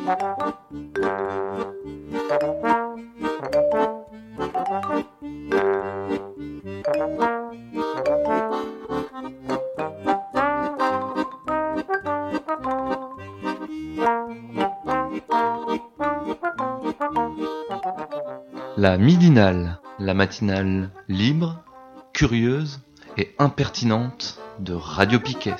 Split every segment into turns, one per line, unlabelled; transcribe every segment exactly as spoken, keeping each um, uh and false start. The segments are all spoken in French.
La midinale, la matinale libre, curieuse et impertinente de Radio Piquet.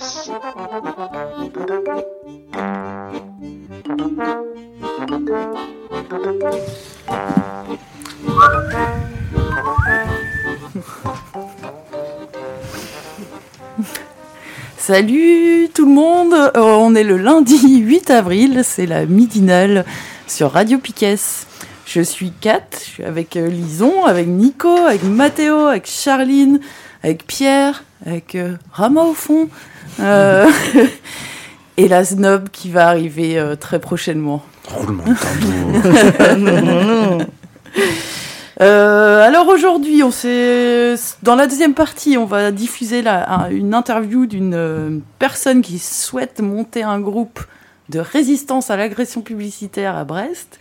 Salut tout le monde, euh, on est le lundi huit avril, c'est la midinale sur Radio Piquet. Je suis Kat, je suis avec euh, Lison, avec Nico, avec Mathéo, avec Charline, avec Pierre, avec euh, Rama au fond, euh, et la snob qui va arriver euh, très prochainement.
Roulement de tambour.
Euh, alors aujourd'hui, on s'est... dans la deuxième partie, on va diffuser la, un, une interview d'une euh, personne qui souhaite monter un groupe de résistance à l'agression publicitaire à Brest.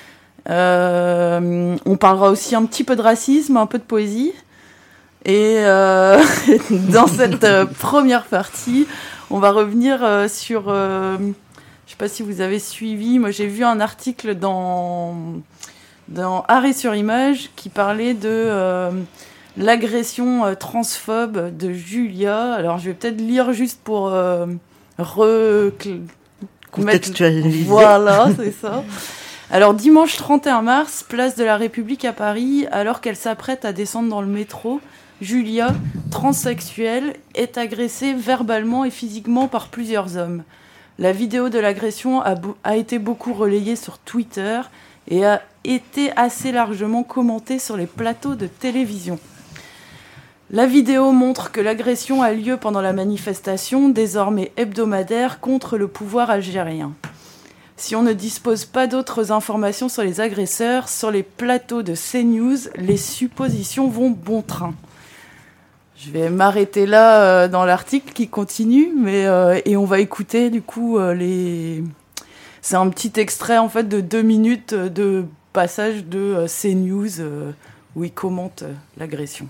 Euh, on parlera aussi un petit peu de racisme, un peu de poésie. Et euh, dans cette euh, première partie, on va revenir euh, sur... Euh, je ne sais pas si vous avez suivi, moi j'ai vu un article dans... dans Arrêt sur image, qui parlait de euh, l'agression euh, transphobe de Julia. Alors, je vais peut-être lire juste pour euh, re...
contextualiser.
Voilà, c'est ça. Alors, dimanche trente et un mars, place de la République à Paris, alors qu'elle s'apprête à descendre dans le métro, Julia, transsexuelle, est agressée verbalement et physiquement par plusieurs hommes. La vidéo de l'agression a, bo- a été beaucoup relayée sur Twitter et a été assez largement commentée sur les plateaux de télévision. La vidéo montre que l'agression a lieu pendant la manifestation, désormais hebdomadaire, contre le pouvoir algérien. Si on ne dispose pas d'autres informations sur les agresseurs, sur les plateaux de CNews, les suppositions vont bon train. Je vais m'arrêter là euh, dans l'article qui continue, mais, euh, et on va écouter du coup euh, les... C'est un petit extrait en fait de deux minutes de passage de euh, CNews euh, où ils commentent euh, l'agression.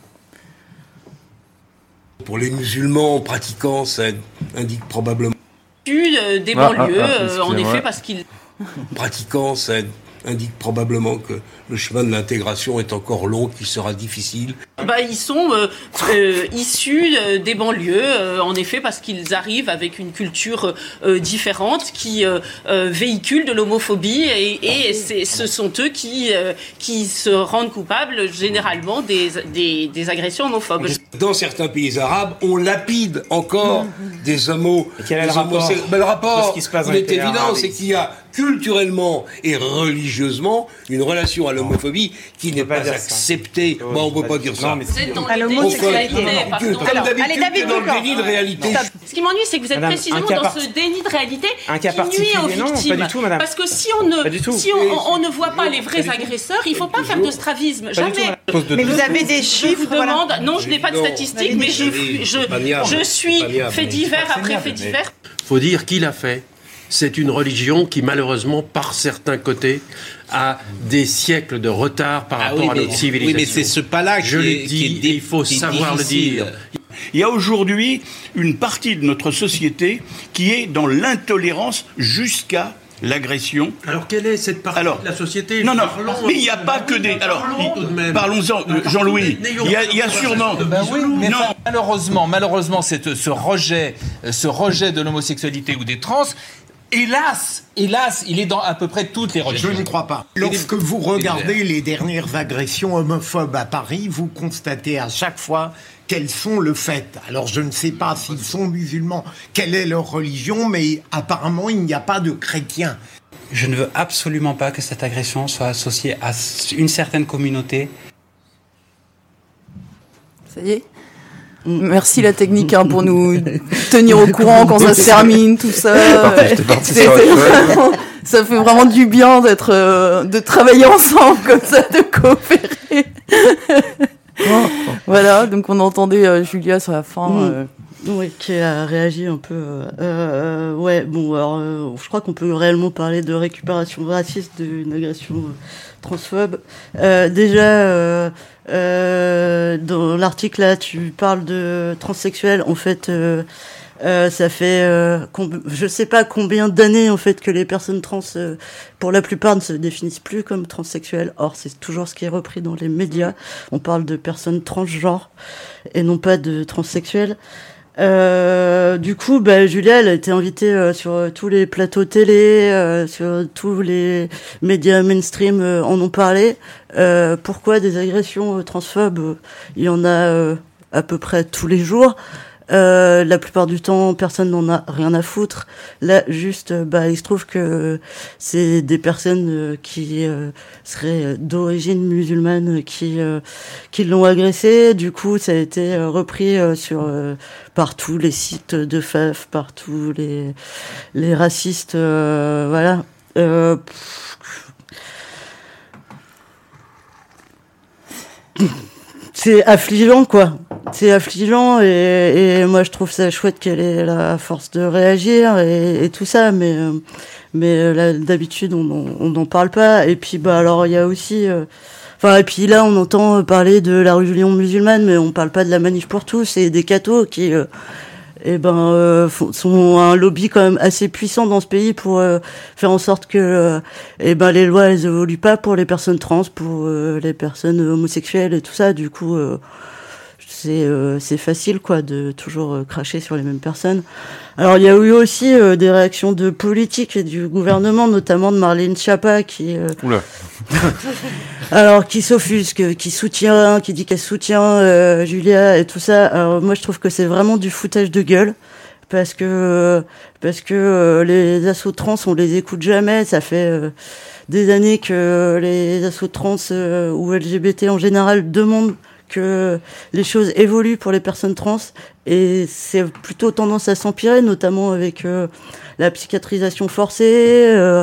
Pour les musulmans pratiquants, ça indique probablement...
Euh, des
Ah,
banlieues,
ah, ah,
euh, en
excusez-moi.
effet, parce qu'ils...
Pratiquants, ça indique probablement que le chemin de l'intégration est encore long, qu'il sera difficile.
Bah, ils sont euh, euh, issus euh, des banlieues, euh, en effet, parce qu'ils arrivent avec une culture euh, différente qui euh, euh, véhicule de l'homophobie et, et c'est, ce sont eux qui, euh, qui se rendent coupables généralement des, des, des agressions homophobes.
Dans certains pays arabes, on lapide encore des homos.
Et quel est le
des
rapport
homosexuels. Ben, le rapport,
de ce qui se passe dans
il
les
est
pays
évident,
arabes
c'est qu'il y a culturellement et religieusement une relation à l'homophobie qui n'est
pas
pas
dire ça.
acceptée.
Oh,
bon, on ne peut
pas
pas
dire
dire
ça.
ça.
Non, mais
Vous êtes dans
À
le
l'homosexualité,
déni de réalité,
Comme
pardon.
d'habitude,
allez, David
t'es dans le
Ducor.
déni de réalité.
Ce qui m'ennuie, c'est que vous êtes
Madame,
précisément
un cas
dans
part-
ce déni de réalité
Un cas
qui nuit
particulier,
aux
non, pas
victimes.
du tout, madame.
Parce que si on ne,
Pas du tout.
si on, on ne voit pas les vrais
Pas du tout.
agresseurs, il ne faut pas faire de stravisme.
Pas du tout,
Jamais.
madame. Pose de
Mais
deux.
vous avez des
Je
chiffres,
vous
voilà.
demande, non, je n'ai pas de
Non,
statistiques,
vous
mais
avez
je,
des
je,
chiffres. C'est pas niable.
je suis
C'est pas niable.
fait divers
C'est pas
après
niable,
fait
mais-
divers.
Faut dire qui l'a fait. C'est une religion qui, malheureusement, par certains côtés, a des siècles de retard par
Ah
rapport
oui,
à
mais,
notre civilisation.
oui, mais c'est ce pas-là
Je
qui
le
est,
dis,
qui est dé-
il faut
qui est
savoir le
difficile.
dire.
Il y a aujourd'hui une partie de notre société qui est dans l'intolérance jusqu'à l'agression.
Alors, quelle est cette partie
Alors,
de la société
Non, non,
Parlons-
mais il n'y a pas que des... Alors,
Parlons tout de même.
parlons-en, euh, Jean-Louis.
N'ayons
Il y a,
pas
il y a
de
sûrement...
conversation de
Ben oui, mais
Non.
enfin, malheureusement, malheureusement, cette- ce rejet, ce rejet de l'homosexualité ou des trans, hélas, hélas, il est dans à peu près toutes les
Je
religions.
n'y crois pas. Lorsque vous regardez les dernières agressions homophobes à Paris, vous constatez à chaque fois qu'elles sont le fait. Alors je ne sais pas s'ils sont musulmans, quelle est leur religion, mais apparemment il n'y a pas de chrétiens.
Je ne veux absolument pas que cette agression soit associée à une certaine communauté.
Ça y est. Merci la technique hein, pour nous tenir au courant quand ça se termine, tout ça.
Parti, j'étais parti
C'est-
sur
c'est
autre chose.
vraiment- ça fait vraiment du bien d'être, euh, de travailler ensemble comme ça, de coopérer. Voilà, donc on entendait euh, Julia sur la fin. Euh,
Oui, qui a réagi un peu. Euh, euh, ouais, bon, alors, euh, je crois qu'on peut réellement parler de récupération raciste d'une agression euh, transphobe. Euh, déjà, euh, euh, dans l'article là, tu parles de transsexuels. En fait, euh, euh, ça fait, euh, comb- je sais pas combien d'années en fait que les personnes trans, euh, pour la plupart, ne se définissent plus comme transsexuels. Or, c'est toujours ce qui est repris dans les médias. On parle de personnes transgenres et non pas de transsexuels. Euh, du coup, bah, Julia, elle a été invitée euh, sur euh, tous les plateaux télé, euh, sur tous les médias mainstream euh, en ont parlé. Euh, pourquoi des agressions euh, transphobes euh, il y en a euh, à peu près tous les jours. Euh, la plupart du temps, personne n'en a rien à foutre. Là, juste, euh, bah, il se trouve que c'est des personnes euh, qui euh, seraient d'origine musulmane qui euh, qui l'ont agressé. Du coup, ça a été euh, repris euh, sur euh, par tous les sites de F A F, par tous les les racistes, euh, voilà. Euh, c'est affligeant, quoi. C'est affligeant et, et moi je trouve ça chouette qu'elle ait la force de réagir et, et tout ça, mais euh, mais là, d'habitude on on n'en parle pas. Et puis bah alors il y a aussi, euh, enfin et puis là on entend parler de la religion musulmane, mais on parle pas de la manif pour tous et des cathos qui euh, eh ben euh, sont un lobby quand même assez puissant dans ce pays pour euh, faire en sorte que euh, eh ben les lois elles évoluent pas pour les personnes trans, pour euh, les personnes homosexuelles et tout ça. Du coup euh, c'est euh, c'est facile quoi de toujours euh, cracher sur les mêmes personnes. Alors il y a eu aussi euh, des réactions de politique et du gouvernement, notamment de Marlène Schiappa qui euh,
Oula.
alors qui s'offusque, qui soutient, qui dit qu'elle soutient euh, Julia et tout ça. Alors moi je trouve que c'est vraiment du foutage de gueule parce que parce que euh, les assos trans on les écoute jamais. Ça fait euh, des années que les assos trans euh, ou L G B T en général demandent que les choses évoluent pour les personnes trans et c'est plutôt tendance à s'empirer, notamment avec euh, la psychiatrisation forcée, euh,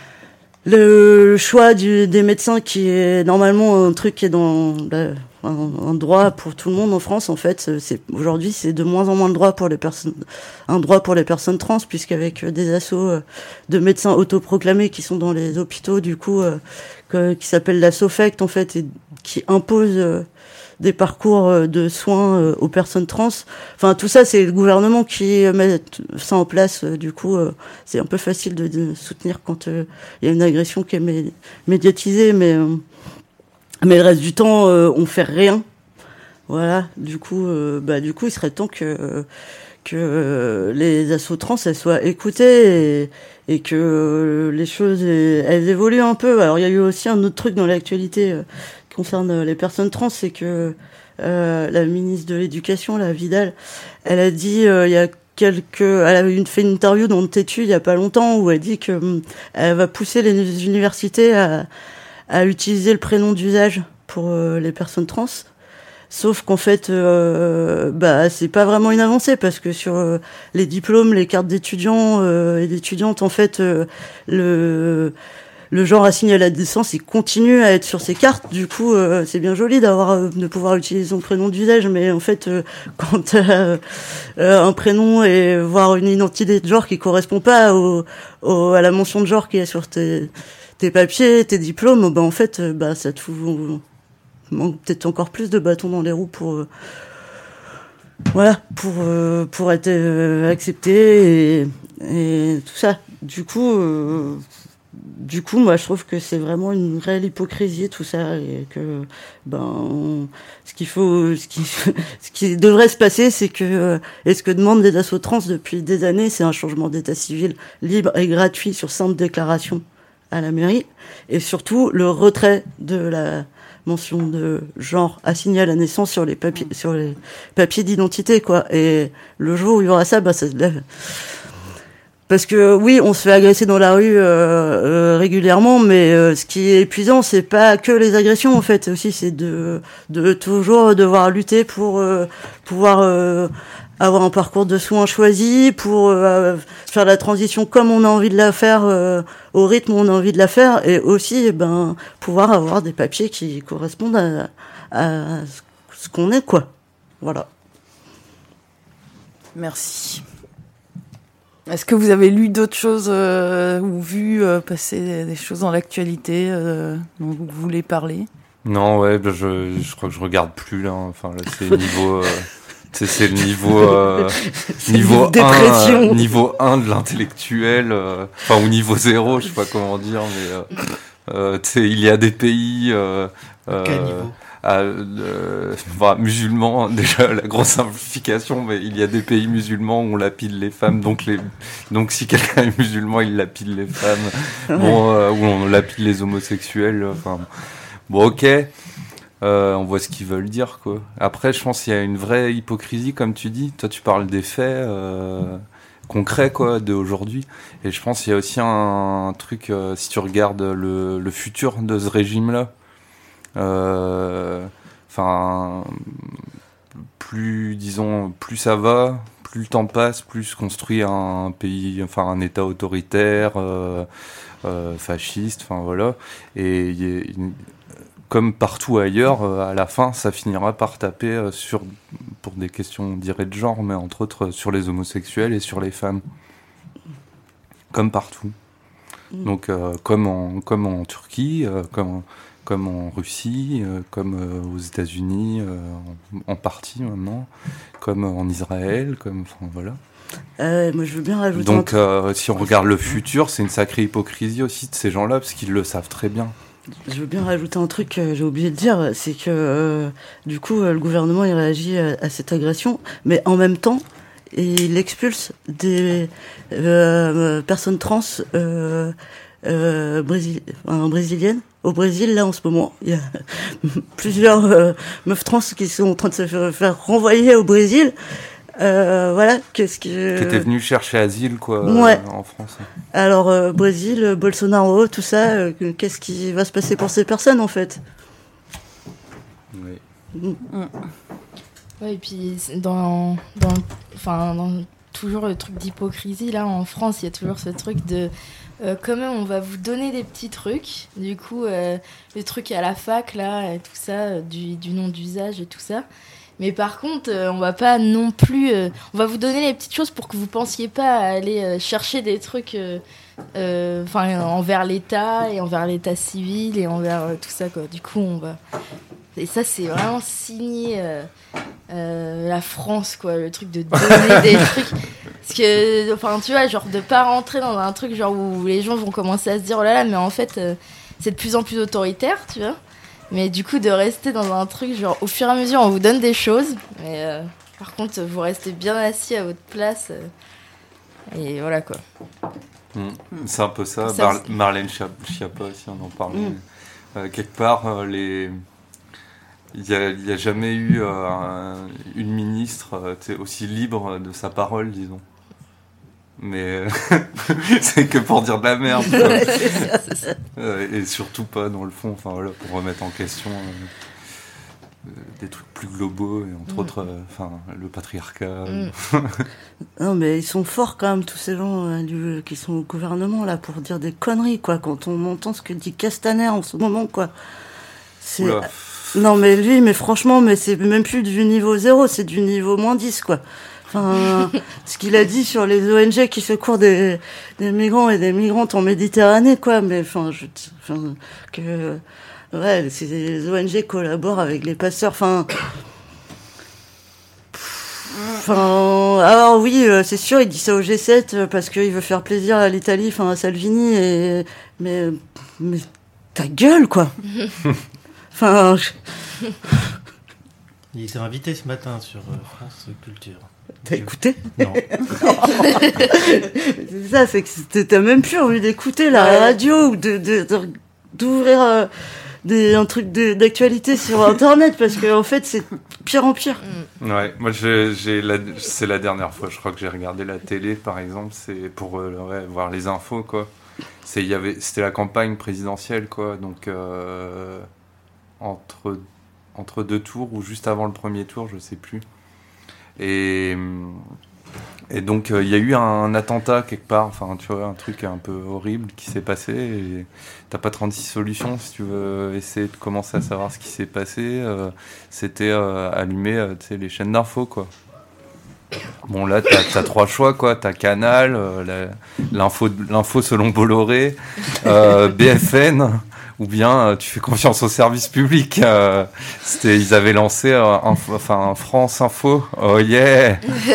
le choix du, des médecins qui est normalement un truc qui est dans la, un, un droit pour tout le monde en France. En fait, c'est aujourd'hui c'est de moins en moins de droit pour les personnes, un droit pour les personnes trans, puisqu'avec des assauts de médecins autoproclamés qui sont dans les hôpitaux, du coup, euh, que, qui s'appelle la SOFECT en fait, et qui impose euh, des parcours de soins aux personnes trans. Enfin, tout ça, c'est le gouvernement qui met ça en place. Du coup, c'est un peu facile de, de soutenir quand il euh, y a une agression qui est mé- médiatisée, mais euh, mais le reste du temps, euh, on fait rien. Voilà. Du coup, euh, bah du coup, il serait temps que que euh, les assos trans elles soient écoutées et, et que euh, les choses elles évoluent un peu. Alors, il y a eu aussi un autre truc dans l'actualité. Euh, concerne les personnes trans, c'est que euh, la ministre de l'Éducation, la Vidal, elle a dit euh, il y a quelques, elle a une, fait une interview dans Tétu il y a pas longtemps où elle dit que hum, elle va pousser les universités à, à utiliser le prénom d'usage pour euh, les personnes trans. Sauf qu'en fait, euh, bah c'est pas vraiment une avancée parce que sur euh, les diplômes, les cartes d'étudiants euh, et d'étudiantes, en fait, euh, le le genre assigné à la naissance, il continue à être sur ces cartes. Du coup, euh, c'est bien joli d'avoir euh, de pouvoir utiliser son prénom d'usage, mais en fait, euh, quand t'as euh, un prénom et voire une identité de genre qui correspond pas au, au, à la mention de genre qui est sur tes, tes papiers, tes diplômes, bah en fait, euh, bah ça te fout manque peut-être encore plus de bâtons dans les roues pour euh, voilà, pour euh, pour être euh, accepté et, et tout ça. Du coup. Euh, Du coup, moi, je trouve que c'est vraiment une réelle hypocrisie tout ça, et que ben, on, ce qu'il faut, ce qui, ce qui devrait se passer, c'est que, et ce que demandent les assos trans depuis des années, c'est un changement d'état civil libre et gratuit sur simple déclaration à la mairie, et surtout le retrait de la mention de genre assigné à la naissance sur les papiers, sur les papiers d'identité, quoi. Et le jour où il y aura ça, bah, ça se lève. Parce que oui, on se fait agresser dans la rue euh, euh, régulièrement, mais euh, ce qui est épuisant, c'est pas que les agressions en fait, aussi c'est de de toujours devoir lutter pour euh, pouvoir euh, avoir un parcours de soins choisi, pour euh, faire la transition comme on a envie de la faire, euh, au rythme où on a envie de la faire, et aussi eh ben pouvoir avoir des papiers qui correspondent à, à ce qu'on est, quoi. Voilà.
Merci. Est-ce que vous avez lu d'autres choses euh, ou vu euh, passer des choses dans l'actualité euh, dont vous voulez parler ?
Non, ouais, bah, je, je crois que je regarde plus là. Enfin, là, c'est niveau. Euh, c'est, c'est le niveau. Euh, niveau un,
dépression.
euh, niveau un de l'intellectuel. euh, Enfin, ou niveau zéro, je sais pas comment dire, mais. Euh, euh, tu sais, il y a des pays. Euh, euh,
Quel niveau ?
à, euh, enfin, musulmans, déjà la grosse simplification, mais il y a des pays musulmans où on lapide les femmes, donc les, donc si quelqu'un est musulman, il lapide les femmes, bon, euh, où on lapide les homosexuels, enfin, bon, ok, euh, on voit ce qu'ils veulent dire, quoi. Après, je pense qu'il y a une vraie hypocrisie, comme tu dis. Toi, tu parles des faits euh, concrets, quoi, d'aujourd'hui, et je pense qu'il y a aussi un, un truc, euh, si tu regardes le, le futur de ce régime-là. Enfin, euh, plus disons, plus ça va, plus le temps passe, plus se construit un pays, enfin un État autoritaire, euh, euh, fasciste, enfin voilà. Et y a, une, comme partout ailleurs, euh, à la fin, ça finira par taper euh, sur, pour des questions, on dirait de genre, mais entre autres sur les homosexuels et sur les femmes, comme partout. Donc, euh, comme en comme en Turquie, euh, comme en, comme en Russie, euh, comme euh, aux États-Unis, euh, en, en partie maintenant, comme en Israël, comme, enfin voilà.
Euh, moi, je veux bien rajouter.
Donc, euh, si on regarde le futur, c'est une sacrée hypocrisie aussi de ces gens-là, parce qu'ils le savent très bien.
Je veux bien rajouter un truc que j'ai oublié de dire, c'est que euh, du coup, euh, le gouvernement il réagit à, à cette agression, mais en même temps, il expulse des euh, personnes trans euh, euh, brésil- enfin, brésiliennes. Au Brésil, là, en ce moment, il y a plusieurs euh, meufs trans qui sont en train de se faire, faire renvoyer au Brésil. Euh, voilà, qu'est-ce que...
Qui était venu chercher asile, quoi,
ouais.
euh, en France.
Alors, euh, Brésil, Bolsonaro, tout ça, euh, qu'est-ce qui va se passer pour ces personnes, en fait ?
Oui.
Mm.
Ouais, et puis, dans, dans, enfin, dans toujours le truc d'hypocrisie, là, en France, il y a toujours ce truc de... Euh, quand même, on va vous donner des petits trucs. Du coup, euh, le truc à la fac, là, et tout ça, euh, du, du nom d'usage et tout ça. Mais par contre, euh, on va pas non plus... Euh, on va vous donner les petites choses pour que vous pensiez pas à aller euh, chercher des trucs euh, euh, envers l'État et envers l'État civil et envers euh, tout ça, quoi. Du coup, on va... Et ça, c'est vraiment signé euh, euh, la France, quoi, le truc de donner des trucs. Parce que, enfin, tu vois, genre de pas rentrer dans un truc genre où les gens vont commencer à se dire, oh là là, mais en fait, euh, c'est de plus en plus autoritaire, tu vois. Mais du coup, de rester dans un truc genre au fur et à mesure, on vous donne des choses, mais euh, par contre, vous restez bien assis à votre place. Euh, et voilà, quoi.
Mmh. C'est un peu ça.
ça
Mar- Marlène Schiappa aussi, on en parlait. Mmh. Euh, quelque part, euh, les... il n'y a, a jamais eu euh, un, une ministre euh, aussi libre de sa parole, disons. Mais c'est que pour dire de la merde.
Ouais, c'est ça, c'est ça.
Euh, et surtout pas dans le fond, enfin voilà, pour remettre en question euh, des trucs plus globaux, et entre mmh. autres, enfin euh, le patriarcat.
Mmh. Non, mais ils sont forts quand même, tous ces gens euh, du, qui sont au gouvernement là pour dire des conneries, quoi. Quand on entend ce que dit Castaner en ce moment, quoi. C'est...
Oula.
Non, mais lui, mais franchement, mais c'est même plus du niveau zéro, c'est du niveau moins dix, quoi. Enfin, ce qu'il a dit sur les O N G qui secourent des, des migrants et des migrantes en Méditerranée, quoi. Mais enfin, je, enfin, que, ouais, ces O N G collaborent avec les passeurs. Enfin, enfin, alors oui, c'est sûr, il dit ça au G sept parce qu'il veut faire plaisir à l'Italie, enfin à Salvini. Et mais, mais ta gueule, quoi. Enfin. Je...
Il était invité ce matin sur France Culture.
T'as écouté ?
Non.
C'est ça, c'est que t'as même plus envie d'écouter la ouais. radio ou de, de, de, d'ouvrir euh, des, un truc de, d'actualité sur Internet parce qu'en en fait, c'est pire en pire.
Ouais, moi, j'ai, j'ai la, c'est la dernière fois, je crois que j'ai regardé la télé, par exemple, c'est pour euh, ouais, voir les infos, quoi. C'est, y avait, c'était la campagne présidentielle, quoi, donc euh, entre, entre deux tours ou juste avant le premier tour, je sais plus. Et, et donc, il euh, y a eu un attentat quelque part, enfin, tu vois, un truc un peu horrible qui s'est passé. Et t'as pas trente-six solutions si tu veux essayer de commencer à savoir ce qui s'est passé. Euh, c'était euh, allumer euh, les chaînes d'infos, quoi. Bon, là, t'as, t'as trois choix, quoi. T'as Canal, euh, la, l'info, l'info selon Bolloré, euh, B F N, ou bien euh, tu fais confiance au service public. Euh, c'était, ils avaient lancé euh, un, enfin, France Info. Oh yeah.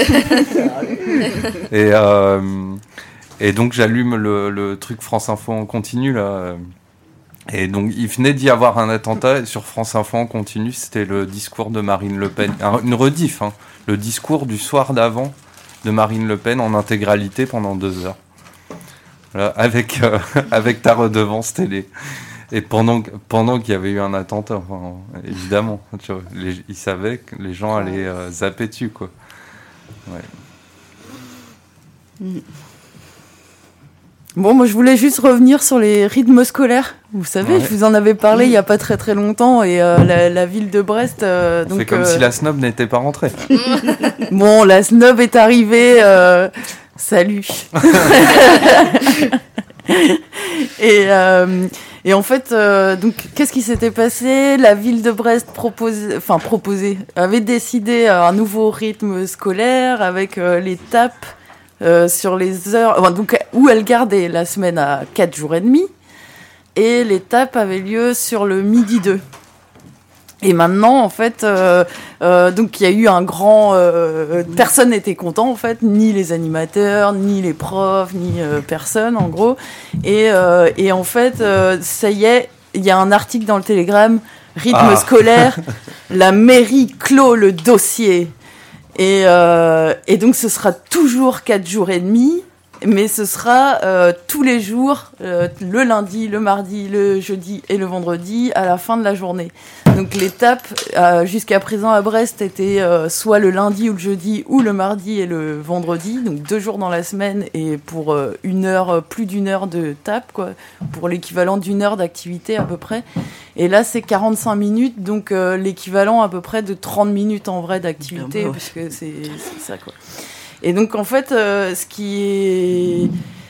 et, euh, et donc, j'allume le, le truc France Info en continu, là. Et donc, il venait d'y avoir un attentat, et sur France Info en continu, c'était le discours de Marine Le Pen. Une rediff, hein. Le discours du soir d'avant de Marine Le Pen en intégralité pendant deux heures. Voilà, avec, euh, avec ta redevance télé. Et pendant, pendant qu'il y avait eu un attentat, enfin, évidemment, tu vois, les, ils savaient que les gens allaient euh, zapper dessus, quoi. Ouais.
Mm. Bon, moi je voulais juste revenir sur les rythmes scolaires. Vous savez, ouais. je vous en avais parlé il n'y a pas très très longtemps et euh, la, la ville de Brest. Euh, donc,
c'est comme euh... si la snob n'était pas rentrée.
Bon, la snob est arrivée. Euh... Salut. et, euh, et en fait, euh, donc qu'est-ce qui s'était passé ? La ville de Brest proposait, enfin proposait, avait décidé un nouveau rythme scolaire avec euh, les tapes. Euh, sur les heures, enfin, donc où elle gardait la semaine à quatre jours et demi, et l'étape avait lieu sur le midi deux. Et maintenant, en fait, euh, euh, donc il y a eu un grand, euh, personne n'était content en fait, ni les animateurs, ni les profs, ni euh, personne en gros. Et euh, et en fait, euh, ça y est, il y a un article dans le Télégramme, rythme ah. scolaire, la mairie clôt le dossier. Et, euh, et donc ce sera toujours quatre jours et demi, mais ce sera euh, tous les jours, euh, le lundi, le mardi, le jeudi et le vendredi à la fin de la journée. Donc l'étape euh, jusqu'à présent à Brest était euh, soit le lundi ou le jeudi ou le mardi et le vendredi, donc deux jours dans la semaine et pour euh, une heure, plus d'une heure de tape, quoi, pour l'équivalent d'une heure d'activité à peu près. Et là c'est quarante-cinq minutes, donc euh, l'équivalent à peu près de trente minutes en vrai d'activité, ah bah ouais. parce que c'est, c'est ça quoi. Et donc en fait, euh, ce qui est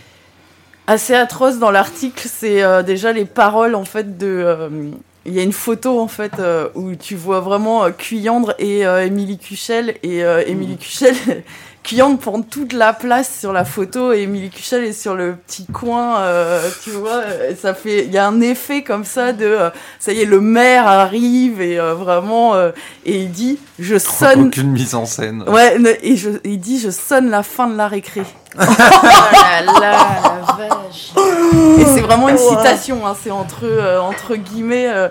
assez atroce dans l'article, c'est euh, déjà les paroles en fait de. Euh, il y a une photo en fait euh, où tu vois vraiment euh, Cuyandre et euh, Émilie Kuchel et euh, Émilie Kuchel. Cuyandre prend toute la place sur la photo et Émilie Kuchel est sur le petit coin, euh, tu vois, ça fait, il y a un effet comme ça de, euh, ça y est, le maire arrive et euh, vraiment, euh, et il dit, je sonne.
Aucune mise en scène.
Ouais, et je, il dit, je sonne la fin de la récré.
Oh là là, la vache.
Et c'est vraiment une citation, hein, c'est entre, euh, entre guillemets. Euh,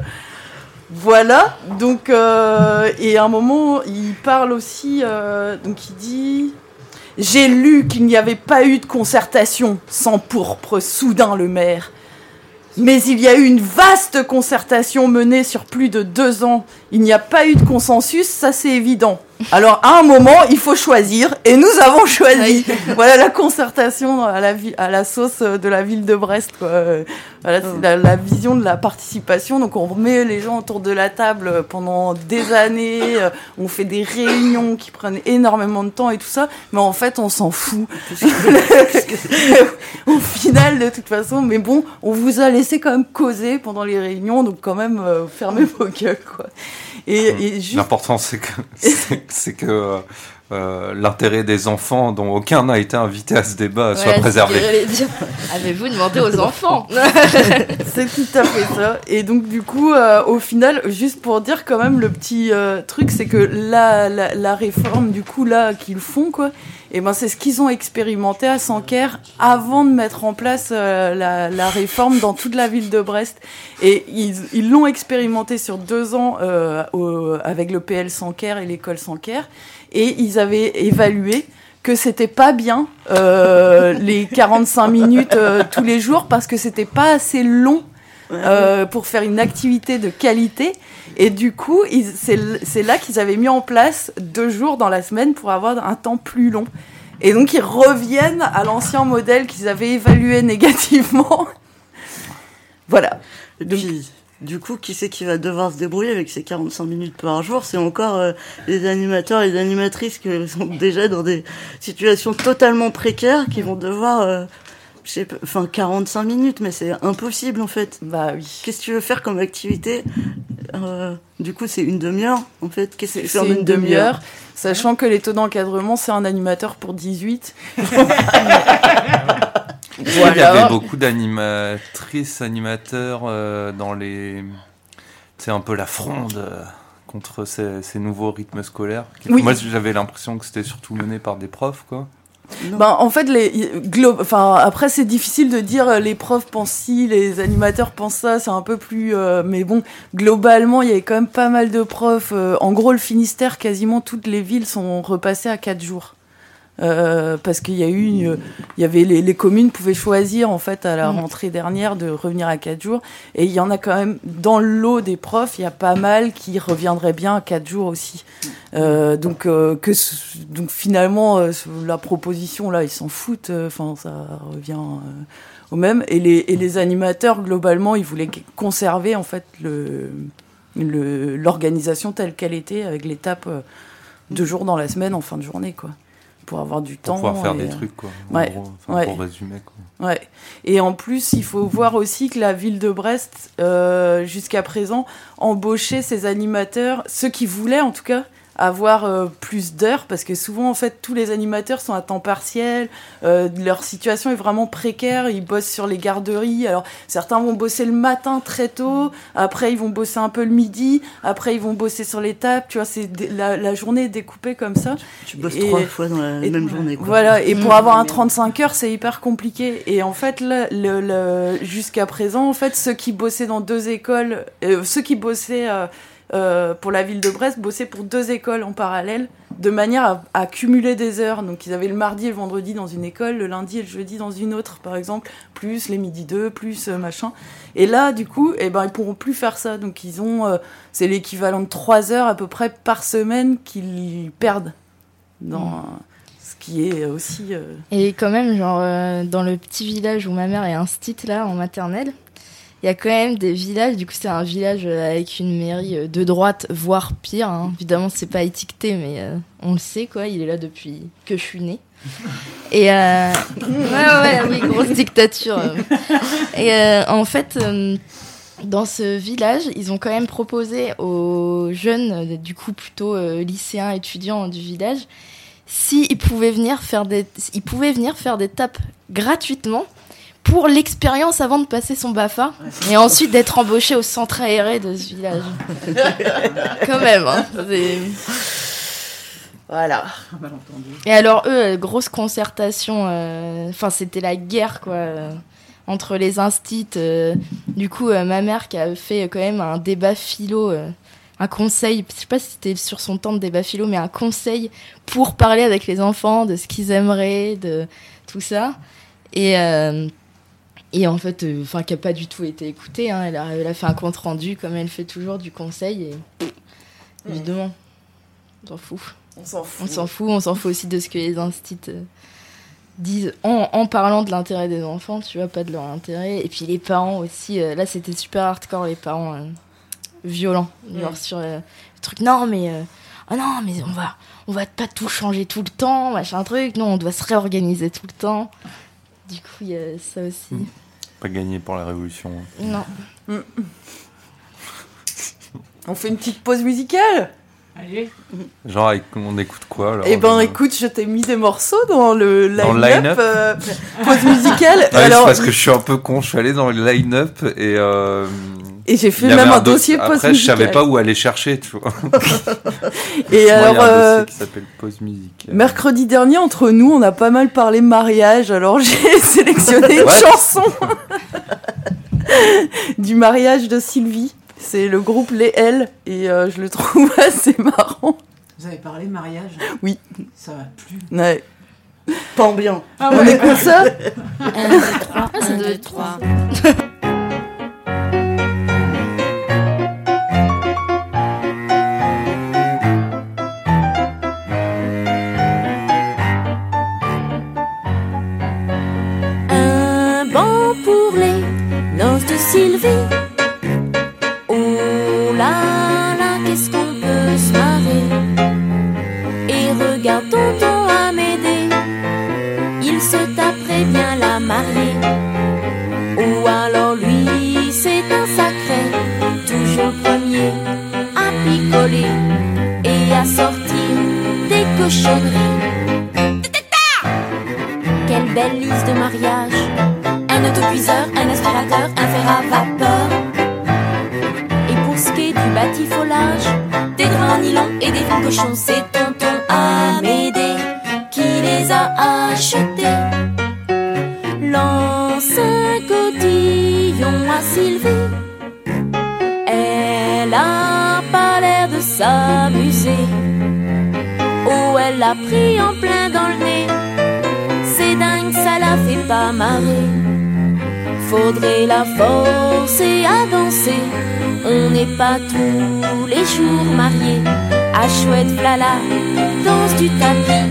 Voilà, donc, euh, et à un moment, il parle aussi, euh, donc il dit « J'ai lu qu'il n'y avait pas eu de concertation sans pourpre soudain le maire. Mais il y a eu une vaste concertation menée sur plus de deux ans. Il n'y a pas eu de consensus, ça c'est évident. Alors à un moment, il faut choisir, et nous avons choisi. » Voilà la concertation à la, vi- à la sauce de la ville de Brest, quoi. Voilà, c'est la, la vision de la participation. Donc on remet les gens autour de la table pendant des années, on fait des réunions qui prennent énormément de temps et tout ça, mais en fait on s'en fout. Au final, de toute façon, mais bon, on vous a laissé quand même causer pendant les réunions, donc quand même euh, fermez vos gueules, quoi. Et, et juste...
L'important c'est que c'est, c'est que euh, l'intérêt des enfants, dont aucun n'a été invité à ce débat, ouais, soit préservé.
Avez-vous demandé aux enfants?
C'est tout à fait ça. Et donc du coup, euh, au final, juste pour dire quand même le petit euh, truc, c'est que la, la, la réforme du coup là qu'ils font, quoi. Et ben c'est ce qu'ils ont expérimenté à Sanquer avant de mettre en place euh, la, la réforme dans toute la ville de Brest. Et ils, ils l'ont expérimenté sur deux ans euh, au, avec le P L Sanquer et l'école Sanquer. Et ils avaient évalué que c'était pas bien euh, les quarante-cinq minutes euh, tous les jours parce que c'était pas assez long euh, pour faire une activité de qualité. Et du coup, ils, c'est, c'est là qu'ils avaient mis en place deux jours dans la semaine pour avoir un temps plus long. Et donc, ils reviennent à l'ancien modèle qu'ils avaient évalué négativement. Voilà.
Et puis, du coup, qui c'est qui va devoir se débrouiller avec ces quarante-cinq minutes par jour? C'est encore euh, les animateurs et les animatrices qui sont déjà dans des situations totalement précaires qui vont devoir... Euh, Je sais pas, enfin quarante-cinq minutes, mais c'est impossible en fait.
Bah oui.
Qu'est-ce que tu veux faire comme activité? euh, Du coup, c'est une demi-heure en fait. Qu'est-ce que tu
c'est,
fais en
une, une demi-heure, demi-heure Sachant que les taux d'encadrement, c'est un animateur pour dix-huit.
Voilà. Il y avait beaucoup d'animatrices, animateurs euh, dans les... C'est un peu la fronde euh, contre ces, ces nouveaux rythmes scolaires.
Oui.
Moi, j'avais l'impression que c'était surtout mené par des profs, quoi.
Ben, en fait, les, glo- enfin, après, c'est difficile de dire euh, les profs pensent ci, les animateurs pensent ça, c'est un peu plus... Euh, mais bon, globalement, il y avait quand même pas mal de profs. Euh, en gros, le Finistère, quasiment toutes les villes sont repassées à quatre jours. Euh, parce qu'il y a eu une, il y avait les, les communes pouvaient choisir en fait à la rentrée dernière de revenir à quatre jours, et il y en a quand même dans le lot des profs, il y a pas mal qui reviendraient bien à quatre jours aussi. Euh, donc euh, que donc finalement euh, la proposition là ils s'en foutent, enfin euh, ça revient euh, au même, et les et les animateurs globalement ils voulaient conserver en fait le, le l'organisation telle qu'elle était avec l'étape euh, deux jours dans la semaine en fin de journée quoi. Pour avoir du
pour
temps.
Pour pouvoir faire
et...
des trucs, quoi.
Ouais.
Gros, enfin,
ouais.
Pour résumer, quoi.
Ouais. Et en plus, il faut voir aussi que la ville de Brest, euh, jusqu'à présent, embauchait ses animateurs, ceux qui voulaient en tout cas, avoir euh, plus d'heures, parce que souvent, en fait, tous les animateurs sont à temps partiel, euh, leur situation est vraiment précaire, ils bossent sur les garderies, alors certains vont bosser le matin très tôt, après ils vont bosser un peu le midi, après ils vont bosser sur les tables, tu vois, c'est dé- la, la journée est découpée comme ça.
Tu bosses
et,
trois fois dans la
et,
même journée, quoi.
Voilà, et pour
Mmh.
avoir un trente-cinq heures, c'est hyper compliqué, et en fait, là, le, le, jusqu'à présent, en fait, ceux qui bossaient dans deux écoles, euh, ceux qui bossaient... Euh, Euh, pour la ville de Brest, bossaient pour deux écoles en parallèle, de manière à, à cumuler des heures. Donc ils avaient le mardi et le vendredi dans une école, le lundi et le jeudi dans une autre, par exemple, plus les midis deux, plus euh, machin. Et là, du coup, eh ben, ils pourront plus faire ça. Donc ils ont, euh, c'est l'équivalent de trois heures à peu près par semaine qu'ils perdent. Dans, mmh. Ce qui est aussi... Euh...
Et quand même, genre, euh, dans le petit village où ma mère est instite, là, en maternelle, il y a quand même des villages, du coup c'est un village avec une mairie de droite, voire pire, hein. Évidemment c'est pas étiqueté, mais euh, on le sait quoi, il est là depuis que je suis née. Et euh... ouais ouais oui, grosse dictature. Et euh, en fait, euh, dans ce village, ils ont quand même proposé aux jeunes, du coup plutôt euh, lycéens, étudiants du village, s'ils pouvaient venir faire des, ils pouvaient venir faire des tapes gratuitement, pour l'expérience avant de passer son BAFA et ensuite d'être embauché au centre aéré de ce village. Quand même, hein. C'est...
Voilà.
Et alors eux, grosse concertation, enfin euh, c'était la guerre quoi, euh, entre les instits. Euh, du coup, euh, ma mère qui a fait quand même un débat philo, euh, un conseil, je sais pas si c'était sur son temps de débat philo, mais un conseil pour parler avec les enfants de ce qu'ils aimeraient, de tout ça. Et euh, Et en fait, enfin, euh, qui n'a pas du tout été écoutée. Hein. Elle, a, elle a fait un compte rendu, comme elle fait toujours, du conseil. Et mmh. évidemment, on s'en fout.
On s'en fout.
On s'en fout. On s'en fout aussi de ce que les instits euh, disent en, en parlant de l'intérêt des enfants, tu vois, pas de leur intérêt. Et puis les parents aussi. Euh, là, c'était super hardcore, les parents euh, violents. Mmh. Genre sur euh, le truc, non, mais... Euh, oh non, mais on va, on va pas tout changer tout le temps, machin truc. Non, on doit se réorganiser tout le temps. Du coup, il y a ça aussi. Mmh.
Pas gagné pour la révolution.
Non.
Mmh. On fait une petite pause musicale.
Allez.
Genre, on écoute quoi alors?
Eh ben, écoute, je t'ai mis des morceaux dans le line-up.
Dans le line-up
euh, pause musicale.
Ouais,
alors,
c'est parce que je suis un peu con. Je suis allé dans le line-up et. Euh,
et j'ai fait même un, un dossier pause musicale.
Après, je savais pas où aller chercher, tu vois.
Et
moi,
alors,
il y a un
euh,
dossier qui s'appelle pause musicale.
Mercredi dernier, entre nous, on a pas mal parlé mariage. Alors, j'ai sélectionné une chanson du mariage de Sylvie. C'est le groupe Les L et euh, je le trouve assez marrant.
Vous avez parlé mariage?
Oui.
Ça va plus.
Ouais.
Pas bien.
Ah ouais. On écoute ça?
un, deux, trois. un, deux, trois.
Un banc pour les noces de Sylvie. Oh là là, qu'est-ce qu'on peut se marrer. Et regarde tonton Amédée, il se taperait bien la mariée. Ou alors lui, c'est un sacré, toujours premier à picoler et à sortir cochonneries. Quelle belle liste de mariage. Un autocuiseur, un aspirateur, un fer à vapeur. Et pour ce qui est du batifolage, des draps en nylon et des fils cochons, c'est tonton Amédée qui les a achetés. Lance un cotillon à Sylvie, elle a pas l'air de s'amuser. Oh, elle l'a pris en plein dans le nez, c'est dingue, ça la fait pas marrer. Faudrait la forcer à danser, on n'est pas tous les jours mariés. À chouette flala, danse du tapis.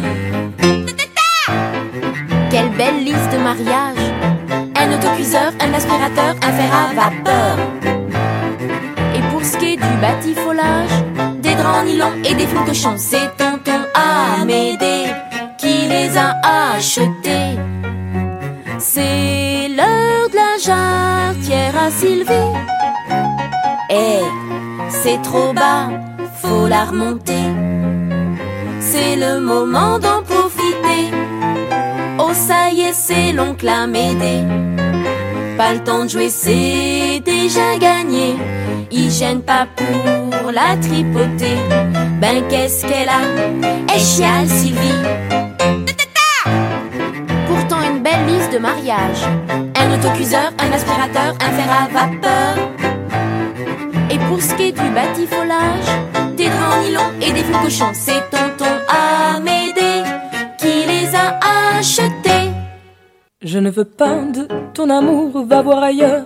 Quelle belle liste de mariage. Un autocuiseur, un aspirateur, un fer à vapeur. Et pour ce qui est du batifolage, des draps en nylon et des fils cochons, c'est tonton Amédée qui les a achetés. C'est l'heure de la jarretière à Sylvie. Eh, c'est trop bas, faut la remonter. C'est le moment d'en profiter. Oh ça y est, c'est l'oncle Amédée. Pas le temps de jouer, c'est déjà gagné. Il gêne pas pour la tripoter. Ben qu'est-ce qu'elle a? Elle chiale Sylvie. Pourtant une belle liste de mariage. Un autocuiseur, un aspirateur, un fer à vapeur. Et pour ce qui est du batifolage, des draps en nylon et des fils cochons, c'est tonton Amédée qui les a achetés.
Je ne veux pas de ton amour, va voir ailleurs.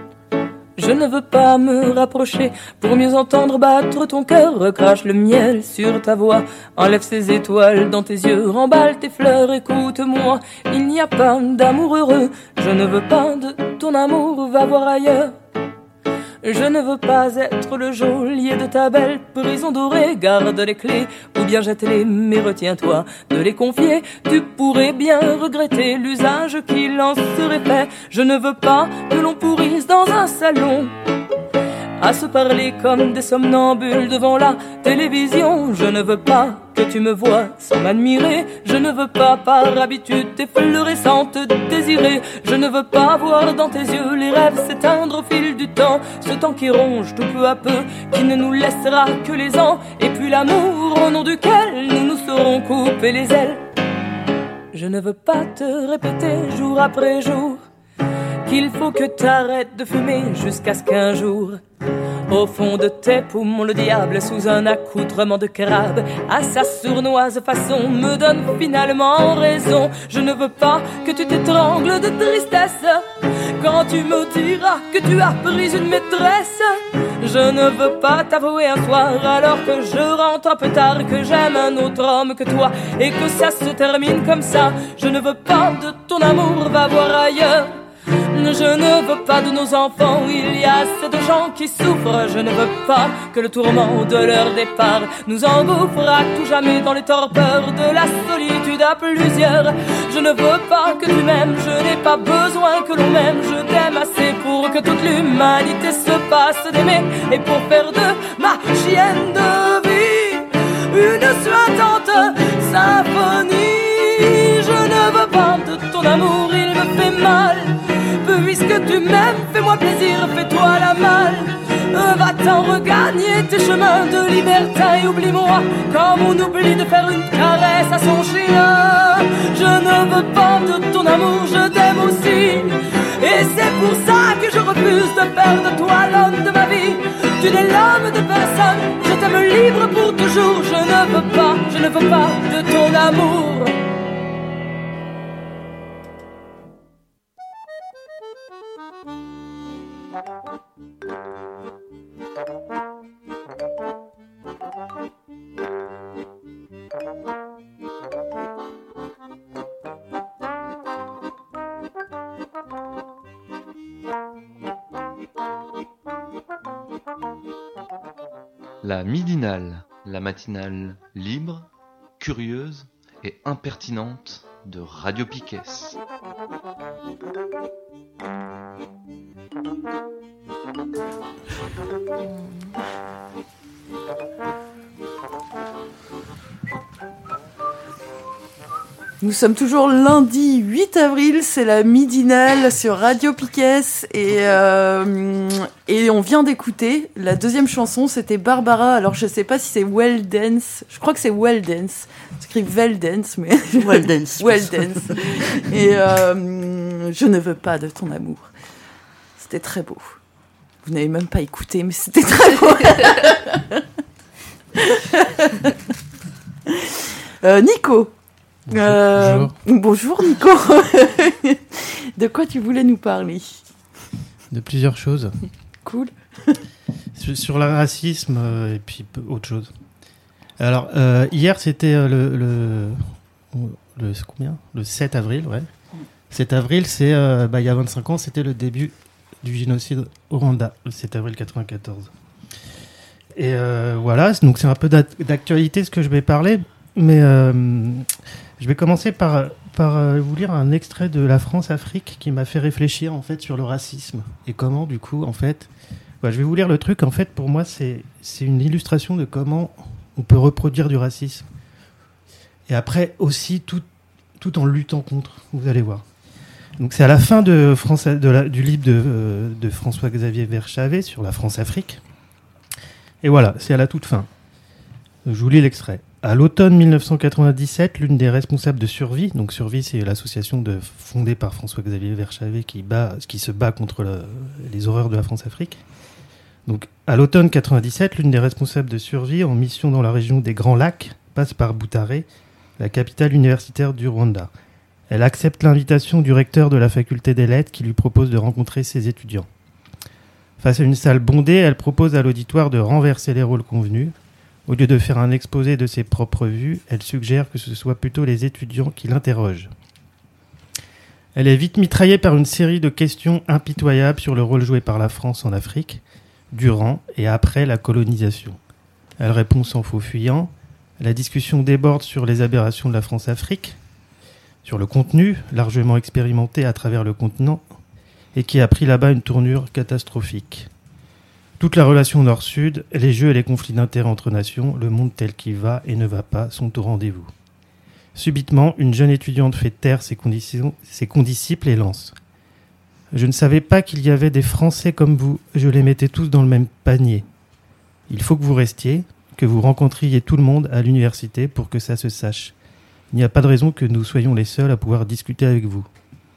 Je ne veux pas me rapprocher pour mieux entendre battre ton cœur. Recrache le miel sur ta voix, enlève ces étoiles dans tes yeux, remballe tes fleurs, écoute-moi. Il n'y a pas d'amour heureux. Je ne veux pas de ton amour, va voir ailleurs. Je ne veux pas être le geôlier de ta belle prison dorée. Garde les clés ou bien jette-les, mais retiens-toi de les confier. Tu pourrais bien regretter l'usage qu'il en serait fait. Je ne veux pas que l'on pourrisse dans un salon à se parler comme des somnambules devant la télévision. Je ne veux pas que tu me vois sans m'admirer. Je ne veux pas par habitude t'effleurer sans te désirer. Je ne veux pas voir dans tes yeux les rêves s'éteindre au fil du temps. Ce temps qui ronge tout peu à peu, qui ne nous laissera que les ans. Et puis l'amour au nom duquel nous nous serons coupés les ailes. Je ne veux pas te répéter jour après jour qu'il faut que t'arrêtes de fumer jusqu'à ce qu'un jour, au fond de tes poumons, le diable, sous un accoutrement de crabe, à sa sournoise façon, me donne finalement raison. Je ne veux pas que tu t'étrangles de tristesse quand tu me diras que tu as pris une maîtresse. Je ne veux pas t'avouer un soir, alors que je rentre un peu tard, que j'aime un autre homme que toi, et que ça se termine comme ça. Je ne veux pas de ton amour, va voir ailleurs. Je ne veux pas de nos enfants, il y a assez de gens qui souffrent. Je ne veux pas que le tourment de leur départ nous engouffre à tout jamais dans les torpeurs de la solitude à plusieurs. Je ne veux pas que tu m'aimes, je n'ai pas besoin que l'on m'aime. Je t'aime assez pour que toute l'humanité se passe d'aimer, et pour faire de ma chienne de vie une suintante symphonie. Je ne veux pas de ton amour, il me fait mal. Puisque tu m'aimes, fais-moi plaisir, fais-toi la malle. Va-t'en regagner tes chemins de liberté et oublie-moi, comme on oublie de faire une caresse à son chien. Je ne veux pas de ton amour, je t'aime aussi, et c'est pour ça que je refuse de faire de toi l'homme de ma vie. Tu n'es l'homme de personne, je t'aime libre pour toujours. Je ne veux pas, je ne veux pas de ton amour.
La midinale, la matinale libre, curieuse et impertinente de Radio Piquet.
Nous sommes toujours lundi huit avril, c'est la midinale sur Radio Piquet et, euh, et on vient d'écouter la deuxième chanson, c'était Barbara. Alors je sais pas si c'est Well Dance, je crois que c'est Well Dance, c'est écrit Well Dance, mais
Well Dance.
Well Dance. Et euh, je ne veux pas de ton amour. C'était très beau. Vous n'avez même pas écouté, mais c'était très beau. euh, Nico.
Bonjour.
Euh, bonjour Nico. De quoi tu voulais nous parler?
De plusieurs choses.
Cool.
sur, sur le racisme euh, et puis peu- autre chose. Alors, euh, hier, c'était euh, le, le, le, c'est combien le sept avril, ouais. sept avril, c'est, euh, bah, il y a vingt-cinq ans, c'était le début du génocide au Rwanda, le sept avril quatre-vingt-quatorze. Et euh, voilà, donc c'est un peu d'ac- d'actualité ce que je vais parler, mais euh, je vais commencer par, par euh, vous lire un extrait de La France-Afrique qui m'a fait réfléchir en fait sur le racisme et comment du coup en fait, bah, je vais vous lire le truc. En fait, pour moi, c'est c'est une illustration de comment on peut reproduire du racisme et après aussi tout tout en luttant contre. Vous allez voir. Donc c'est à la fin de France, de la, du livre de, euh, de François-Xavier Verschavet sur la France-Afrique. Et voilà, c'est à la toute fin. Je vous lis l'extrait. À l'automne mille neuf cent quatre-vingt-dix-sept, l'une des responsables de Survie, donc Survie, c'est l'association de, fondée par François-Xavier Verschavet qui, bat, qui se bat contre le, les horreurs de la France-Afrique. Donc, à l'automne quatre-vingt-dix-sept, l'une des responsables de Survie, en mission dans la région des Grands Lacs, passe par Butare, la capitale universitaire du Rwanda. Elle accepte l'invitation du recteur de la faculté des lettres qui lui propose de rencontrer ses étudiants. Face à une salle bondée, elle propose à l'auditoire de renverser les rôles convenus. Au lieu de faire un exposé de ses propres vues, elle suggère que ce soit plutôt les étudiants qui l'interrogent. Elle est vite mitraillée par une série de questions impitoyables sur le rôle joué par la France en Afrique, durant et après la colonisation. Elle répond sans faux fuyant. La discussion déborde sur les aberrations de la France-Afrique, sur le contenu, largement expérimenté à travers le continent, et qui a pris là-bas une tournure catastrophique. Toute la relation nord-sud, les jeux et les conflits d'intérêts entre nations, le monde tel qu'il va et ne va pas, sont au rendez-vous. Subitement, une jeune étudiante fait taire ses, conditions, ses condisciples et lance. Je ne savais pas qu'il y avait des Français comme vous, je les mettais tous dans le même panier. Il faut que vous restiez, que vous rencontriez tout le monde à l'université pour que ça se sache. Il n'y a pas de raison que nous soyons les seuls à pouvoir discuter avec vous.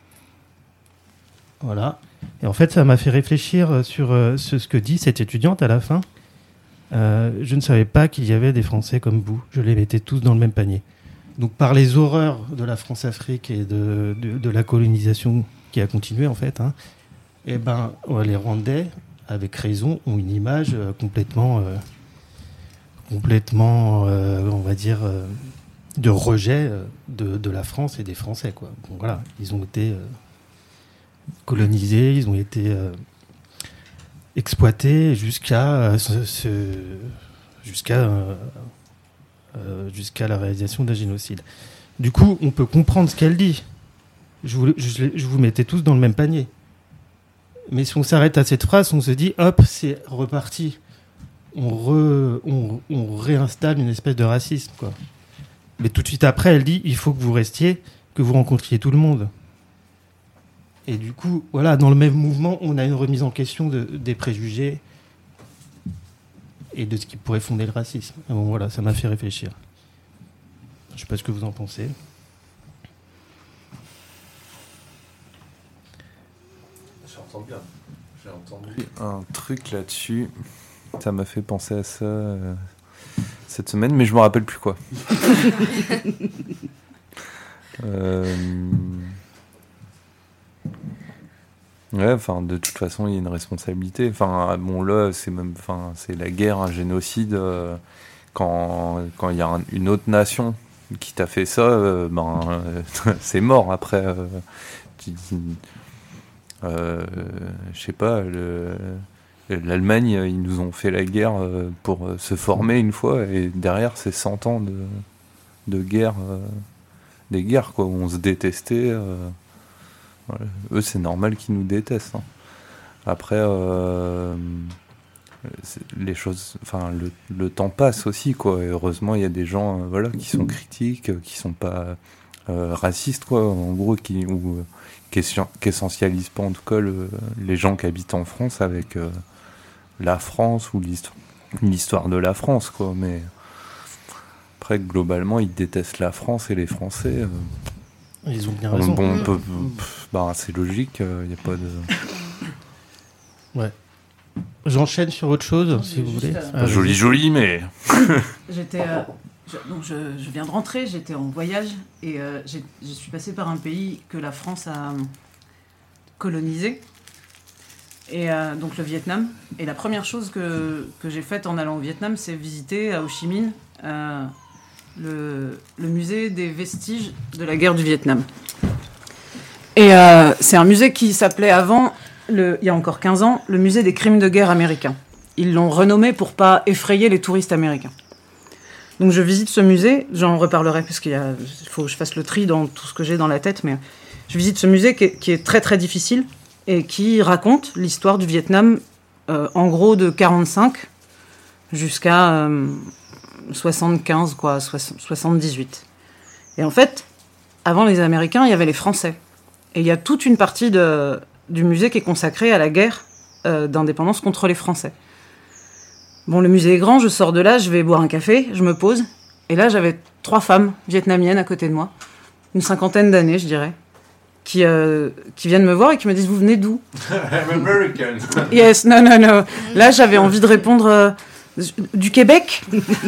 Voilà. Et en fait, ça m'a fait réfléchir sur euh, ce, ce que dit cette étudiante à la fin. Euh, je ne savais pas qu'il y avait des Français comme vous. Je les mettais tous dans le même panier. Donc, par les horreurs de la France-Afrique et de, de, de la colonisation qui a continué, en fait, hein, eh ben, ouais, les Rwandais, avec raison, ont une image euh, complètement, euh, complètement, euh, on va dire, euh, de rejet euh, de, de la France et des Français, quoi. Bon, voilà, ils ont été euh, colonisés, ils ont été euh, exploités jusqu'à euh, ce, ce, jusqu'à euh, euh, jusqu'à la réalisation d'un génocide. Du coup, on peut comprendre ce qu'elle dit. Je vous, je, je vous mettais tous dans le même panier. Mais si on s'arrête à cette phrase, on se dit, hop, c'est reparti. On, re, on, on réinstalle une espèce de racisme, quoi. Mais tout de suite après, elle dit, il faut que vous restiez, que vous rencontriez tout le monde. Et du coup, voilà, dans le même mouvement, on a une remise en question de, des préjugés et de ce qui pourrait fonder le racisme. Et bon, voilà, ça m'a fait réfléchir. Je ne sais pas ce que vous en pensez.
J'entends bien. J'ai entendu un truc là-dessus. Ça m'a fait penser à ça euh, cette semaine, mais je me rappelle plus quoi. euh... Ouais, enfin, de toute façon, il y a une responsabilité. Enfin, bon, là, c'est même, enfin, c'est la guerre, un génocide. Euh, quand quand il y a un, une autre nation qui t'a fait ça, euh, ben, euh, c'est mort. Après, euh, tu dis, euh, je sais pas, le, l'Allemagne, ils nous ont fait la guerre pour se former une fois, et derrière, c'est cent ans de de guerre, euh, des guerres, quoi, où on se détestait. Euh, Voilà. Eux, c'est normal qu'ils nous détestent. Hein. Après, euh, les choses, enfin, le, le temps passe aussi, quoi. Et heureusement, il y a des gens, euh, voilà, qui sont critiques, qui sont pas euh, raciste, quoi, en gros, qui, ou, euh, qui, qui essentialise pas, en tout cas, le, les gens qui habitent en France avec euh, la France ou l'histoire, l'histoire de la France, quoi. Mais après, globalement, ils détestent la France et les Français. Euh,
ils ont bien raison.
Bon, on peut, pff, bah, c'est logique, il euh, n'y a pas de...
Ouais. J'enchaîne sur autre chose, si vous voulez.
Euh, joli, joli, mais...
J'étais... Euh, je, donc je, je viens de rentrer, j'étais en voyage, et euh, j'ai, je suis passée par un pays que la France a colonisé, et euh, donc le Vietnam. Et la première chose que, que j'ai faite en allant au Vietnam, c'est visiter à Ho Chi Minh euh, le, le musée des vestiges de la guerre du Vietnam. Et euh, c'est un musée qui s'appelait avant, le, il y a encore quinze ans, le musée des crimes de guerre américains. Ils l'ont renommé pour pas effrayer les touristes américains. Donc je visite ce musée, j'en reparlerai parce qu'il y a, faut que je fasse le tri dans tout ce que j'ai dans la tête, mais je visite ce musée qui est, qui est très très difficile et qui raconte l'histoire du Vietnam, euh, en gros de quarante-cinq jusqu'à euh, soixante-quinze, quoi, soixante-dix-huit. Et en fait, avant les Américains, il y avait les Français. Et il y a toute une partie de, du musée qui est consacrée à la guerre euh, d'indépendance contre les Français. Bon, le musée est grand, je sors de là, je vais boire un café, je me pose. Et là, j'avais trois femmes vietnamiennes à côté de moi, une cinquantaine d'années, je dirais, qui, euh, qui viennent me voir et qui me disent « Vous venez d'où ?»
I'm American.
Yes, non, non, non. Là, j'avais envie de répondre euh, « Du Québec ?»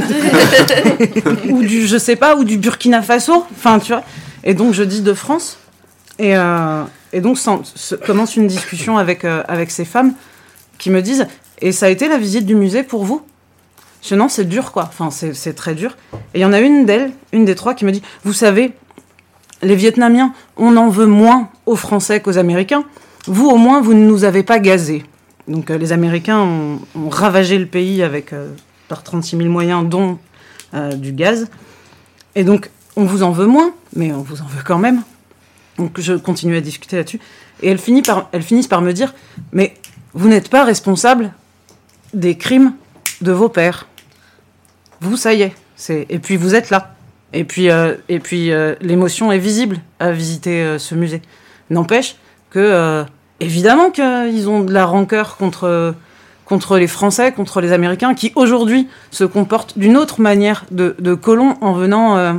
ou du, je sais pas, ou du Burkina Faso. Enfin, tu vois. Et donc, je dis « De France ?» Et, euh, et donc, ça, ça commence une discussion avec, euh, avec ces femmes qui me disent « Et ça a été la visite du musée pour vous ?» Je dis « Non, c'est dur, quoi. Enfin, c'est, c'est très dur. » Et il y en a une d'elles, une des trois, qui me dit « Vous savez, les Vietnamiens, on en veut moins aux Français qu'aux Américains. Vous, au moins, vous ne nous avez pas gazés. » Donc, euh, les Américains ont, ont ravagé le pays avec, euh, par trente-six mille moyens, dont euh, du gaz. Et donc, on vous en veut moins, mais on vous en veut quand même. Donc, je continue à discuter là-dessus. Et elles, finit par, elles finissent par me dire « Mais vous n'êtes pas responsable des crimes de vos pères. Vous, ça y est. C'est... Et puis, vous êtes là. Et puis, euh, et puis euh, l'émotion est visible à visiter euh, ce musée. N'empêche que, euh, évidemment qu'ils ont de la rancœur contre, contre les Français, contre les Américains, qui, aujourd'hui, se comportent d'une autre manière de, de colons en venant euh,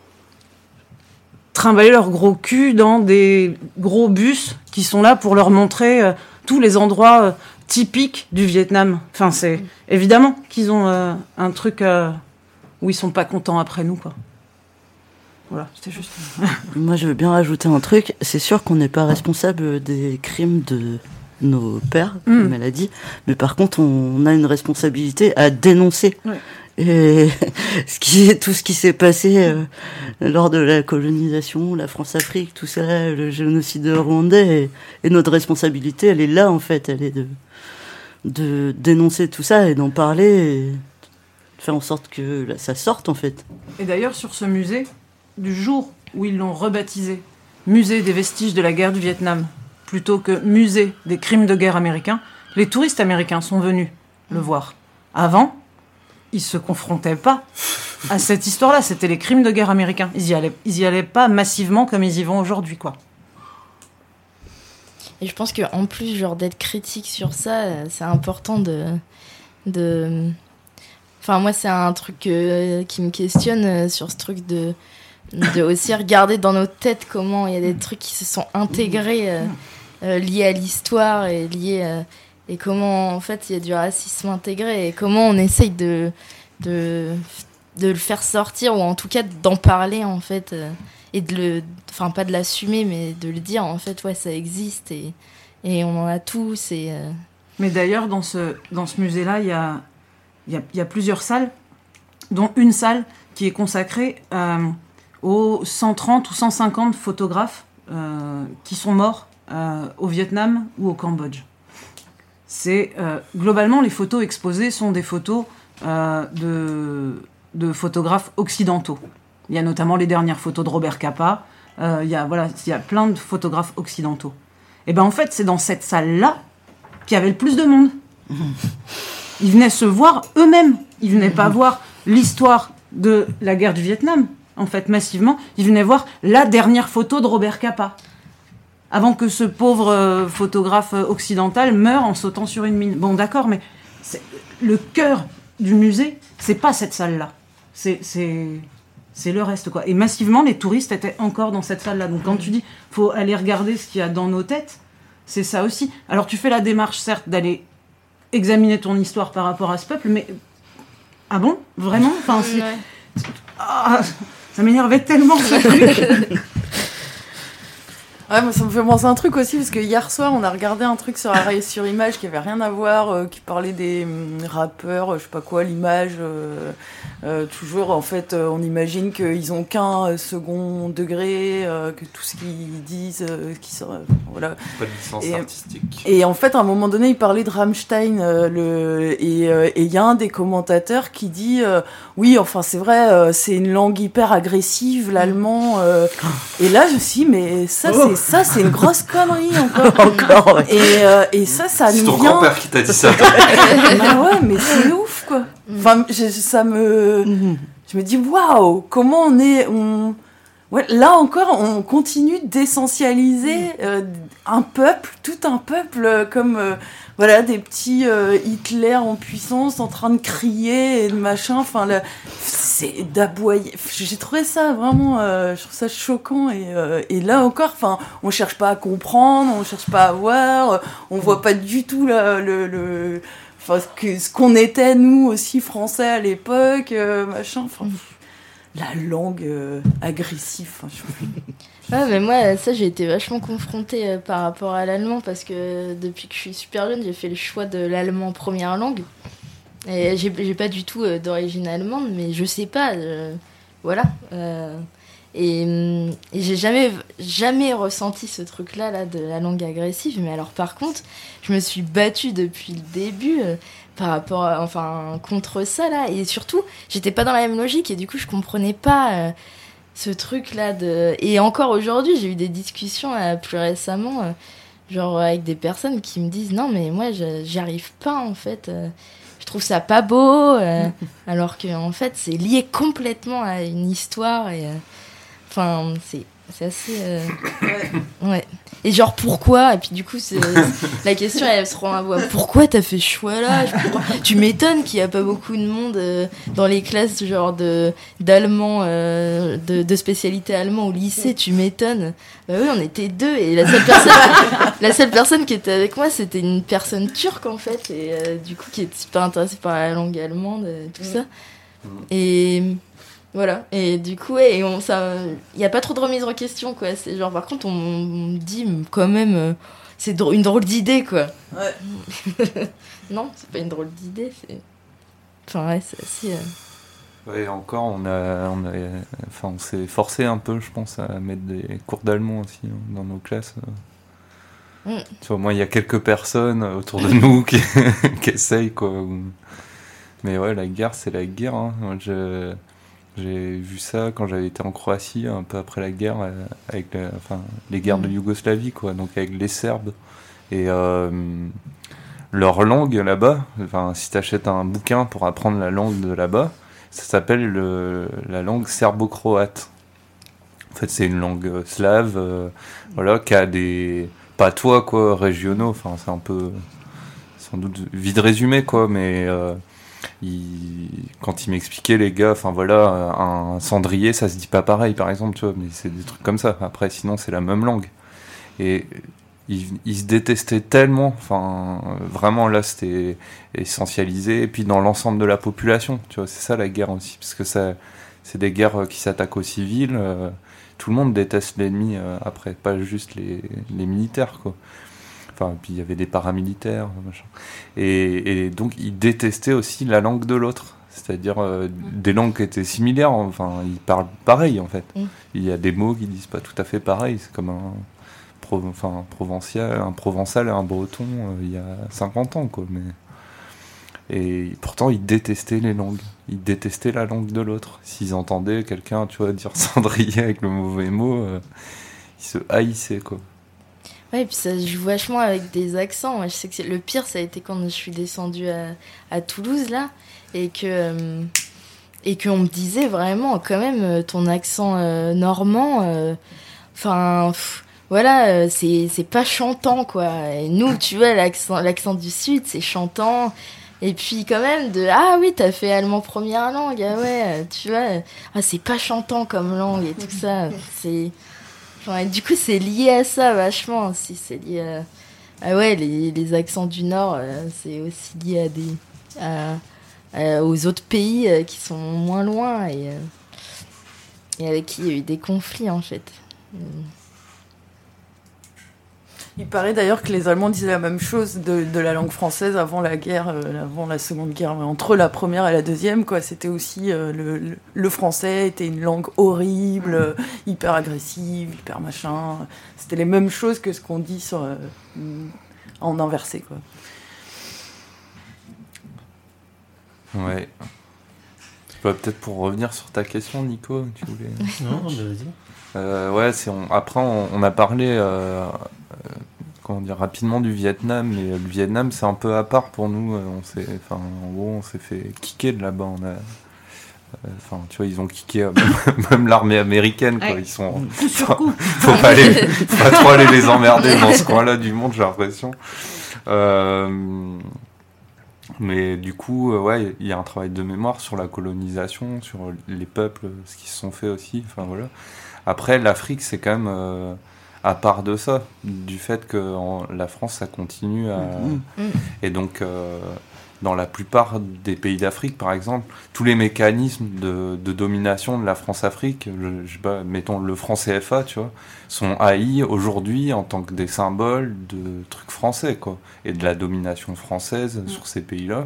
trimballer leur gros cul dans des gros bus qui sont là pour leur montrer euh, tous les endroits... Euh, typique du Vietnam. Enfin, c'est évidemment qu'ils ont euh, un truc euh, où ils sont pas contents après nous, quoi. Voilà, c'était juste.
Moi, je veux bien rajouter un truc. C'est sûr qu'on n'est pas responsable des crimes de nos pères, mm. comme elle a dit, mais par contre, on a une responsabilité à dénoncer. Ouais. Et ce qui est, tout ce qui s'est passé euh, lors de la colonisation, la France-Afrique, tout ça, le génocide rwandais, et, et notre responsabilité, elle est là, en fait. Elle est de, de dénoncer tout ça et d'en parler et de faire en sorte que là, ça sorte, en fait.
Et d'ailleurs, sur ce musée, du jour où ils l'ont rebaptisé Musée des vestiges de la guerre du Vietnam, plutôt que Musée des crimes de guerre américains, les touristes américains sont venus le voir. Avant, ils se confrontaient pas à cette histoire-là. C'était les crimes de guerre américains. Ils y allaient, ils y allaient pas massivement comme ils y vont aujourd'hui, quoi.
Et je pense qu'en plus, genre, d'être critique sur ça, c'est important de... de... Enfin, moi, c'est un truc euh, qui me questionne euh, sur ce truc de, de aussi regarder dans nos têtes comment il y a des trucs qui se sont intégrés euh, euh, liés à l'histoire et liés... Euh, et comment, en fait, il y a du racisme intégré, et comment on essaye de, de, de le faire sortir, ou en tout cas d'en parler, en fait, euh, et de le... Enfin, pas de l'assumer, mais de le dire, en fait, ouais, ça existe, et, et on en a tous, et... Euh...
Mais d'ailleurs, dans ce, dans ce musée-là, il y a, y, a, y a plusieurs salles, dont une salle qui est consacrée euh, aux cent trente ou cent cinquante photographes euh, qui sont morts euh, au Vietnam ou au Cambodge. C'est euh, globalement, les photos exposées sont des photos euh, de, de photographes occidentaux. Il y a notamment les dernières photos de Robert Capa. Euh, il y a voilà, il y a plein de photographes occidentaux. Et ben en fait, c'est dans cette salle-là qu'il y avait le plus de monde. Ils venaient se voir eux-mêmes. Ils venaient pas voir l'histoire de la guerre du Vietnam. en fait, massivement. Ils venaient voir la dernière photo de Robert Capa. Avant que ce pauvre euh, photographe occidental meure en sautant sur une mine. Bon, d'accord, mais c'est, le cœur du musée, c'est pas cette salle-là. C'est, c'est, c'est le reste, quoi. Et massivement, les touristes étaient encore dans cette salle-là. Donc, quand tu dis, faut aller regarder ce qu'il y a dans nos têtes, c'est ça aussi. Alors, tu fais la démarche, certes, d'aller examiner ton histoire par rapport à ce peuple, mais ah bon, vraiment, enfin, c'est... Ouais. Ah, ça m'énervait tellement ce truc.
Ouais, mais ça me fait penser à un truc aussi, parce que hier soir, on a regardé un truc sur Arrêt sur Image qui avait rien à voir, euh, qui parlait des hum, rappeurs, euh, je sais pas quoi, l'image. Euh, euh, toujours, en fait, euh, on imagine qu'ils ont qu'un euh, second degré, euh, que tout ce qu'ils disent, euh, qui sera, euh, voilà.
Pas de licence
et,
artistique.
Et en fait, à un moment donné, il parlait de Rammstein, euh, le, et il euh, y a un des commentateurs qui dit, euh, oui, enfin, c'est vrai, euh, c'est une langue hyper agressive, l'allemand. Euh, et là, je me suis dit, mais ça, c'est ça, c'est une grosse connerie encore.
Encore, ouais.
Et, euh, et ça, ça
C'est
nous
ton
vient...
grand-père qui t'a dit ça.
Bah ouais, mais c'est ouf, quoi. Enfin, je, ça me... Je me dis, waouh, comment on est... On... Ouais, là encore, on continue d'essentialiser euh, un peuple, tout un peuple, euh, comme euh, voilà, des petits euh, Hitler en puissance, en train de crier et de machin. Enfin, là, c'est d'aboyer. J'ai trouvé ça vraiment, euh, je trouve ça choquant. Et, euh, et là encore, enfin, on cherche pas à comprendre, on cherche pas à voir, on voit pas du tout la, le, le, enfin, ce, que, ce qu'on était nous aussi français à l'époque, euh, machin. Enfin. La langue euh, agressive. Enfin, je...
Ah, mais moi, ça, j'ai été vachement confrontée euh, par rapport à l'allemand parce que depuis que je suis super jeune, j'ai fait le choix de l'allemand première langue. Et j'ai, j'ai pas du tout euh, d'origine allemande, mais je sais pas. Euh, voilà. Euh, et, et j'ai jamais, jamais ressenti ce truc-là là, de la langue agressive. Mais alors, par contre, je me suis battue depuis le début. Euh, par rapport à, enfin contre ça là, et surtout j'étais pas dans la même logique et du coup je comprenais pas euh, ce truc là de, et encore aujourd'hui j'ai eu des discussions euh, plus récemment euh, genre avec des personnes qui me disent non mais moi je, j'y arrive pas en fait, euh, je trouve ça pas beau euh, alors que en fait c'est lié complètement à une histoire et enfin euh, c'est c'est assez euh... ouais. Et genre pourquoi, et puis du coup c'est la question elle se rend à voir pourquoi t'as fait ce choix là. Tu m'étonnes qu'il y a pas beaucoup de monde euh, dans les classes genre de d'allemand euh, de, de spécialité allemand au lycée, tu m'étonnes. Bah oui, on était deux et la seule personne la seule personne qui était avec moi c'était une personne turque en fait et euh, du coup qui était super intéressée par la langue allemande et tout ça. Et voilà, et du coup, ouais, on, ça, il n'y a pas trop de remise en question, quoi. C'est genre, par contre, on, on dit quand même, euh, c'est drôle, une drôle d'idée, quoi.
Ouais.
Non, c'est pas une drôle d'idée, c'est. Enfin, ouais, c'est assez. Euh...
Ouais, encore, on a, on a, enfin, on s'est forcé un peu, je pense, à mettre des cours d'allemand aussi hein, dans nos classes. Mm. Tu vois, moi, il y a quelques personnes autour de nous qui, qui essayent, quoi. Mais ouais, la guerre, c'est la guerre. Hein. Moi, je. J'ai vu ça quand j'avais été en Croatie, un peu après la guerre, euh, avec la, enfin, les guerres de Yougoslavie, quoi, donc avec les Serbes. Et euh, leur langue là-bas, enfin, si tu achètes un bouquin pour apprendre la langue de là-bas, ça s'appelle le, la langue serbo-croate. En fait, c'est une langue slave, euh, voilà, qui a des patois, quoi, régionaux. Enfin, c'est un peu, sans doute, vite résumé, quoi, mais... Euh, Il, quand il m'expliquait les gars, enfin voilà, un cendrier ça se dit pas pareil par exemple, tu vois, mais c'est des trucs comme ça. Après sinon c'est la même langue et ils, ils se détestaient tellement, enfin vraiment là c'était essentialisé et puis dans l'ensemble de la population, tu vois, c'est ça la guerre aussi parce que ça c'est des guerres qui s'attaquent aux civils, euh, tout le monde déteste l'ennemi euh, après, pas juste les, les militaires quoi. Enfin, puis il y avait des paramilitaires, machin. Et, et donc ils détestaient aussi la langue de l'autre, c'est-à-dire euh, des langues qui étaient similaires. Enfin, ils parlent pareil en fait. Mm. Il y a des mots qui disent pas tout à fait pareil. C'est comme un, pro, enfin, provincial, un provençal et un breton euh, il y a cinquante ans, quoi. Mais et pourtant ils détestaient les langues. Ils détestaient la langue de l'autre. S'ils entendaient quelqu'un, tu vois, dire cendrier avec le mauvais mot, euh, ils se haïssaient, quoi.
Ouais, et puis ça se joue vachement avec des accents. Moi, je sais que c'est... le pire, ça a été quand je suis descendue à, à Toulouse, là, et que, euh... et qu'on me disait vraiment, quand même, euh, ton accent euh, normand, enfin, euh, voilà, euh, c'est, c'est pas chantant, quoi. Et nous, tu vois, l'accent, l'accent du Sud, c'est chantant. Et puis, quand même, de ah oui, t'as fait allemand première langue, ah ouais, tu vois, ah, c'est pas chantant comme langue et tout ça. C'est. Enfin, du coup, c'est lié à ça vachement aussi. C'est lié à. Ah ouais, les, les accents du Nord, euh, c'est aussi lié à des. À, à, aux autres pays euh, qui sont moins loin et, euh, et avec qui il y a eu des conflits en fait.
Il paraît d'ailleurs que les Allemands disaient la même chose de, de la langue française avant la guerre, euh, avant la Seconde Guerre, entre la première et la deuxième, quoi. C'était aussi euh, le, le, le français était une langue horrible, euh, hyper agressive, hyper machin. C'était les mêmes choses que ce qu'on dit sur, euh, en inversé, quoi.
Ouais. Bah, peut-être pour revenir sur ta question, Nico, tu voulais.
Non, bah, vas-y.
Euh, ouais, c'est on, après on, on a parlé euh, euh, comment dire rapidement du Vietnam, mais le Vietnam c'est un peu à part pour nous. On s'est, enfin, en gros, on s'est fait kicker de là-bas. On a, enfin, euh, tu vois, ils ont kické euh, même l'armée américaine, quoi. Ils sont, faut, faut pas aller, faut pas trop aller les emmerder dans ce coin-là du monde, j'ai l'impression. Euh, mais du coup, euh, ouais, il y a un travail de mémoire sur la colonisation, sur les peuples, ce qui se sont fait aussi. Enfin voilà. Après, l'Afrique, c'est quand même euh, à part de ça, du fait que en, la France, ça continue à... Mmh. Et donc, euh, dans la plupart des pays d'Afrique, par exemple, tous les mécanismes de, de domination de la France-Afrique, le, je sais pas, mettons le franc C F A, tu vois, sont haïs aujourd'hui en tant que des symboles de trucs français, quoi, et de la domination française mmh. sur ces pays-là.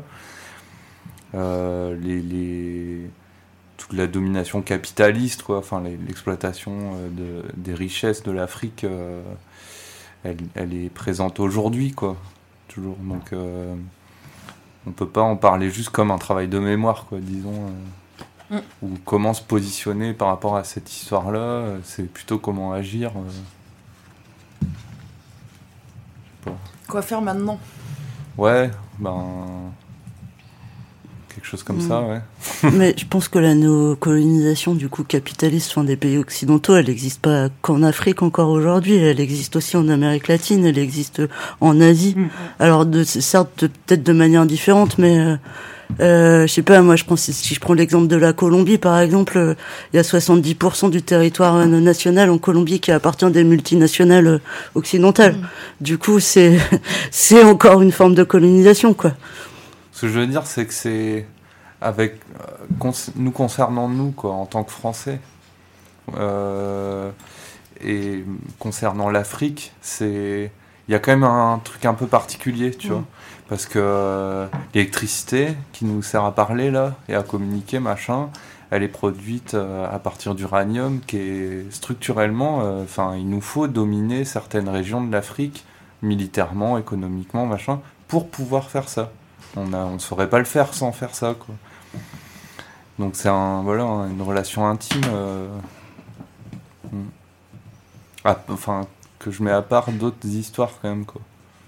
Euh, les... les toute la domination capitaliste, quoi, enfin l'exploitation de, des richesses de l'Afrique, euh, elle, elle est présente aujourd'hui, quoi, toujours. Donc, euh, on peut pas en parler juste comme un travail de mémoire, quoi, disons, euh, mm. ou comment se positionner par rapport à cette histoire-là. C'est plutôt comment agir. Euh, je sais pas.
Quoi faire maintenant ?
Ouais, ben. Quelque chose comme mmh. ça, ouais.
Mais je pense que la néocolonisation, du coup, capitaliste, enfin, des pays occidentaux, elle n'existe pas qu'en Afrique encore aujourd'hui. Elle existe aussi en Amérique latine, elle existe en Asie. Mmh. Alors, de, certes, peut-être de manière différente, mais euh, euh, je sais pas, moi, je prends, si je prends l'exemple de la Colombie, par exemple, euh, il y a soixante-dix pour cent du territoire euh, national en Colombie qui appartient à des multinationales euh, occidentales. Mmh. Du coup, c'est, c'est encore une forme de colonisation, quoi.
Ce que je veux dire, c'est que c'est avec euh, cons- nous concernant nous, quoi, en tant que Français, euh, et concernant l'Afrique, c'est il y a quand même un truc un peu particulier, tu mmh. vois, parce que euh, l'électricité qui nous sert à parler là et à communiquer, machin, elle est produite euh, à partir d'uranium, qui est structurellement, enfin, euh, il nous faut dominer certaines régions de l'Afrique militairement, économiquement, machin, pour pouvoir faire ça. On ne on saurait pas le faire sans faire ça, quoi. Donc c'est un, voilà, une relation intime, euh, à, enfin, que je mets à part d'autres histoires quand même, quoi.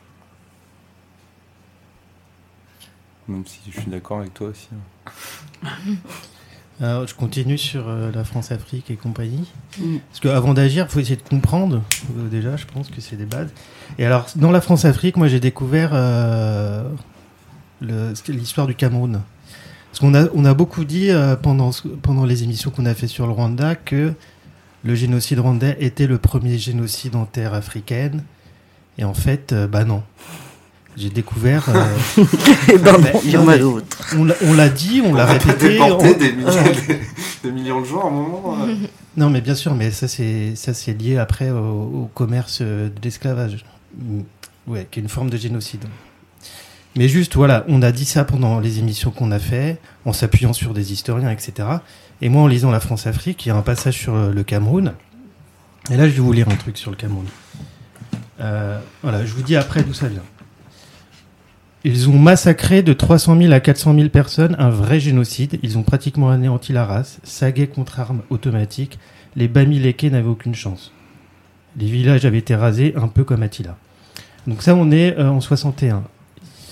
Même si je suis d'accord avec toi aussi. Hein.
Alors, je continue sur euh, la France-Afrique et compagnie. Mm. Parce qu'avant d'agir, il faut essayer de comprendre. Euh, déjà, je pense que c'est des bases. Et alors, dans la France-Afrique, moi, j'ai découvert... Euh, Le, l'histoire du Cameroun. Parce qu'on a, on a beaucoup dit euh, pendant, pendant les émissions qu'on a fait sur le Rwanda que le génocide rwandais était le premier génocide en terre africaine. Et en fait, euh, bah non. J'ai découvert... Euh,
et ben non, il y en a d'autres.
On l'a, on l'a dit, on, on l'a répété.
On a des, des, des millions de gens à un moment. Euh.
Non, mais bien sûr, mais ça c'est, ça, c'est lié après au, au commerce de l'esclavage. Ouais, qui est une forme de génocide. Mais juste, voilà, on a dit ça pendant les émissions qu'on a fait, en s'appuyant sur des historiens, et cetera. Et moi, en lisant La France-Afrique, il y a un passage sur le Cameroun. Et là, je vais vous lire un truc sur le Cameroun. Euh, voilà, je vous dis après d'où ça vient. Ils ont massacré de trois cent mille à quatre cent mille personnes, un vrai génocide. Ils ont pratiquement anéanti la race, sagué contre armes automatiques. Les Bamileke n'avaient aucune chance. Les villages avaient été rasés, un peu comme Attila. Donc ça, on est euh, en soixante et un.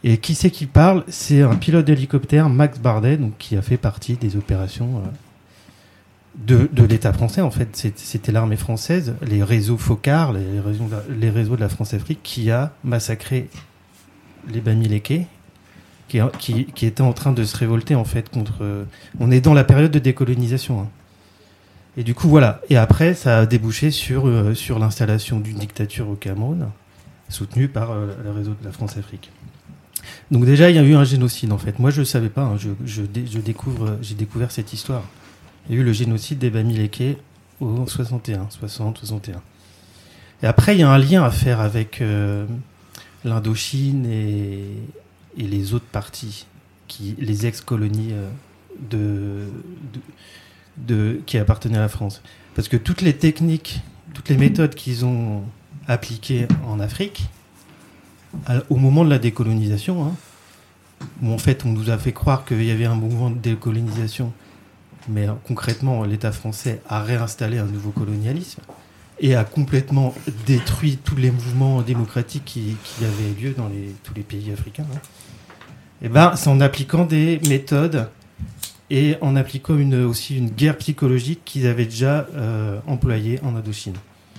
Et qui c'est qui parle ? C'est un pilote d'hélicoptère, Max Bardet, donc, qui a fait partie des opérations euh, de, de l'État français. En fait, c'est, c'était l'armée française, les réseaux FOCAR, les réseaux, de la, les réseaux de la France-Afrique, qui a massacré les Bamileke, qui, qui, qui était en train de se révolter en fait contre. Euh, on est dans la période de décolonisation. Hein. Et du coup, voilà. Et après, ça a débouché sur, euh, sur l'installation d'une dictature au Cameroun, soutenue par euh, le réseau de la France-Afrique. Donc déjà, il y a eu un génocide, en fait. Moi, je ne savais pas. Hein. Je, je, je découvre, j'ai découvert cette histoire. Il y a eu le génocide des Bamileke au soixante et un, soixante, soixante et un. Et après, il y a un lien à faire avec euh, l'Indochine et, et les autres parties, qui, les ex-colonies euh, de... de De, qui appartenaient à la France. Parce que toutes les techniques, toutes les méthodes qu'ils ont appliquées en Afrique, à, au moment de la décolonisation, hein, où en fait on nous a fait croire qu'il y avait un mouvement de décolonisation, mais euh, concrètement l'État français a réinstallé un nouveau colonialisme et a complètement détruit tous les mouvements démocratiques qui, qui avaient lieu dans les, tous les pays africains. Hein. Et ben, c'est en appliquant des méthodes et en appliquant une, aussi une guerre psychologique qu'ils avaient déjà euh, employée en Indochine.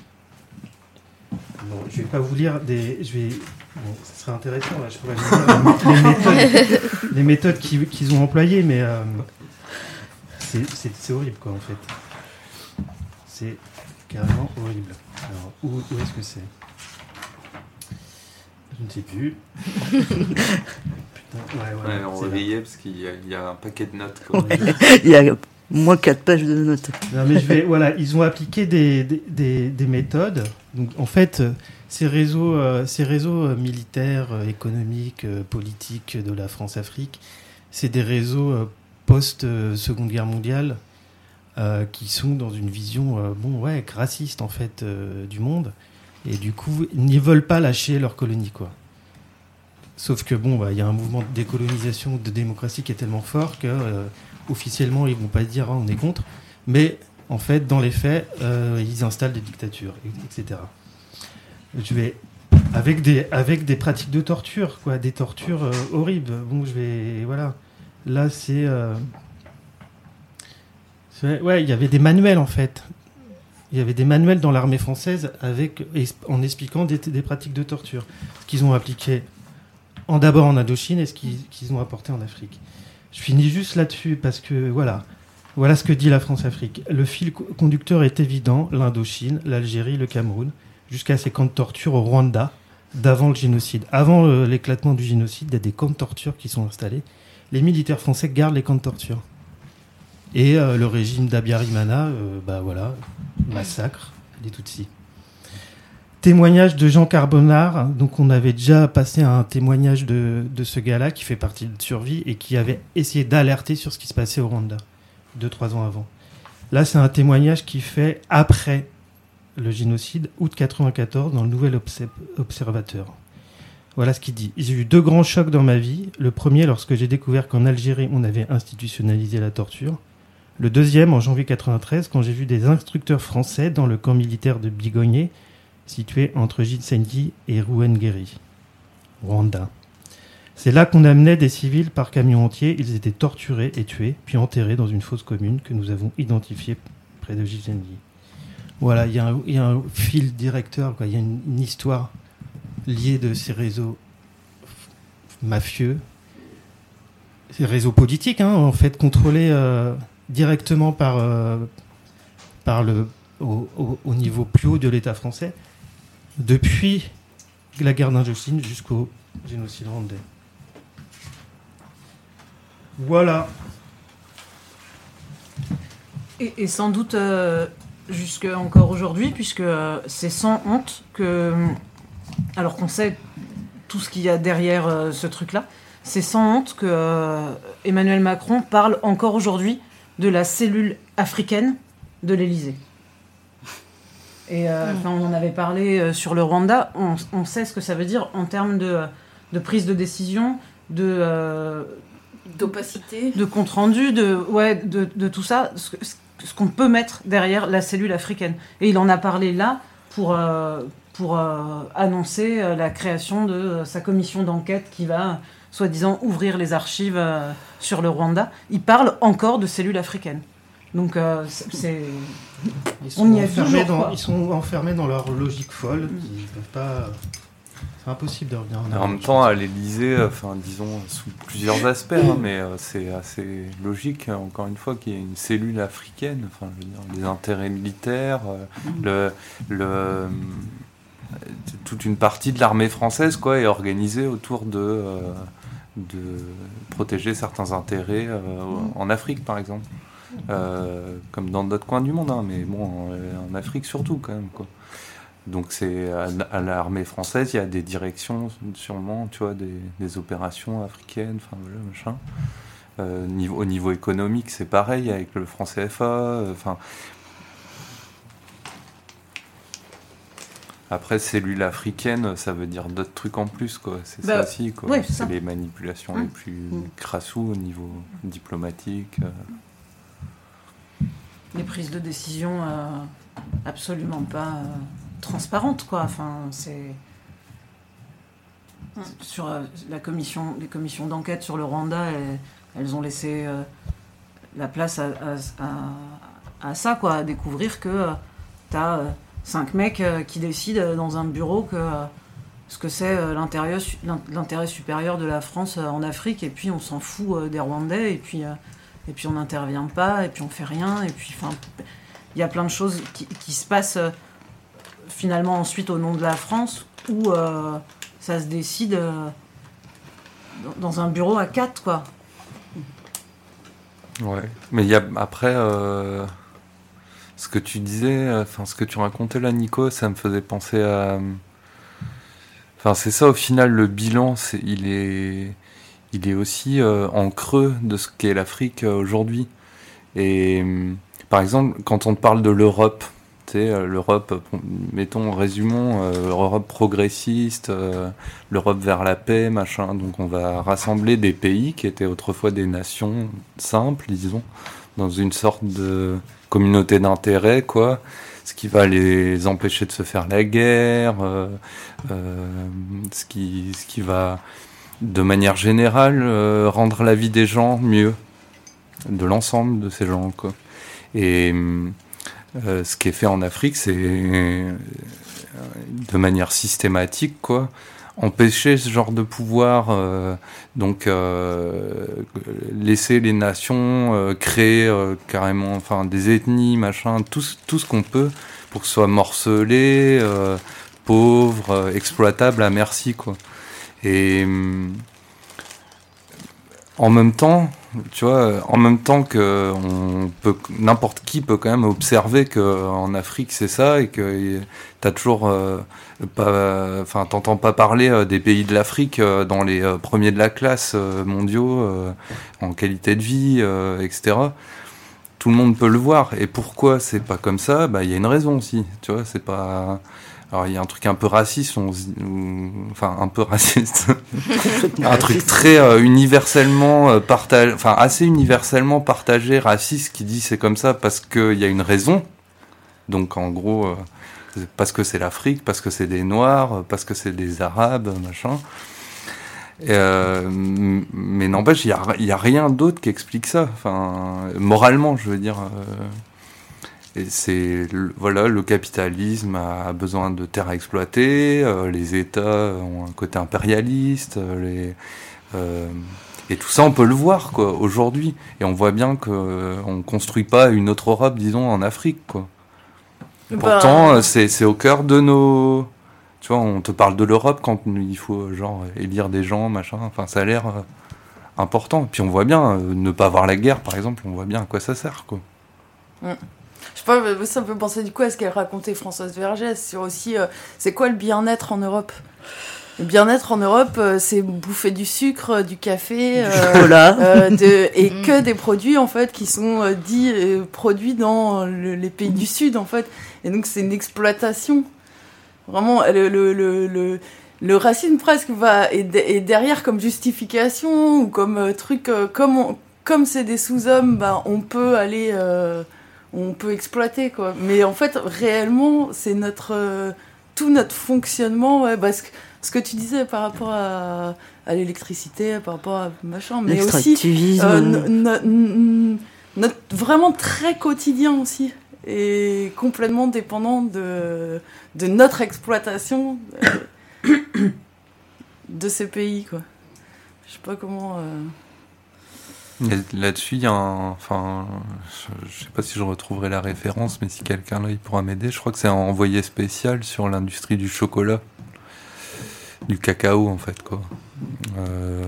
Bon, je ne vais pas vous lire des... Je vais, bon, ça serait intéressant, là, je pourrais vous lire les méthodes, les méthodes qu'ils, qu'ils ont employées, mais euh, c'est, c'est, c'est horrible, quoi, en fait. C'est carrément horrible. Alors, où, où est-ce que c'est ? Je ne sais plus.
Ouais, ouais, ouais, on riait parce qu'il y a, il y a un paquet de notes.
Ouais, il y a moins quatre pages de notes.
Non, mais je vais, voilà, ils ont appliqué des, des, des, des méthodes. Donc, en fait, ces réseaux, euh, ces réseaux militaires, euh, économiques, euh, politiques de la France-Afrique, c'est des réseaux euh, post-Seconde Guerre mondiale euh, qui sont dans une vision euh, bon, ouais, raciste en fait, euh, du monde. Et du coup, ils ne veulent pas lâcher leur colonie, quoi. Sauf que bon, bah, y a un mouvement de décolonisation, de démocratie qui est tellement fort que euh, officiellement ils vont pas dire ah, on est contre, mais en fait dans les faits euh, ils installent des dictatures, et cetera. Je vais avec des avec des pratiques de torture, quoi, des tortures euh, horribles. Bon, je vais voilà. Là c'est, euh, c'est ouais, il y avait des manuels en fait. Il y avait des manuels dans l'armée française avec en expliquant des, des pratiques de torture, ce qu'ils ont appliqué. En d'abord en Indochine et ce qu'ils, qu'ils ont apporté en Afrique. Je finis juste là-dessus parce que voilà, voilà ce que dit la France-Afrique. Le fil conducteur est évident, l'Indochine, l'Algérie, le Cameroun, jusqu'à ces camps de torture au Rwanda, d'avant le génocide. Avant euh, l'éclatement du génocide, il y a des camps de torture qui sont installés. Les militaires français gardent les camps de torture. Et euh, le régime d'Abiyarimana, euh, bah voilà, massacre des Tutsis. Témoignage de Jean Carbonard, donc on avait déjà passé un témoignage de, de ce gars-là qui fait partie de Survie et qui avait essayé d'alerter sur ce qui se passait au Rwanda, deux, trois ans avant. Là, c'est un témoignage qui fait après le génocide, août quatre-vingt-quatorze, dans le Nouvel Obs- Observateur. Voilà ce qu'il dit. J'ai eu deux grands chocs dans ma vie. Le premier, lorsque j'ai découvert qu'en Algérie, on avait institutionnalisé la torture. Le deuxième, en janvier quatre-vingt-treize, quand j'ai vu des instructeurs français dans le camp militaire de Bigogné, situé entre Jitsendi et Ruhengeri, Rwanda. C'est là qu'on amenait des civils par camion entier. Ils étaient torturés et tués, puis enterrés dans une fosse commune que nous avons identifiée près de Jitsendi. Voilà, il y, y a un fil directeur, il y a une, une histoire liée de ces réseaux mafieux, ces réseaux politiques, hein, en fait, contrôlés euh, directement par, euh, par le, au, au, au niveau plus haut de l'État français, depuis la guerre d'Indochine jusqu'au génocide rwandais. Voilà.
Et, et sans doute euh, jusque encore aujourd'hui, puisque euh, c'est sans honte que, alors qu'on sait tout ce qu'il y a derrière euh, ce truc-là, c'est sans honte que euh, Emmanuel Macron parle encore aujourd'hui de la cellule africaine de l'Élysée. Et euh, mmh. on en avait parlé euh, sur le Rwanda, on, on sait ce que ça veut dire en termes de, de prise de décision, de... Euh,
d'opacité,
de compte rendu, de, ouais, de, de tout ça, ce, ce qu'on peut mettre derrière la cellule africaine. Et il en a parlé là pour, euh, pour euh, annoncer euh, la création de euh, sa commission d'enquête qui va, soi-disant, ouvrir les archives euh, sur le Rwanda. Il parle encore de cellules africaines. Donc, euh, c'est...
Ils sont,
On y est
enfermés
toujours,
dans,
quoi.
ils sont enfermés dans leur logique folle. Ils peuvent pas... C'est impossible de revenir en
En
arrière.
même temps, à l'Élysée, enfin, disons, sous plusieurs aspects, hein, mais euh, c'est assez logique, encore une fois, qu'il y ait une cellule africaine, enfin, je veux dire, les intérêts militaires, euh, le, le, euh, toute une partie de l'armée française, quoi, est organisée autour de, euh, de protéger certains intérêts euh, en Afrique, par exemple. Euh, comme dans d'autres coins du monde, hein, mais bon, en, en Afrique surtout, quand même, quoi. Donc c'est à, à l'armée française, il y a des directions sûrement, tu vois, des, des opérations africaines, enfin voilà, machin. Euh, niveau, au niveau économique, c'est pareil avec le franc C F A. Enfin, euh, après cellule africaine, ça veut dire d'autres trucs en plus, quoi. C'est
Bah,
ça aussi, quoi.
ouais, c'est
c'est
ça.
les manipulations
Mmh.
les plus
Mmh.
crassous au niveau diplomatique. euh.
Les prises de décision euh, absolument pas euh, transparentes, quoi. Enfin, c'est... Sur euh, la commission, les commissions d'enquête sur le Rwanda, elles, elles ont laissé euh, la place à, à, à, à ça, quoi. À découvrir que euh, t'as euh, cinq mecs euh, qui décident euh, dans un bureau que... euh, ce que c'est euh, l'intérêt, l'intérêt supérieur de la France euh, en Afrique, et puis on s'en fout euh, des Rwandais, et puis... Euh, et puis on n'intervient pas, et puis on fait rien, et puis enfin, il y a plein de choses qui, qui se passent euh, finalement ensuite au nom de la France, où euh, ça se décide euh, dans, dans un bureau à quatre, quoi.
Ouais, mais il y a après euh, ce que tu disais, enfin ce que tu racontais là, Nico, ça me faisait penser à, enfin c'est ça au final le bilan, c'est il est il est aussi euh, en creux de ce qu'est l'Afrique euh, aujourd'hui. Et euh, par exemple, quand on te parle de l'Europe, tu sais, euh, l'Europe, euh, mettons, résumons, euh, l'Europe progressiste, euh, l'Europe vers la paix, machin. Donc on va rassembler des pays qui étaient autrefois des nations simples, disons, dans une sorte de communauté d'intérêt, quoi. Ce qui va les empêcher de se faire la guerre, euh, euh, ce qui, ce qui va... de manière générale, euh, rendre la vie des gens mieux, de l'ensemble de ces gens, quoi. Et euh, ce qui est fait en Afrique, c'est euh, de manière systématique, quoi, empêcher ce genre de pouvoir, euh, donc euh, laisser les nations euh, créer euh, carrément, enfin des ethnies, machin, tout, tout ce qu'on peut pour que ce soit morcelé, euh, pauvre, euh, exploitable à merci, quoi. Et en même temps, tu vois, en même temps que on peut, n'importe qui peut quand même observer que en Afrique c'est ça, et que t'as toujours euh, pas, enfin t'entends pas parler euh, des pays de l'Afrique euh, dans les euh, premiers de la classe euh, mondiaux euh, en qualité de vie, euh, et cetera. Tout le monde peut le voir. Et pourquoi c'est pas comme ça ? Bah il y a une raison aussi. Tu vois, c'est pas. Alors il y a un truc un peu raciste, on se... enfin un peu raciste, un truc très euh, universellement euh, partagé, enfin assez universellement partagé, raciste, qui dit c'est comme ça parce qu'il y a une raison. Donc en gros, euh, parce que c'est l'Afrique, parce que c'est des Noirs, parce que c'est des Arabes, machin. Euh, mais n'empêche, il y a, il y a rien d'autre qui explique ça. Enfin, moralement, je veux dire. Euh... Et c'est, voilà, le capitalisme a besoin de terres à exploiter, euh, les États ont un côté impérialiste, les, euh, et tout ça on peut le voir, quoi, aujourd'hui. Et on voit bien qu'on ne construit pas une autre Europe, disons, en Afrique, quoi. Bah... Pourtant, c'est, c'est au cœur de nos... Tu vois, on te parle de l'Europe quand il faut, genre, élire des gens, machin, enfin, ça a l'air euh, important. Puis on voit bien, euh, ne pas avoir la guerre, par exemple, on voit bien à quoi ça sert, quoi.
Mm. Je sais pas, ça me fait penser du coup à ce qu'elle racontait Françoise Vergès sur aussi, euh, c'est quoi le bien-être en Europe ? Le bien-être en Europe, euh, c'est bouffer du sucre, du café,
du
euh,
chocolat,
euh, de, et que des produits en fait qui sont euh, dits euh, produits dans le, les pays du Sud en fait. Et donc c'est une exploitation. Vraiment, le le le le, le racisme presque va est, est derrière comme justification ou comme euh, truc euh, comme on, comme c'est des sous-hommes, bah on peut aller euh, on peut exploiter, quoi. Mais en fait, réellement, c'est notre euh, tout notre fonctionnement, ouais, parce que ce que tu disais par rapport à, à l'électricité, par rapport à machin, mais aussi euh, no, no, no, notre vraiment très quotidien aussi est complètement dépendant de de notre exploitation euh, de ces pays, quoi. Je sais pas comment. Euh...
Là-dessus, il y a un. Enfin, je, je sais pas si je retrouverai la référence, mais si quelqu'un là, il pourra m'aider. Je crois que c'est un envoyé spécial sur l'industrie du chocolat, du cacao en fait, quoi. Euh,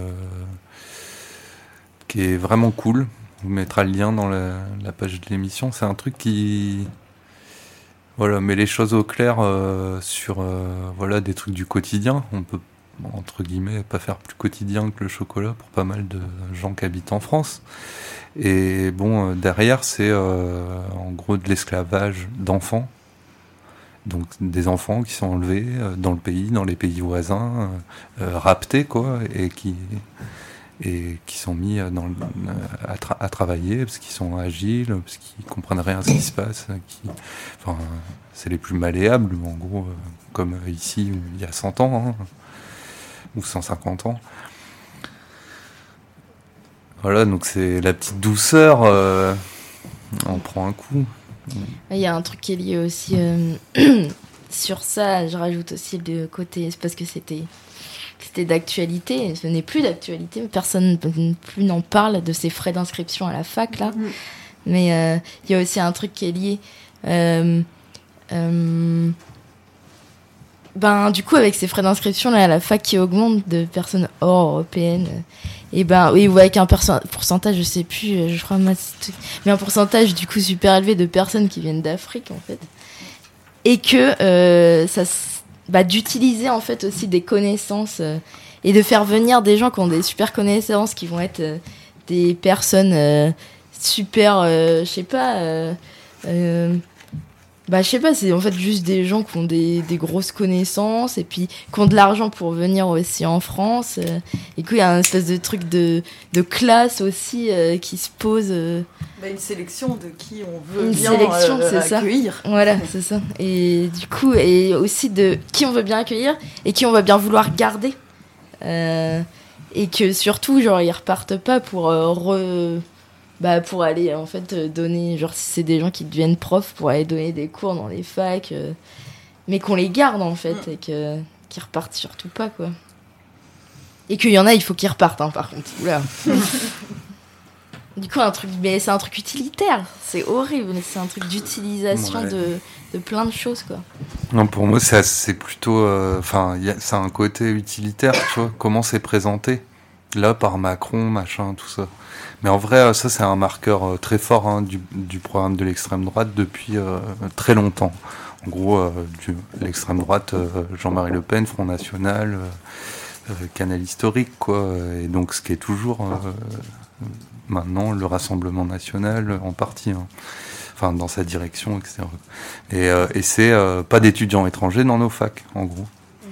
qui est vraiment cool. On mettra le lien dans la, la page de l'émission. C'est un truc qui, voilà, met les choses au clair euh, sur, euh, voilà, des trucs du quotidien. On peut, entre guillemets, pas faire plus quotidien que le chocolat pour pas mal de gens qui habitent en France. Et bon, euh, derrière, c'est euh, en gros de l'esclavage d'enfants. Donc des enfants qui sont enlevés euh, dans le pays, dans les pays voisins, euh, raptés, quoi, et qui, et qui sont mis dans le, à, tra- à travailler parce qu'ils sont agiles, parce qu'ils comprennent rien à ce qui se passe. Qui, enfin, c'est les plus malléables, en gros, euh, comme ici, où il y a cent ans. Hein, ou cent cinquante ans. Voilà, donc c'est la petite douceur, euh, on prend un coup.
Il y a un truc qui est lié aussi euh, sur ça, je rajoute aussi le côté, c'est parce que c'était, c'était d'actualité, ce n'est plus d'actualité, personne plus n'en parle de ces frais d'inscription à la fac, là. Mmh. Mais euh, il y a aussi un truc qui est lié... Euh, euh, Ben, du coup, avec ces frais d'inscription là, à la fac qui augmentent de personnes hors européennes, et ben, oui, ou avec un perso- pourcentage, je sais plus, je crois, mais un pourcentage du coup super élevé de personnes qui viennent d'Afrique, en fait. Et que, euh, ça, bah, d'utiliser, en fait, aussi des connaissances, euh, et de faire venir des gens qui ont des super connaissances, qui vont être euh, des personnes euh, super, euh, je sais pas, euh, euh, bah je sais pas, c'est en fait juste des gens qui ont des, des grosses connaissances et puis qui ont de l'argent pour venir aussi en France, euh, et qu'il y a un espèce de truc de, de classe aussi euh, qui se pose, euh,
bah, une sélection de qui on veut
une
bien
sélection,
euh,
c'est
accueillir.
Ça. Voilà, c'est ça. Et du coup, et aussi de qui on veut bien accueillir et qui on va bien vouloir garder, euh, et que surtout genre ils repartent pas pour euh, re... Bah pour aller en fait donner, genre si c'est des gens qui deviennent profs, pour aller donner des cours dans les facs, euh, mais qu'on les garde en fait, mmh. et que, qu'ils repartent surtout pas, quoi. Et qu'il y en a, il faut qu'ils repartent, hein, par contre. Oula. Du coup, un truc, mais c'est un truc utilitaire, c'est horrible, mais c'est un truc d'utilisation ouais. de, de plein de choses, quoi.
Non, pour moi, c'est, c'est plutôt. Enfin, euh, c'est un côté utilitaire, tu vois, comment c'est présenté, là, par Macron, machin, tout ça. Mais en vrai, ça, c'est un marqueur très fort hein, du, du programme de l'extrême droite depuis euh, très longtemps. En gros, euh, du, l'extrême droite, euh, Jean-Marie Le Pen, Front National, euh, Canal historique, quoi. Et donc, ce qui est toujours euh, maintenant le Rassemblement National en partie, hein. Enfin, dans sa direction, et cetera. Et, euh, et c'est euh, pas d'étudiants étrangers dans nos facs, en gros.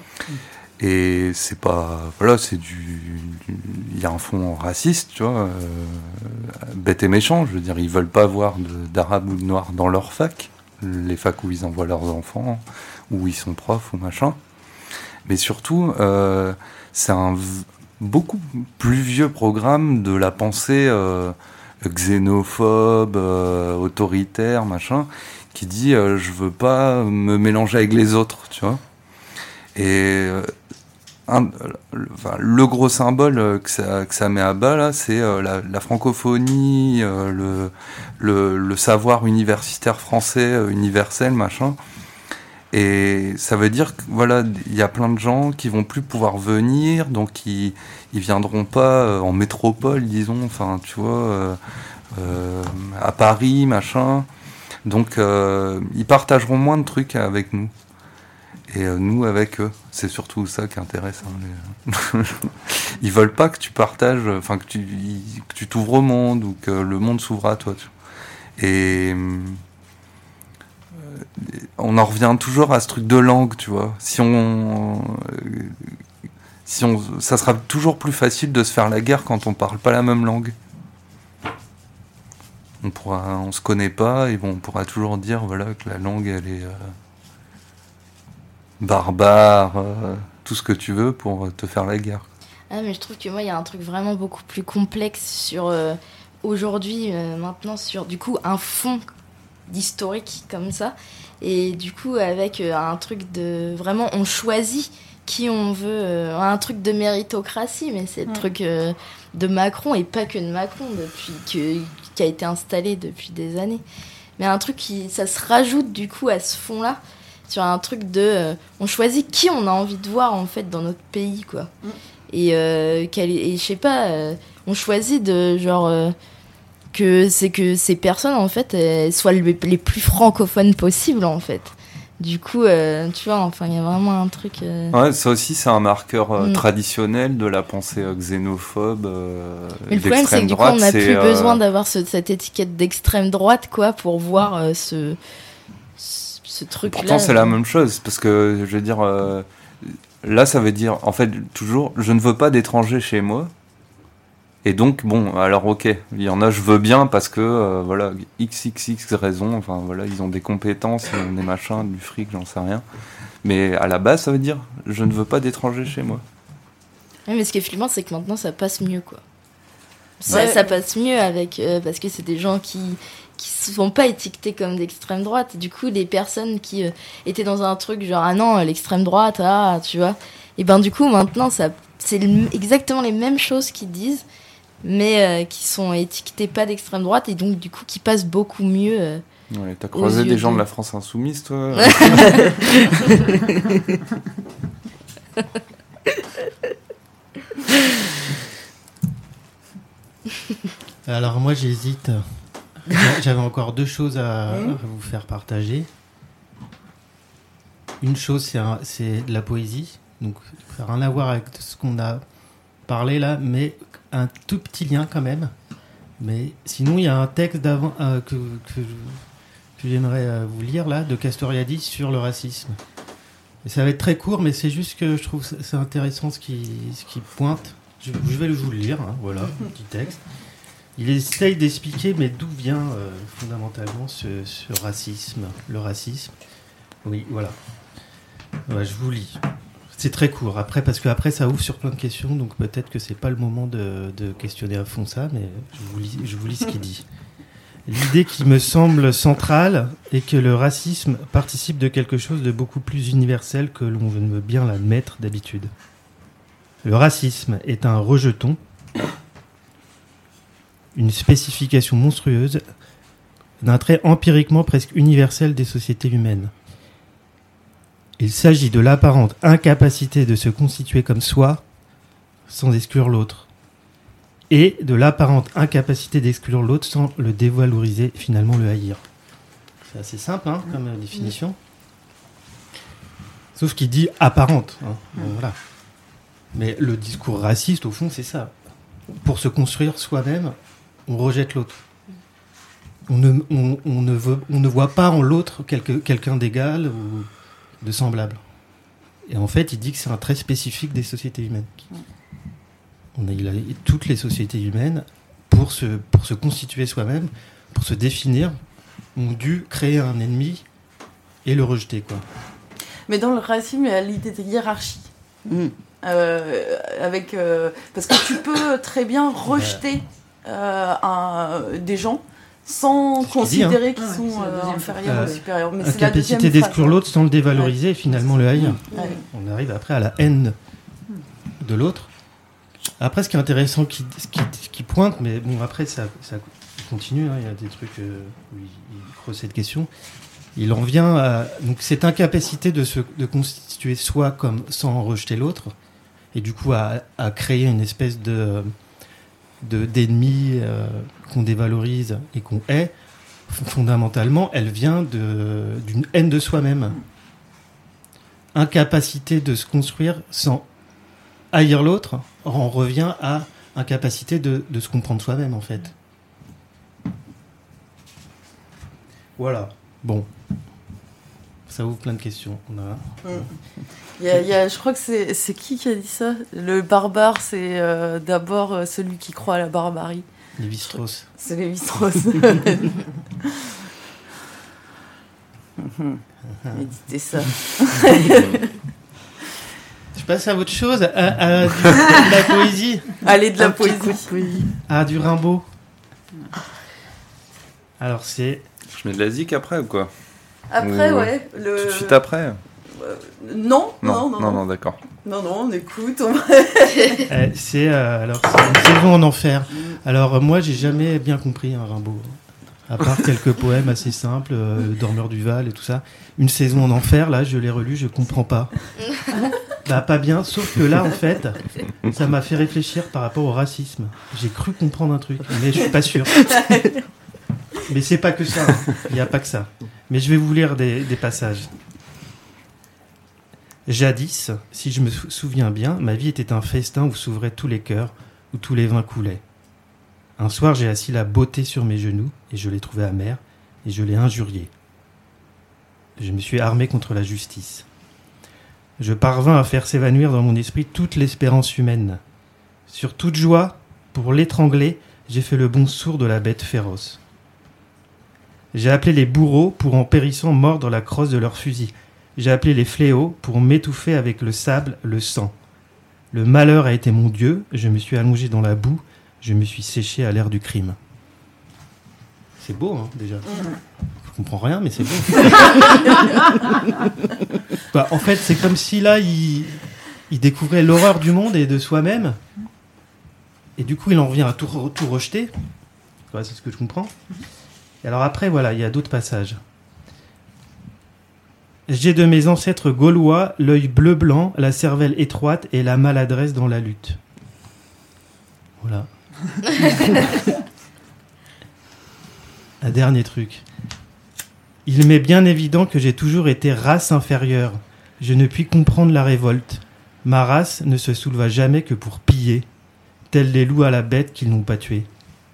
Et c'est pas, voilà, c'est du, il y a un fond raciste, tu vois, euh, bête et méchant. Je veux dire, ils veulent pas avoir de, d'arabes ou de noirs dans leur fac, les facs où ils envoient leurs enfants, où ils sont profs ou machin. Mais surtout, euh, c'est un v- beaucoup plus vieux programme de la pensée euh, xénophobe, euh, autoritaire, machin, qui dit euh, je veux pas me mélanger avec les autres, tu vois. Et euh, un, le, enfin, le gros symbole que ça, que ça met à bas là, c'est euh, la, la francophonie, euh, le, le, le savoir universitaire français euh, universel, machin. Et ça veut dire que voilà, il y a plein de gens qui vont plus pouvoir venir, donc ils ils viendront pas euh, en métropole, disons, enfin tu vois, euh, euh, à Paris, machin. Donc euh, ils partageront moins de trucs avec nous. Et euh, nous avec eux, c'est surtout ça qui intéresse. Hein, les... Ils veulent pas que tu partages, enfin que tu que tu t'ouvres au monde ou que le monde s'ouvre à toi. Tu vois. Et euh, on en revient toujours à ce truc de langue, tu vois. Si on, euh, si on, ça sera toujours plus facile de se faire la guerre quand on parle pas la même langue. on pourra, on se connaît pas et bon, on pourra toujours dire voilà que la langue elle est euh, barbare, euh, tout ce que tu veux pour te faire la guerre.
Ah, mais je trouve que moi, il y a un truc vraiment beaucoup plus complexe sur euh, aujourd'hui, euh, maintenant, sur du coup un fond d'historique comme ça. Et du coup, avec euh, un truc de. Vraiment, on choisit qui on veut. Euh, un truc de méritocratie, mais c'est le
Mm.
truc euh, de Macron, et pas que de Macron, depuis que, qui a été installé depuis des années. Mais un truc qui. Ça se rajoute du coup à ce fond-là, sur un truc de. Euh, on choisit qui on a envie de voir en fait dans notre pays, quoi.
Mm.
Et, euh, quel- et je sais pas, euh, on choisit de genre. Euh, que c'est que ces personnes en fait elles soient le- les plus francophones possibles en fait. Du coup, euh, tu vois, enfin il y a vraiment un truc. euh,
Ouais, ça aussi c'est un marqueur euh,
Mm.
traditionnel de la pensée euh, xénophobe. Euh,
Mais le problème c'est que
d'extrême
du coup
droite,
on n'a
c'est,
plus
euh,
besoin d'avoir ce- cette étiquette d'extrême droite quoi pour voir euh, ce ce, ce truc là.
Pourtant, c'est la même chose, parce que, je veux dire, euh, là, ça veut dire, en fait, toujours, je ne veux pas d'étrangers chez moi. Et donc, bon, alors, ok, il y en a, je veux bien, parce que, euh, voilà, X X X raisons, enfin, voilà, ils ont des compétences, ils ont des machins, du fric, j'en sais rien. Mais à la base, ça veut dire, je ne veux pas d'étrangers chez moi.
Ouais, mais ce qui est flippant c'est que maintenant ça passe mieux quoi. Ça,
Ouais.
ça passe mieux avec euh, parce que c'est des gens qui qui se font pas étiqueter comme d'extrême droite. Du coup, les personnes qui euh, étaient dans un truc genre ah non l'extrême droite ah tu vois. Et ben du coup maintenant ça c'est le- exactement les mêmes choses qu'ils disent, mais euh, qui sont étiquetées pas d'extrême droite et donc du coup qui passent beaucoup mieux. euh,
Ouais, t'as
aux
croisé
yeux
des gens
de-
de la France insoumise, toi?
Alors moi j'hésite. J'avais encore deux choses à, à vous faire partager. Une chose c'est, un- c'est de la poésie, donc ça n'a rien à voir avec ce qu'on a parlé là, mais un tout petit lien quand même. Mais sinon il y a un texte d'avant euh, que, que, que j'aimerais euh, vous lire là de Castoriadis sur le racisme. Et ça va être très court, mais c'est juste que je trouve que c'est intéressant ce qui, ce qui pointe. Je, je vais vous le lire, hein, voilà, un petit texte. Il essaye d'expliquer, mais d'où vient euh, fondamentalement ce, ce racisme, le racisme. Oui, voilà. Ouais, je vous lis. C'est très court. Après, parce que après, ça ouvre sur plein de questions, donc peut-être que c'est pas le moment de, de questionner à fond ça, mais je vous lis, je vous lis ce qu'il dit. L'idée qui me semble centrale est que le racisme participe de quelque chose de beaucoup plus universel que l'on veut bien l'admettre d'habitude. Le racisme est un rejeton, une spécification monstrueuse d'un trait empiriquement presque universel des sociétés humaines. Il s'agit de l'apparente incapacité de se constituer comme soi sans exclure l'autre, et de l'apparente incapacité d'exclure l'autre sans le dévaloriser, finalement le haïr. C'est assez simple hein, comme euh, définition. Sauf qu'il dit apparente. Hein. Bon, voilà. Mais le discours raciste, au fond, c'est ça. Pour se construire soi-même, on rejette l'autre. On ne, on, on ne, veut, on ne voit pas en l'autre quelque, quelqu'un d'égal ou de semblable. Et en fait, il dit que c'est un trait spécifique des sociétés humaines. On a, il a, toutes les sociétés humaines, pour se, pour se constituer soi-même, pour se définir, ont dû créer un ennemi et le rejeter, quoi.
Mais dans le racisme, il y a l'idée de hiérarchie.
Mm.
Euh, avec, euh, parce que tu peux très bien rejeter euh, un, des gens sans considérer
hein.
qu'ils
Ouais,
sont
c'est la
euh,
deuxième
inférieurs
Euh,
ou supérieurs. Mais c'est la
incapacité
deuxième
d'exclure
phrase.
l'autre sans le dévaloriser et finalement le haïr.
Ouais.
On arrive après à la haine de l'autre. Après, ce qui est intéressant, qui, ce qui, ce qui pointe, mais bon, après, ça, ça continue, hein, il y a des trucs euh, où il, il creuse cette question. Il en vient à donc, cette incapacité de se de constituer soi comme, sans rejeter l'autre, et du coup à, à créer une espèce de, de d'ennemi euh, qu'on dévalorise et qu'on hait. Fondamentalement, elle vient de, d'une haine de soi-même. Incapacité de se construire sans haïr l'autre, on revient à incapacité de, de se comprendre soi-même, en fait. Voilà. Bon. Ça ouvre plein de questions. On a...
Mm. Il y a, il y a, je crois que c'est, c'est qui qui a dit ça ? Le barbare, c'est euh, d'abord euh, celui qui croit à la barbarie.
Lévi-Strauss.
C'est Lévi-Strauss. Méditez ça.
Je passe à autre chose, à, à du, de la poésie.
Allez, de la
Un
poésie.
petit coup de poésie. Ah, du Rimbaud. Alors c'est...
Je mets de la zik après ou quoi?
Après,
ou...
ouais. Le...
Tout de suite après
euh, non, non, non,
non,
non.
non, d'accord.
Non, non, on écoute. On...
euh, c'est euh, alors c'est une saison en enfer. Alors euh, moi, j'ai jamais bien compris un Rimbaud. À part quelques poèmes assez simples, euh, Dormeur du Val et tout ça. Une saison en enfer, là, je l'ai relu, je comprends pas. Bah pas bien, sauf que là, en fait, ça m'a fait réfléchir par rapport au racisme. J'ai cru comprendre un truc, mais je suis pas sûr. Mais c'est pas que ça, il n'y a pas que ça. Mais je vais vous lire des, des passages. Jadis, si je me souviens bien, ma vie était un festin où s'ouvraient tous les cœurs, où tous les vins coulaient. Un soir, j'ai assis la beauté sur mes genoux, et je l'ai trouvée amère, et je l'ai injuriée. Je me suis armé contre la justice. Je parvins à faire s'évanouir dans mon esprit toute l'espérance humaine. Sur toute joie, pour l'étrangler, j'ai fait le bond sourd de la bête féroce. J'ai appelé les bourreaux pour en périssant mordre la crosse de leurs fusils. J'ai appelé les fléaux pour m'étouffer avec le sable, le sang. Le malheur a été mon Dieu, je me suis allongé dans la boue, je me suis séché à l'air du crime. C'est beau, hein, déjà. Je comprends rien, mais c'est beau. Bah, en fait, c'est comme si là, il, il découvrait l'horreur du monde et de soi-même. Et du coup, il en revient à tout, tout rejeter. Ouais, c'est ce que je comprends. Et alors après, voilà, il y a d'autres passages. J'ai de mes ancêtres gaulois l'œil bleu-blanc, la cervelle étroite et la maladresse dans la lutte. Voilà. Un dernier truc. Il m'est bien évident que j'ai toujours été race inférieure. Je ne puis comprendre la révolte. Ma race ne se souleva jamais que pour piller, tels les loups à la bête qu'ils n'ont pas tuée.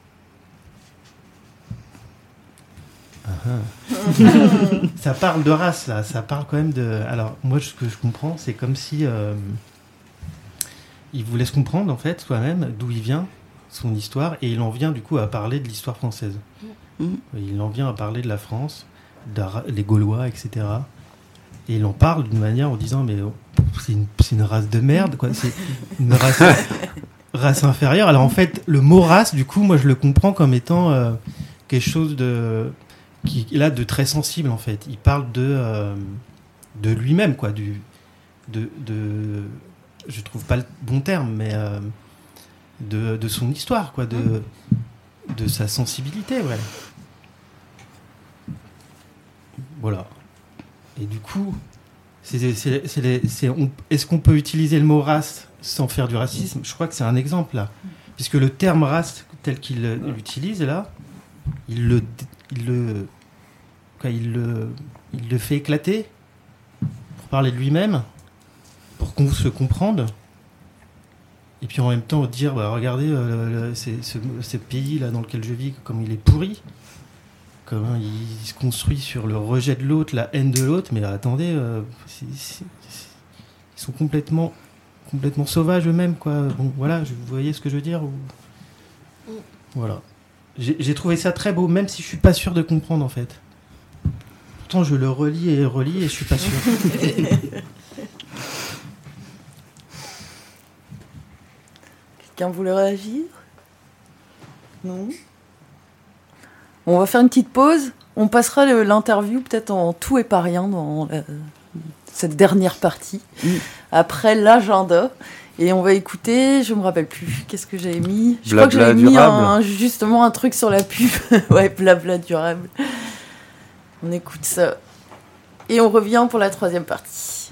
Uh-huh. Ça parle de race, là. Ça parle quand même de... Alors, moi, ce que je comprends, c'est comme si... Euh, il vous laisse comprendre, en fait, soi-même, d'où il vient, son histoire, et il en vient, du coup, à parler de l'histoire française. Mm. Il en vient à parler de la France, les Gaulois, et cetera. Et il en parle d'une manière en disant, mais oh, c'est, une, c'est une race de merde, quoi. C'est une race, race inférieure. Alors, en fait, le mot race, du coup, moi, je le comprends comme étant euh, quelque chose de... qui là de très sensible en fait. Il parle de euh, de lui-même quoi, du de de je trouve pas le bon terme mais euh, de de son histoire quoi, de de sa sensibilité ouais. Voilà. Et du coup, c'est c'est c'est, les, c'est on, est-ce qu'on peut utiliser le mot race sans faire du racisme? Je crois que c'est un exemple là, puisque le terme race tel qu'il l'utilise là, il le Il le, quoi, il, le, il le fait éclater pour parler de lui-même, pour qu'on se comprenne, et puis en même temps dire bah, regardez, euh, le, c'est, ce, ce pays là dans lequel je vis, comme il est pourri, comment il, il se construit sur le rejet de l'autre, la haine de l'autre, mais attendez, euh, c'est, c'est, c'est, ils sont complètement, complètement sauvages eux-mêmes, quoi. Bon, voilà, vous voyez ce que je veux dire ou... Voilà. J'ai, j'ai trouvé ça très beau, même si je suis pas sûr de comprendre en fait. Pourtant, je le relis et relis et je suis pas sûr.
Quelqu'un voulait réagir? Non? On va faire une petite pause. On passera le, l'interview peut-être en tout et pas rien dans la, cette dernière partie. Mm. Après l'agenda. Et on va écouter, je me rappelle plus, qu'est-ce que j'avais mis? Je
Blabla
crois que j'avais mis
durable.
un, justement un truc sur la pub. Ouais, blabla durable. On écoute ça. Et on revient pour la troisième partie.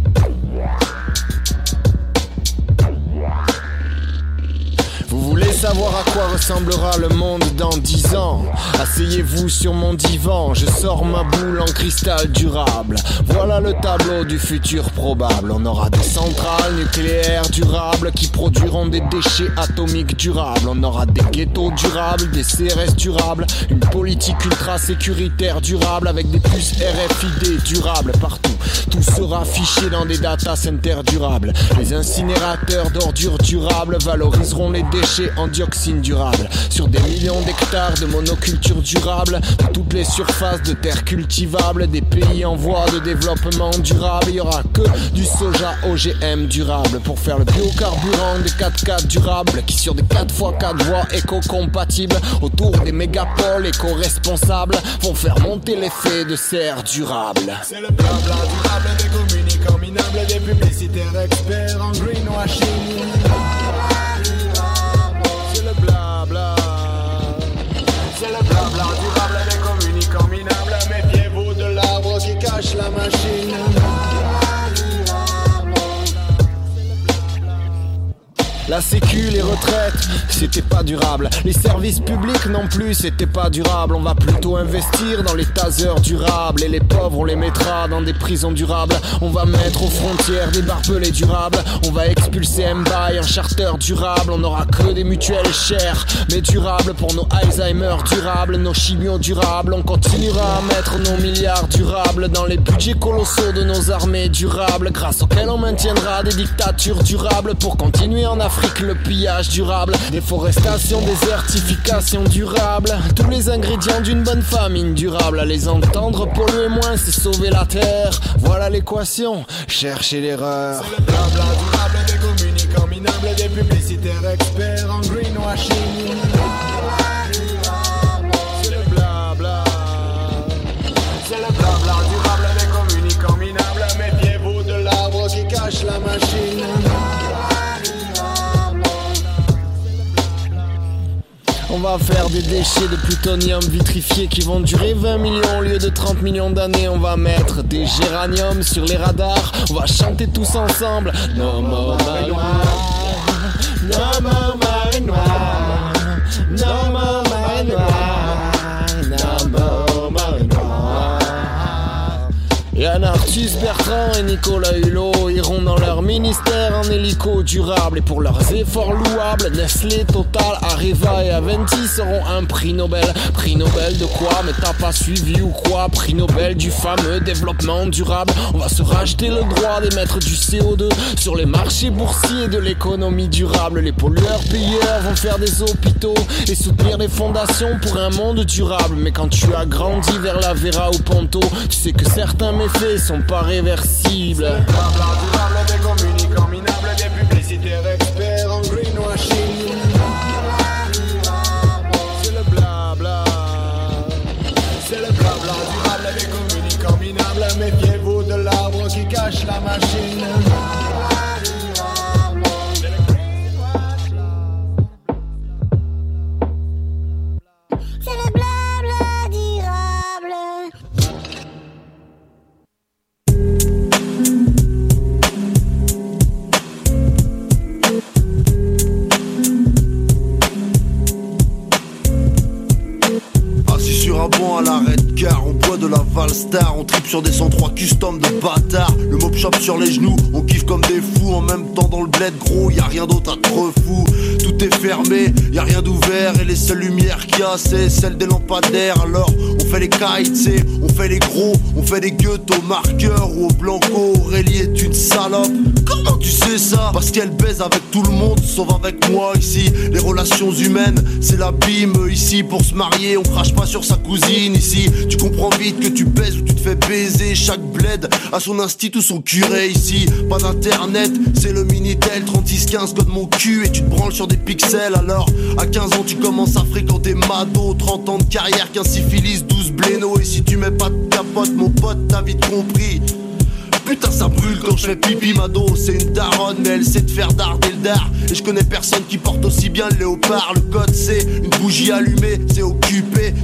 Vous voulez savoir savoir à quoi ressemblera le monde dans dix ans. Asseyez-vous sur mon divan, je sors ma boule en cristal durable. Voilà le tableau du futur probable. On aura des centrales nucléaires durables qui produiront des déchets atomiques durables. On aura des ghettos durables, des C R S durables, une politique ultra sécuritaire durable avec des puces R F I D durables partout. Tout sera fiché dans des data centers durables. Les incinérateurs d'ordures durables valoriseront les déchets en dioxine durable. Sur des millions d'hectares de monoculture durable, de toutes les surfaces de terres cultivables, des pays en voie de développement durable, il y aura que du soja O G M durable pour faire le biocarburant des quatre-quatre durables qui sur des quatre fois quatre voies éco-compatibles autour des mégapoles éco-responsables vont faire monter l'effet de serre durable.
C'est le blabla durable des communicants minables, des publicitaires experts en greenwashing. C'est le blabla. C'est le blabla durable des communicants minables. Méfiez-vous de l'arbre qui cache la machine.
La sécu, les retraites, c'était pas durable. Les services publics non plus, c'était pas durable. On va plutôt investir dans les tasers durables. Et les pauvres, on les mettra dans des prisons durables. On va mettre aux frontières des barbelés durables. On va expulser M-Buy, un charter durable. On n'aura que des mutuelles chères, mais durables pour nos Alzheimer durables, nos chimios durables. On continuera à mettre nos milliards durables dans les budgets colossaux de nos armées durables, grâce auxquels on maintiendra des dictatures durables pour continuer en Afrique le pillage durable, déforestation, désertification durable, tous les ingrédients d'une bonne famine durable. À les entendre, polluer moins, c'est sauver la terre. Voilà l'équation, cherchez l'erreur.
C'est le blabla durable des communicants minables, des publicitaires experts en greenwashing. C'est le blabla. C'est le blabla durable des communicants minables. Méfiez-vous de l'arbre qui cache la machine.
On va faire des déchets de plutonium vitrifié qui vont durer vingt millions au lieu de trente millions d'années. On va mettre des géraniums sur les radars. On va chanter tous ensemble. No more marée noire. No more marée noire. No more marée noire. No more marée noire. Yann Arthus Bertrand et Nicolas Hulot iront dans leur ministère en hélico durable. Et pour leurs efforts louables, Nestlé, Total, Areva et Aventis seront un prix Nobel. Prix Nobel de quoi? Mais t'as pas suivi ou quoi? Prix Nobel du fameux développement durable. On va se racheter le droit d'émettre du C O deux sur les marchés boursiers de l'économie durable. Les pollueurs-payeurs vont faire des hôpitaux et soutenir des fondations pour un monde durable. Mais quand tu as grandi vers la Vera ou Ponto, tu sais que certains méfaits sont pas réversibles.
C'est le blabla durable des communicants minables, des publicitaires experts en greenwashing. C'est le blabla. C'est le blabla durable des communicants minables. Méfiez-vous de l'arbre qui cache la machine.
C'est le blabla durable.
Sur un banc à l'arrêt de gare, on boit de la Valstar, on tripe sur des cent trois custom de bâtards. Le mob shop sur les genoux, on kiffe comme des fous. En même temps dans le bled gros, y a rien d'autre à trop fou. Tout est fermé, y a rien d'ouvert. Et les seules lumières qu'il y a, c'est celles des lampadaires. Alors on fait les kites, c'est, on fait les gros, on fait des gueutes au marqueur ou au blanco. Aurélie est une salope. Comment tu sais ça? Parce qu'elle baise avec tout le monde, sauf avec moi ici. Les relations humaines, c'est l'abîme. Ici pour se marier, on crache pas sur sa cousine. Ici, tu comprends vite que tu baises ou tu te fais baiser. Chaque bled a son institut ou son curé. Ici, pas d'internet, c'est le Minitel trente-six quinze, code mon cul et tu te branles sur des pixels. Alors, à quinze ans, tu commences à fréquenter Mado. Trente ans de carrière, quinze syphilis, douze bléno. Et si tu mets pas de capote, mon pote, t'as vite compris. Putain ça brûle quand je fais pipi, Mado. C'est une daronne mais elle sait te faire darder le dard. Et je connais personne qui porte aussi bien le léopard. Le code c'est une bougie allumée, c'est occupé.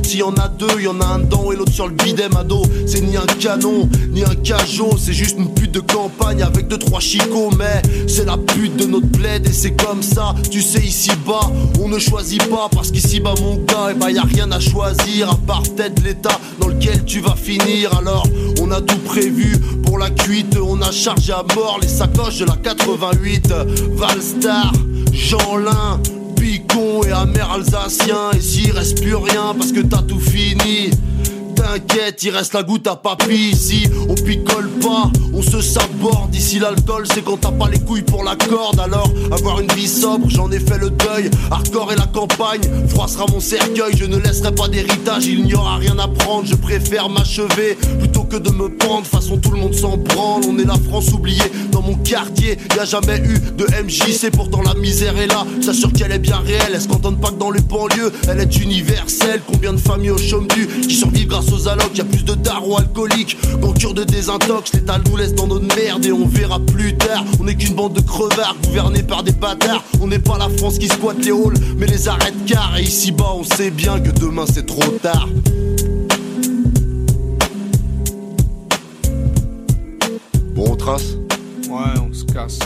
s'il y en a deux, y en a un dedans et l'autre sur le bidet, ado. C'est ni un canon, ni un cajot, c'est juste une pute de campagne avec deux trois chicots. Mais c'est la pute de notre bled et c'est comme ça. Tu sais, ici bas, on ne choisit pas, parce qu'ici bas mon gars, et bah y a rien à choisir à part peut-être l'état dans lequel tu vas finir. Alors on a tout prévu pour la cuite, on a chargé à mort les sacoches de la quatre-vingt-huit. Valstar, Jeanlin, Picon et amer alsacien. Et s'il reste plus rien parce que t'as tout fini, t'inquiète, il reste la goutte à papy ici. On picole pas, on se saborde. Ici l'alcool c'est quand t'as pas les couilles pour la corde. Alors avoir une vie sobre, j'en ai fait le deuil. Hardcore et la campagne, froid sera mon cercueil. Je ne laisserai pas d'héritage, il n'y aura rien à prendre. Je préfère m'achever plutôt que de me pendre. De toute façon tout le monde s'en branle, on est la France oubliée. Dans mon quartier, y a jamais eu de M J C. Pourtant la misère est là, j'assure qu'elle est bien réelle. Elle se contente pas que dans les banlieues, elle est universelle. Combien de familles au chôme du qui survivent grâce aux allocs, y'a plus de darons alcooliques qu'en cure de désintox. L'état nous laisse dans notre merde et on verra plus tard. On n'est qu'une bande de crevards gouvernés par des bâtards. On n'est pas la France qui squatte les halls mais les arrête car. Et ici bas on sait bien que demain c'est trop tard. Bon on trace?
Ouais on se casse.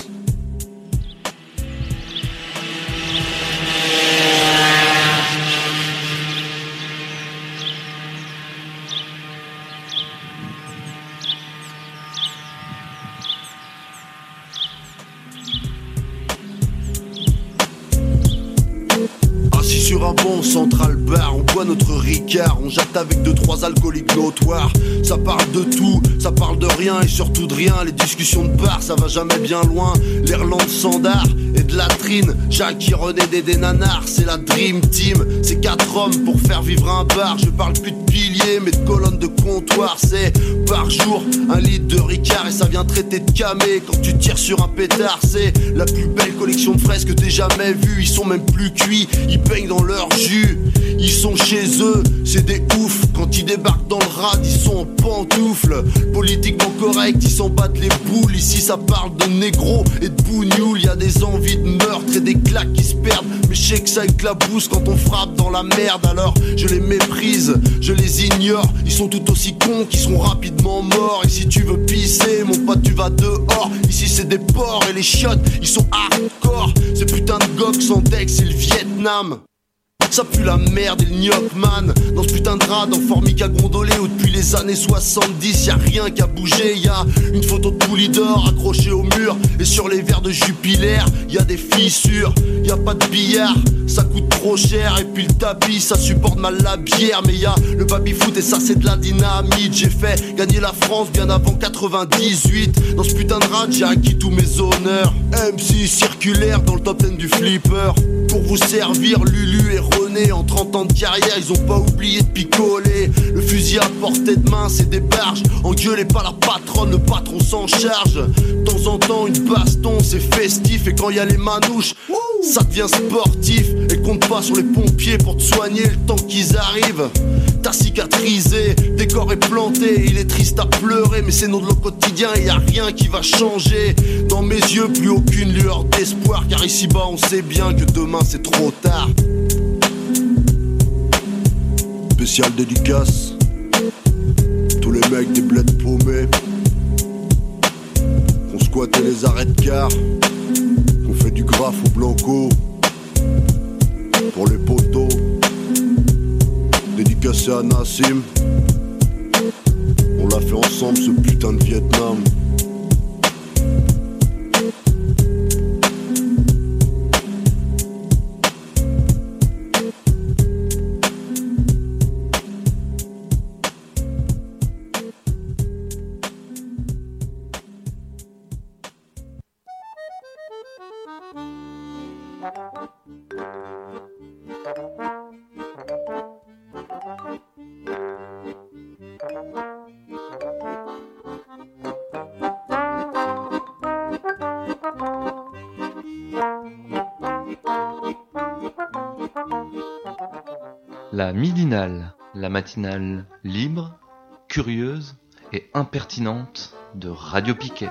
Sur un banc central bar, on boit notre Ricard, on jette avec deux trois alcooliques notoires. Ça parle de tout, ça parle de rien et surtout de rien. Les discussions de bar, ça va jamais bien loin. L'Irlande Sandard et de latrine, Jackie, René, Dédé, Nanar, c'est la Dream Team. C'est quatre hommes pour faire vivre un bar. Je parle plus de piliers mais de colonnes de comptoir. C'est par jour un litre de Ricard et ça vient traiter de camé. Quand tu tires sur un pétard, c'est la plus belle collection de fraises que t'aies jamais vue. Ils sont même plus cuits, ils peignent dans leur jus, ils sont chez eux, c'est des oufs. Quand ils débarquent dans le rad, ils sont en pantoufles. Politiquement correct, ils s'en battent les boules. Ici ça parle de négro et de bougnoul. Y a des envies de meurtre et des claques qui se perdent. Mais je sais que ça éclabousse quand on frappe dans la merde. Alors je les méprise, je les ignore. Ils sont tout aussi cons qu'ils seront rapidement morts. Et si tu veux pisser, mon pote, tu vas dehors. Ici c'est des porcs et les chiottes, ils sont hardcore. Ces putains de gocs sans deck, c'est le Vietnam. Ça pue la merde et le gnoc man. Dans ce putain de rad en formica gondolé où depuis les années soixante-dix y'a rien qui a bougé. Y'a une photo de Poulidor accrochée au mur. Et sur les verres de Jupiler y'a des fissures. Y'a pas de billard, ça coûte trop cher. Et puis le tapis ça supporte mal la bière. Mais y'a le baby-foot et ça c'est de la dynamite. J'ai fait gagner la France bien avant quatre-vingt-dix-huit. Dans ce putain de rad j'ai acquis tous mes honneurs. M C circulaire dans le top dix du flipper. Pour vous servir Lulu et René, en trente ans de carrière, ils ont pas oublié de picoler. Le fusil à portée de main, c'est des barges. Engueulez pas la patronne, le patron s'en charge. De temps en temps, une baston, c'est festif. Et quand y a les manouches, ça devient sportif. Et compte pas sur les pompiers pour te soigner le temps qu'ils arrivent. T'as cicatrisé, tes corps est planté. Il est triste à pleurer, mais c'est notre quotidien et y a rien qui va changer. Dans mes yeux, plus aucune lueur d'espoir. Car ici-bas, on sait bien que demain c'est trop tard. Spécial dédicace, tous les mecs des bleds paumés, qu'on squattait les arrêts de car, qu'on fait du graphe au blanco, pour les poteaux, dédicacé à Nassim, on l'a fait ensemble ce putain de Vietnam.
La midinale, la matinale libre, curieuse et impertinente de Radio Piquet.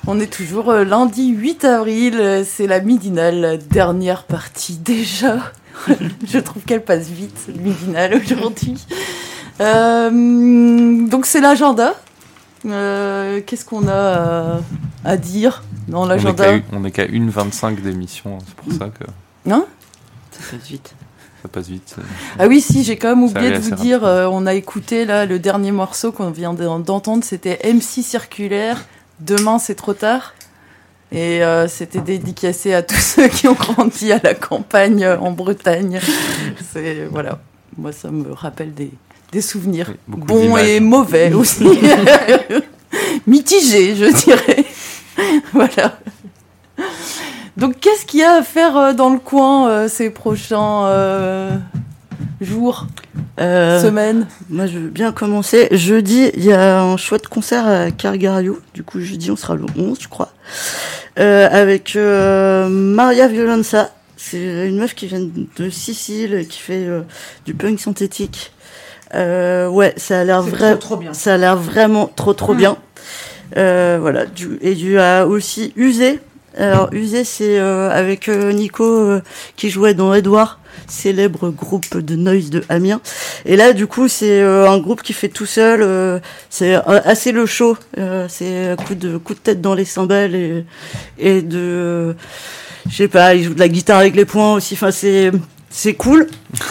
On est toujours euh, lundi huit avril, euh, c'est la midinale, la dernière partie déjà. Je trouve qu'elle passe vite, cette midinale aujourd'hui. Euh, donc c'est l'agenda. Euh, qu'est-ce qu'on a à, à dire dans l'agenda ?
On n'est qu'à une vingt-cinq d'émission, c'est pour ça que...
Hein ?
Ça passe vite.
Ça passe vite. C'est...
Ah oui, si, j'ai quand même oublié de vous
assez
dire, euh, on a écouté là le dernier morceau qu'on vient d'entendre, c'était M C Circulaire, Demain c'est trop tard. Et euh, c'était dédicacé à tous ceux qui ont grandi à la campagne euh, en Bretagne. C'est, voilà, moi ça me rappelle des, des souvenirs,
oui,
bons
d'images.
et mauvais aussi. Mitigés, je dirais. Voilà. Donc qu'est-ce qu'il y a à faire euh, dans le coin euh, ces prochains euh, jours,
Euh,
semaines ?
Moi, je veux bien commencer. Jeudi, il y a un chouette concert à Cargario. Du coup, jeudi, on sera le onze, je crois. Euh, avec euh, Maria Violenza. C'est une meuf qui vient de Sicile, qui fait euh, du punk synthétique. Euh, ouais, ça a l'air
C'est
vrai...
trop, trop bien.
Ça a l'air vraiment trop, trop
Mmh.
bien. Euh, voilà. Du... Et tu as aussi Usé. Alors, Usé, c'est euh, avec euh, Nico euh, qui jouait dans Edouard, célèbre groupe de noise de Amiens. Et là, du coup, c'est euh, un groupe qui fait tout seul. Euh, c'est euh, assez le show. Euh, c'est coup de coup de tête dans les cymbales et, et de, euh, je sais pas, il joue de la guitare avec les poings aussi. Enfin, c'est c'est cool.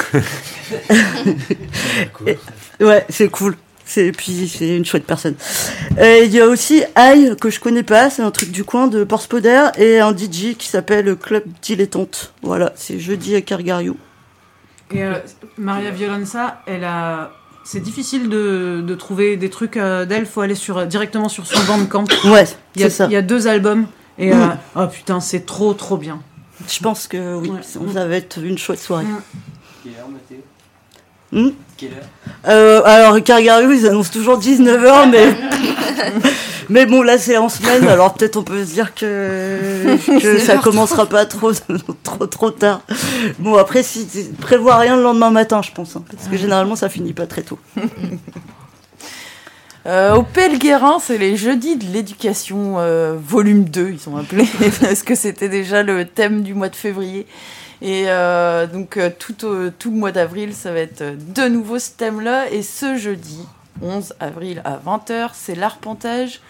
Et- ouais, c'est cool. C'est, puis c'est une chouette personne. Et il y a aussi Aïe, que je connais pas, c'est un truc du coin de Porspoder, et un D J qui s'appelle Club Dilettante. Voilà, c'est jeudi à Cargario.
Et euh, Maria Violenza, elle a. C'est difficile de, de trouver des trucs euh, d'elle. Faut aller sur, directement sur son Bandcamp.
Ouais,
il y a,
c'est ça.
Il y a deux albums. Et
Mm.
euh, oh putain, c'est trop trop bien.
Je pense que oui,
Ouais.
ça va être une chouette soirée.
Mm.
Quelle heure, Mathéo
Hmm
Quelle heure
Euh, alors, Cargario, ils annoncent toujours dix-neuf heures, mais... mais bon, là, c'est en semaine, alors peut-être on peut se dire que, que ça commencera pas trop, trop, trop tard. Bon, après, si, prévois rien le lendemain matin, je pense, hein, parce que généralement, ça finit pas très tôt.
Euh, au Pelguerin, c'est les jeudis de l'éducation, euh, volume deux, ils ont appelé, parce que c'était déjà le thème du mois de février. Et euh, donc, euh, tout, au- tout le mois d'avril, ça va être euh, de nouveau ce thème-là. Et ce jeudi, onze avril à vingt heures, c'est l'arpentage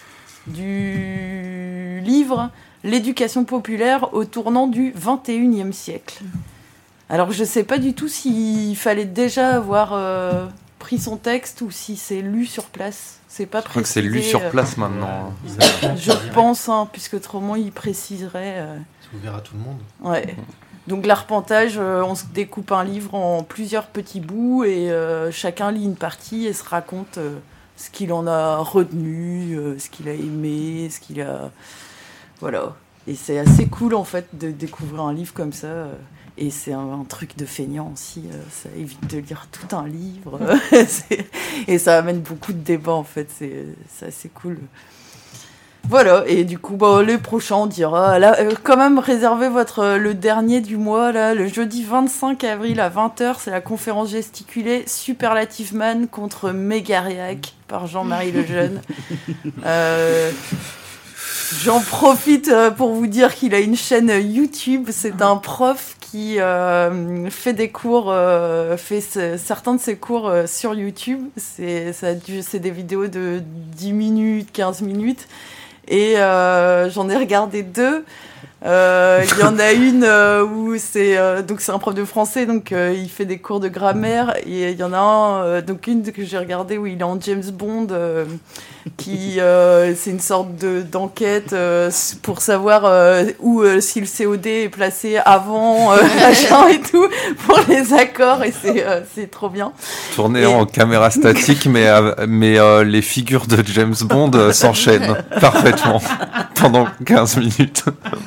du livre L'éducation populaire au tournant du vingt et unième siècle. Alors, je sais pas du tout s'il fallait déjà avoir euh, pris son texte ou si c'est lu sur place. C'est pas
Je crois que c'est lu
précisé,
sur
euh,
place maintenant.
Je pense, hein, puisque autrement il préciserait. euh,
C'est ouvert à tout le monde.
Ouais. Donc l'arpentage, euh, on se découpe un livre en plusieurs petits bouts et euh, chacun lit une partie et se raconte euh, ce qu'il en a retenu, euh, ce qu'il a aimé, ce qu'il a... Voilà. Et c'est assez cool en fait de découvrir un livre comme ça. euh, Et c'est un, un truc de feignant aussi. euh, Ça évite de lire tout un livre. C'est- et ça amène beaucoup de débats en fait. C'est c'est assez cool. Voilà, et du coup, bah, les prochains, on dira. Là, euh, quand même, réservez votre, euh, le dernier du mois, là, le jeudi vingt-cinq avril à vingt heures, c'est la conférence gesticulée Superlative Man contre Mégariac par Jean-Marie Lejeune. Euh, J'en profite euh, pour vous dire qu'il a une chaîne YouTube. C'est un prof qui euh, fait des cours, euh, fait ce- certains de ses cours euh, sur YouTube. C'est ça a dû- c'est des vidéos de dix minutes, quinze minutes. Et euh, j'en ai regardé deux. Euh, Il y en a une euh, où c'est euh, donc c'est un prof de français, donc euh, il fait des cours de grammaire. Et il y en a un, euh, donc une que j'ai regardée où il est en James Bond, euh, qui euh, c'est une sorte de d'enquête euh, pour savoir euh, où euh, si le C O D est placé avant euh, machin et tout pour les accords. Et c'est euh, c'est trop bien.
Tourné
Et-
en caméra statique, mais, av- mais euh, les figures de James Bond euh, s'enchaînent parfaitement pendant quinze minutes.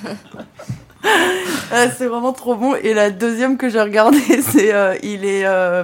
Ah, c'est vraiment trop bon. Et la deuxième que j'ai regardée, c'est euh, il est euh,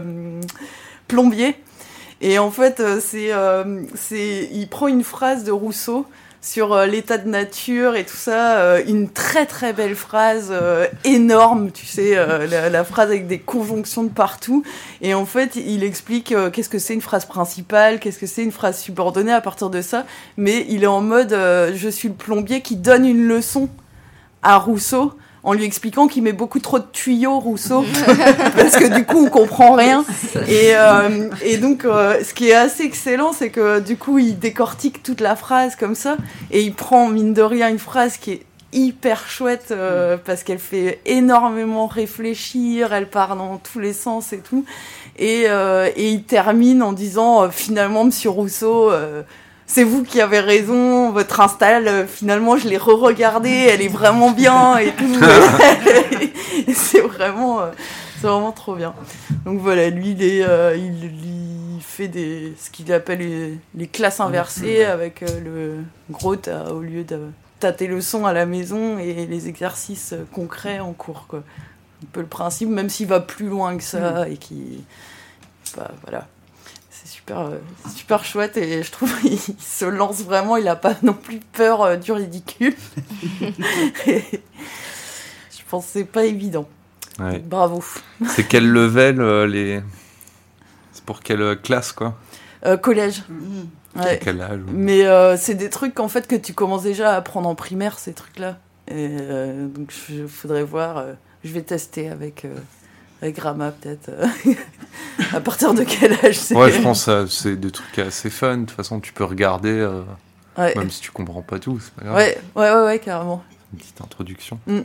plombier. Et en fait, euh, c'est, euh, c'est, il prend une phrase de Rousseau sur euh, l'état de nature et tout ça. Euh, une très très belle phrase, euh, énorme, tu sais, euh, la, la phrase avec des conjonctions de partout. Et en fait, il explique euh, qu'est-ce que c'est une phrase principale, qu'est-ce que c'est une phrase subordonnée à partir de ça. Mais il est en mode euh, je suis le plombier qui donne une leçon à Rousseau, en lui expliquant qu'il met beaucoup trop de tuyaux, Rousseau, parce que du coup, on comprend rien. Et, euh, et donc, euh, ce qui est assez excellent, c'est que du coup, il décortique toute la phrase comme ça, et il prend, mine de rien, une phrase qui est hyper chouette, euh, parce qu'elle fait énormément réfléchir, elle part dans tous les sens et tout. Et, euh, et il termine en disant, euh, finalement, Monsieur Rousseau... Euh, c'est vous qui avez raison, votre install, euh, finalement, je l'ai re-regardée, elle est vraiment bien et tout. c'est vraiment, euh, c'est vraiment trop bien. Donc voilà, lui, il, est, euh, il, il fait des, ce qu'il appelle les, les classes inversées, avec euh, le gros, t'as, au lieu de t'as tes leçons à la maison et les exercices concrets en cours, quoi. Un peu le principe, même s'il va plus loin que ça et qu'il, bah, voilà. Super, super chouette et je trouve qu'il se lance vraiment, il n'a pas non plus peur euh, du ridicule. Et je pense que c'est pas évident.
Ouais.
Bravo.
C'est quel level euh, les... C'est pour quelle classe quoi
euh, Collège. Mmh. Ouais.
Quel âge ou...
Mais euh, c'est des trucs en fait que tu commences déjà à apprendre en primaire, ces trucs-là. Et euh, donc il faudrait voir, euh, je vais tester avec... Euh, Avec Rama, peut-être. À partir de quel âge c'est?
Ouais, je pense que c'est des trucs assez fun. De toute façon, tu peux regarder, euh,
ouais.
même si tu comprends pas tout, c'est pas grave.
Ouais, ouais, ouais, ouais carrément.
Une petite introduction.
Mm-mm.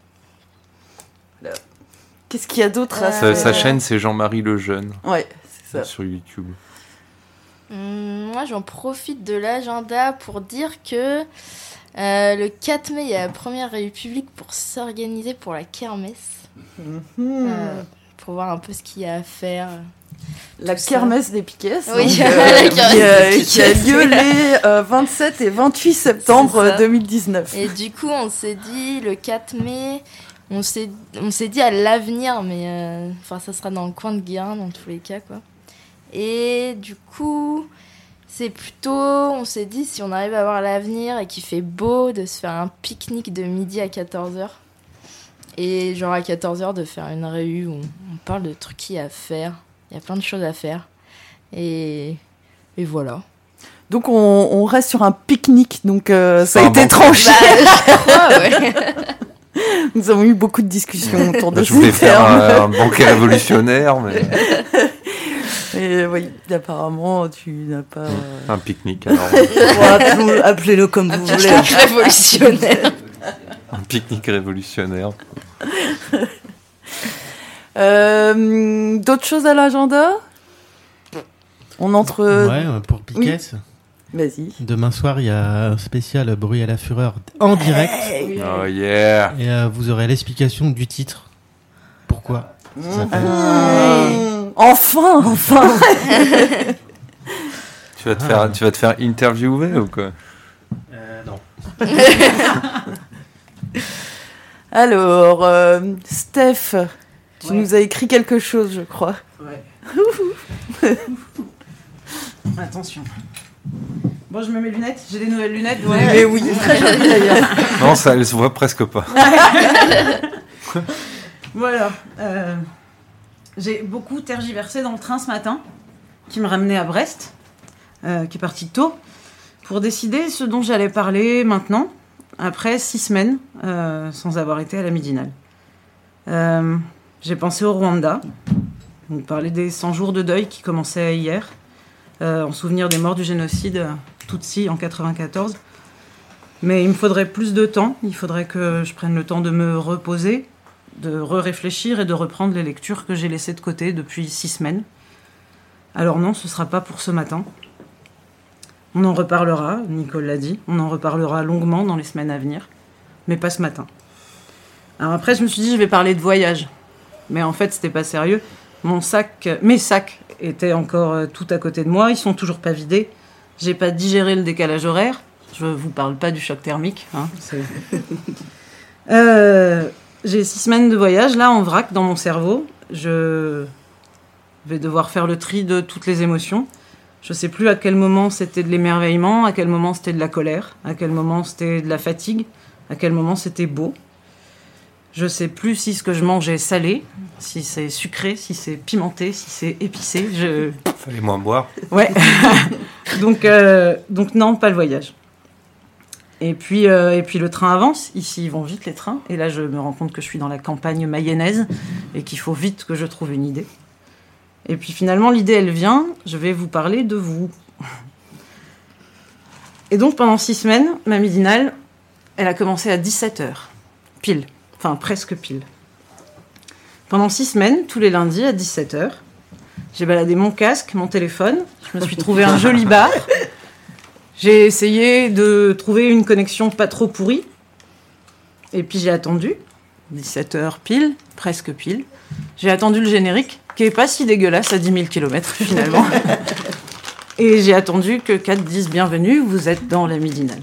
Qu'est-ce qu'il y a d'autre à
sa, sa chaîne, c'est Jean-Marie Lejeune.
Ouais, c'est ça.
Sur YouTube.
Hum, moi, j'en profite de l'agenda pour dire que euh, le quatre mai, il y a la première République pour s'organiser pour la kermesse. Mmh. Euh, pour voir un peu ce qu'il y a à faire.
La kermesse des Piquets,
oui,
donc, euh, qui, euh, qui a lieu les euh, vingt-sept et vingt-huit septembre deux mille dix-neuf.
Et du coup, on s'est dit, le quatre mai, on s'est, on s'est dit à l'avenir, mais enfin, euh, ça sera dans le coin de Guérin, dans tous les cas, quoi. Et du coup, c'est plutôt, on s'est dit, si on arrive à voir l'avenir et qu'il fait beau, de se faire un pique-nique de midi à quatorze heures. Et genre à quatorze heures de faire une réu où on parle de trucs qu'il y a à faire. Il y a plein de choses à faire. Et, et voilà.
Donc on, on reste sur un pique-nique. Donc euh, ça a été
bon
tranché.
Bah, je crois, ouais.
Nous avons eu beaucoup de discussions autour de
bah,
ce
je voulais faire
terme.
un banquet révolutionnaire, mais...
Et oui, apparemment, tu n'as pas... Euh...
Un pique-nique, alors.
Bon, appelez-le comme vous voulez.
Un pique-nique révolutionnaire.
Un pique-nique révolutionnaire.
euh, d'autres choses à l'agenda? On entre...
Ouais, pour Piquet.
Oui. Vas-y.
Demain soir, il y a un spécial Bruit à la fureur en direct.
Hey
oh yeah.
Et euh, vous aurez l'explication du titre. Pourquoi ça
mmh. mmh. Enfin, enfin.
Tu vas te faire, tu vas te faire interviewer ou quoi?
Euh, non.
Alors, euh, Steph, tu
ouais.
nous as écrit quelque chose, je crois.
Ouais. Attention. Bon, je me mets mes lunettes. J'ai des nouvelles lunettes.
Ouais. Mais oui, très jolies d'ailleurs.
Non, ça, elle se voit presque pas.
Voilà. Euh, j'ai beaucoup tergiversé dans le train ce matin, qui me ramenait à Brest, euh, qui est parti tôt, pour décider ce dont j'allais parler maintenant, après six semaines, euh, sans avoir été à la Midinale. Euh, j'ai pensé au Rwanda, donc parler des cent jours de deuil qui commençaient hier, euh, en souvenir des morts du génocide euh, Tutsi en quatre-vingt-quatorze. Mais il me faudrait plus de temps, il faudrait que je prenne le temps de me reposer, de re-réfléchir et de reprendre les lectures que j'ai laissées de côté depuis six semaines. Alors non, ce ne sera pas pour ce matin. On en reparlera, Nicole l'a dit, on en reparlera longuement dans les semaines à venir, mais pas ce matin. Alors après, je me suis dit, je vais parler de voyage. Mais en fait, c'était pas sérieux. Mon sac, mes sacs étaient encore tout à côté de moi, ils sont toujours pas vidés. J'ai pas digéré le décalage horaire. Je vous parle pas du choc thermique. Hein, c'est... euh... J'ai six semaines de voyage, là, en vrac, dans mon cerveau. Je vais devoir faire le tri de toutes les émotions. Je sais plus à quel moment c'était de l'émerveillement, à quel moment c'était de la colère, à quel moment c'était de la fatigue, à quel moment c'était beau. Je sais plus si ce que je mange est salé, si c'est sucré, si c'est pimenté, si c'est épicé. Je...
Fallait moins boire.
Ouais. donc, euh, donc non, pas le voyage. Et puis, euh, et puis le train avance. Ici, ils vont vite les trains. Et là, je me rends compte que je suis dans la campagne mayonnaise et qu'il faut vite que je trouve une idée. Et puis finalement, l'idée, elle vient. Je vais vous parler de vous. Et donc, pendant six semaines, ma midinale, elle a commencé à dix-sept heures. Pile. Enfin, presque pile. Pendant six semaines, tous les lundis à dix-sept heures, j'ai baladé mon casque, mon téléphone. Je me suis trouvé un joli bar. J'ai essayé de trouver une connexion pas trop pourrie. Et puis j'ai attendu. dix-sept heures pile, presque pile. J'ai attendu le générique, qui est pas si dégueulasse à dix mille kilomètres finalement. Et j'ai attendu que Kat dise bienvenue, vous êtes dans la midinale.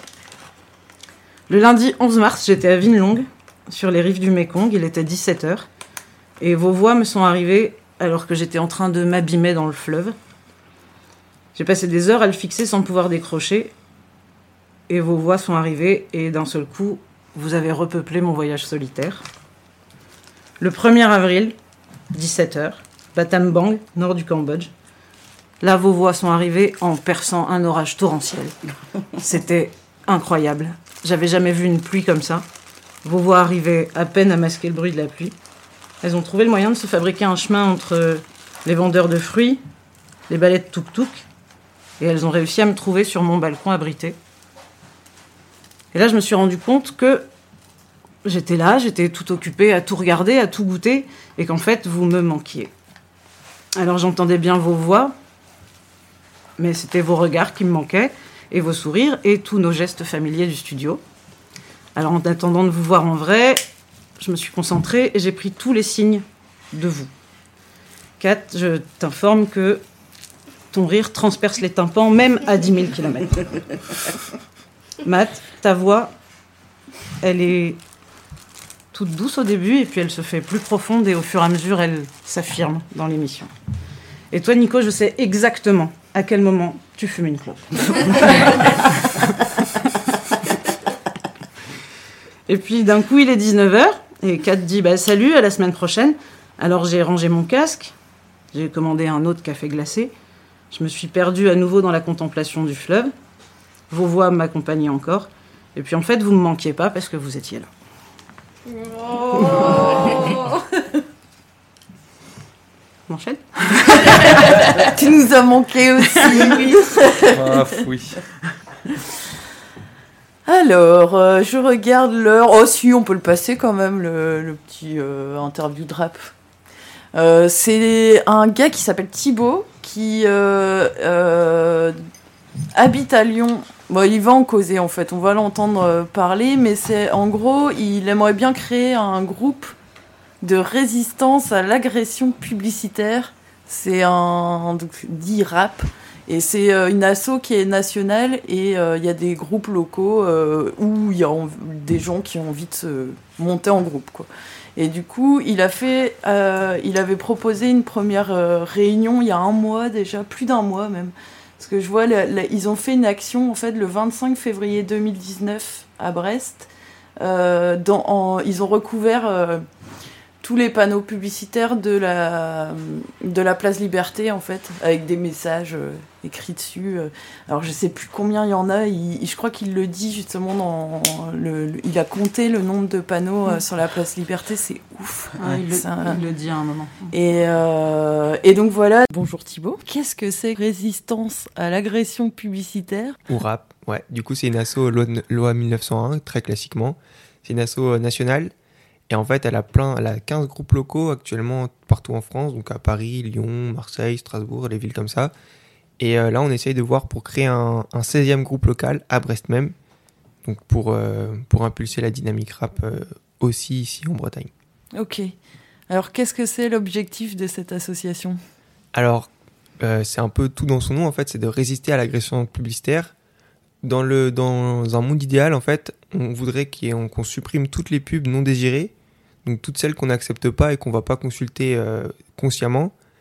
Le lundi onze mars, j'étais à Vinelong, sur les rives du Mékong. Il était dix-sept heures. Et vos voix me sont arrivées alors que j'étais en train de m'abîmer dans le fleuve. J'ai passé des heures à le fixer sans pouvoir décrocher. Et vos voix sont arrivées et d'un seul coup, vous avez repeuplé mon voyage solitaire. Le premier avril, dix-sept heures, Battambang, nord du Cambodge. Là, vos voix sont arrivées en perçant un orage torrentiel. C'était incroyable. J'avais jamais vu une pluie comme ça. Vos voix arrivaient à peine à masquer le bruit de la pluie. Elles ont trouvé le moyen de se fabriquer un chemin entre les vendeurs de fruits, les balais de tuk-tuk, et elles ont réussi à me trouver sur mon balcon abrité. Et là, je me suis rendu compte que j'étais là, j'étais tout occupée à tout regarder, à tout goûter, et qu'en fait, vous me manquiez. Alors j'entendais bien vos voix, mais c'était vos regards qui me manquaient, et vos sourires, et tous nos gestes familiers du studio. Alors en attendant de vous voir en vrai, je me suis concentrée et j'ai pris tous les signes de vous. Kat, je t'informe que ton rire transperce les tympans, même à dix mille kilomètres. Matt, ta voix, elle est toute douce au début et puis elle se fait plus profonde et au fur et à mesure, elle s'affirme dans l'émission. Et toi, Nico, je sais exactement à quel moment tu fumes une clope. Et puis d'un coup, il est dix-neuf heures et Kat dit bah, « Salut, à la semaine prochaine ». Alors j'ai rangé mon casque, j'ai commandé un autre café glacé. Je me suis perdue à nouveau dans la contemplation du fleuve. Vos voix m'accompagnaient encore. Et puis en fait, vous ne me manquiez pas parce que vous étiez là.
Oh.
On enchaîne.
Tu nous as manqué aussi, oui.
Ah, oui.
Alors, euh, je regarde l'heure. Oh si, on peut le passer quand même, le, le petit euh, interview de rap. Euh, c'est un gars qui s'appelle Thibaut, qui euh, euh, habite à Lyon. Bon, il va en causer en fait, on va l'entendre parler, mais c'est en gros, il aimerait bien créer un groupe de résistance à l'agression publicitaire. C'est un donc, dit rap. Et c'est euh, une asso qui est nationale et il euh, y a des groupes locaux euh, où il y a env- des gens qui ont envie de se monter en groupe, quoi. Et du coup, il a fait, euh, il avait proposé une première euh, réunion il y a un mois déjà, plus d'un mois même. Parce que je vois, la, la, ils ont fait une action en fait le vingt-cinq février deux mille dix-neuf à Brest. Euh, dans, en, ils ont recouvert euh, tous les panneaux publicitaires de la, de la place Liberté, en fait, avec des messages euh, écrits dessus. Alors, je sais plus combien il y en a. Il, je crois qu'il le dit, justement, dans le, le, il a compté le nombre de panneaux euh, sur la place Liberté. C'est ouf.
Ouais, il, le, un... il le dit à un moment.
Et, euh, et donc, voilà. Bonjour Thibaut. Qu'est-ce que c'est résistance à l'agression publicitaire ?
Ou rap, ouais. Du coup, c'est une asso loi, loi mille neuf cent un, très classiquement. C'est une asso nationale. Et en fait, elle a plein, elle a quinze groupes locaux actuellement partout en France, donc à Paris, Lyon, Marseille, Strasbourg, les villes comme ça. Et euh, là, on essaye de voir pour créer un, un seizième groupe local à Brest même, donc pour, euh, pour impulser la dynamique rap euh, aussi ici en Bretagne.
Ok. Alors, qu'est-ce que c'est l'objectif de cette association ?
Alors, euh, c'est un peu tout dans son nom, en fait, c'est de résister à l'agression publicitaire. Dans, le, dans un monde idéal, en fait, on voudrait qu'on, qu'on supprime toutes les pubs non désirées, donc toutes celles qu'on n'accepte pas et qu'on ne va pas consulter euh, consciemment.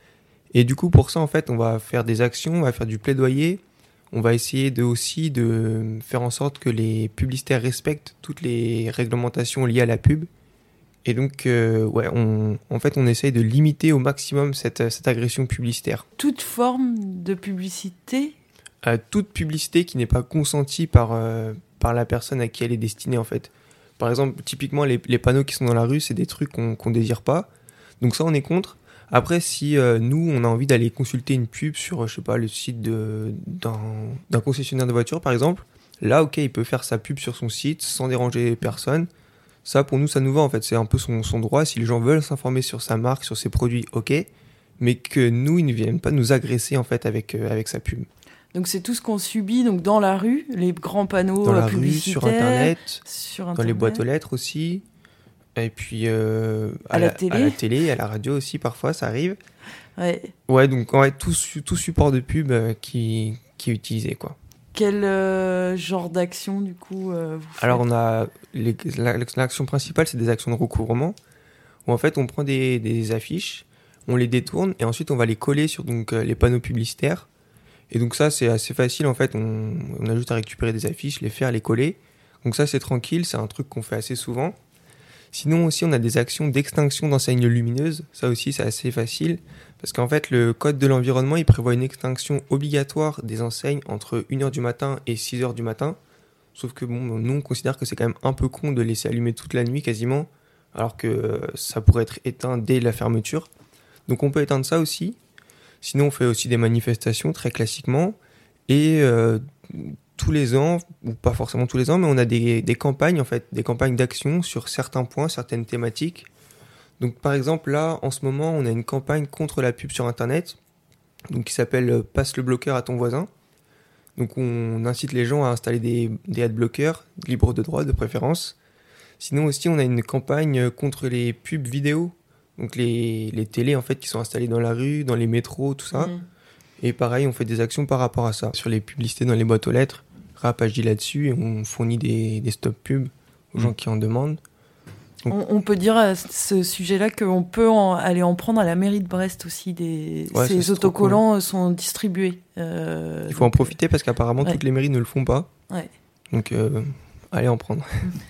Et du coup, pour ça, en fait, on va faire des actions, on va faire du plaidoyer. On va essayer de, aussi de faire en sorte que les publicitaires respectent toutes les réglementations liées à la pub. Et donc, euh, ouais, on, en fait, on essaye de limiter au maximum cette, cette agression publicitaire.
Toute forme de publicité
euh, Toute publicité qui n'est pas consentie par, euh, par la personne à qui elle est destinée, en fait. Par exemple, typiquement, les, les panneaux qui sont dans la rue, c'est des trucs qu'on qu'on désire pas. Donc ça, on est contre. Après, si euh, nous, on a envie d'aller consulter une pub sur, je sais pas, le site de, d'un, d'un concessionnaire de voitures, par exemple, là, ok, il peut faire sa pub sur son site sans déranger personne. Ça, pour nous, ça nous va, en fait. C'est un peu son, son droit. Si les gens veulent s'informer sur sa marque, sur ses produits, ok. Mais que nous, ils ne viennent pas nous agresser, en fait, avec, euh, avec sa pub.
Donc c'est tout ce qu'on subit donc dans la rue, les grands panneaux
dans la
publicitaires,
rue, sur Internet,
sur Internet,
dans les boîtes aux lettres aussi. Et puis euh, à,
à, la
la,
télé.
à la télé, à la radio aussi, parfois, ça arrive.
Ouais.
Ouais, donc ouais, tout, tout support de pub euh, qui, qui est utilisé, quoi.
Quel euh, genre d'action, du coup, euh, vous faites ?
Alors, on a les, la, l'action principale, c'est des actions de recouvrement, où en fait, on prend des, des affiches, on les détourne, et ensuite, on va les coller sur donc, les panneaux publicitaires. Et donc ça, c'est assez facile, en fait, on, on a juste à récupérer des affiches, les faire, les coller. Donc ça, c'est tranquille, c'est un truc qu'on fait assez souvent. Sinon aussi, on a des actions d'extinction d'enseignes lumineuses. Ça aussi, c'est assez facile. Parce qu'en fait, le code de l'environnement, il prévoit une extinction obligatoire des enseignes entre une heure du matin et six heures du matin. Sauf que bon, nous, on considère que c'est quand même un peu con de laisser allumer toute la nuit quasiment, alors que euh, ça pourrait être éteint dès la fermeture. Donc on peut éteindre ça aussi. Sinon, on fait aussi des manifestations, très classiquement. Et euh, tous les ans, ou pas forcément tous les ans, mais on a des, des campagnes, en fait, des campagnes d'action sur certains points, certaines thématiques. Donc, par exemple, là, en ce moment, on a une campagne contre la pub sur Internet, donc, qui s'appelle « Passe le bloqueur à ton voisin ». Donc, on incite les gens à installer des, des adblockers, libres de droit de préférence. Sinon aussi, on a une campagne contre les pubs vidéo. Donc les, les télés en fait qui sont installées dans la rue, dans les métros, tout ça. Mmh. Et pareil, on fait des actions par rapport à ça. Sur les publicités dans les boîtes aux lettres, Rap agit là-dessus et on fournit des, des stop pubs aux mmh. gens qui en demandent.
Donc, on, on peut dire à ce sujet-là qu'on peut en, aller en prendre à la mairie de Brest aussi. Des, ouais, ces ça, autocollants cool. sont distribués. Euh,
Il faut donc, en profiter parce qu'apparemment ouais. toutes les mairies ne le font pas.
Ouais.
Donc euh, allez en prendre.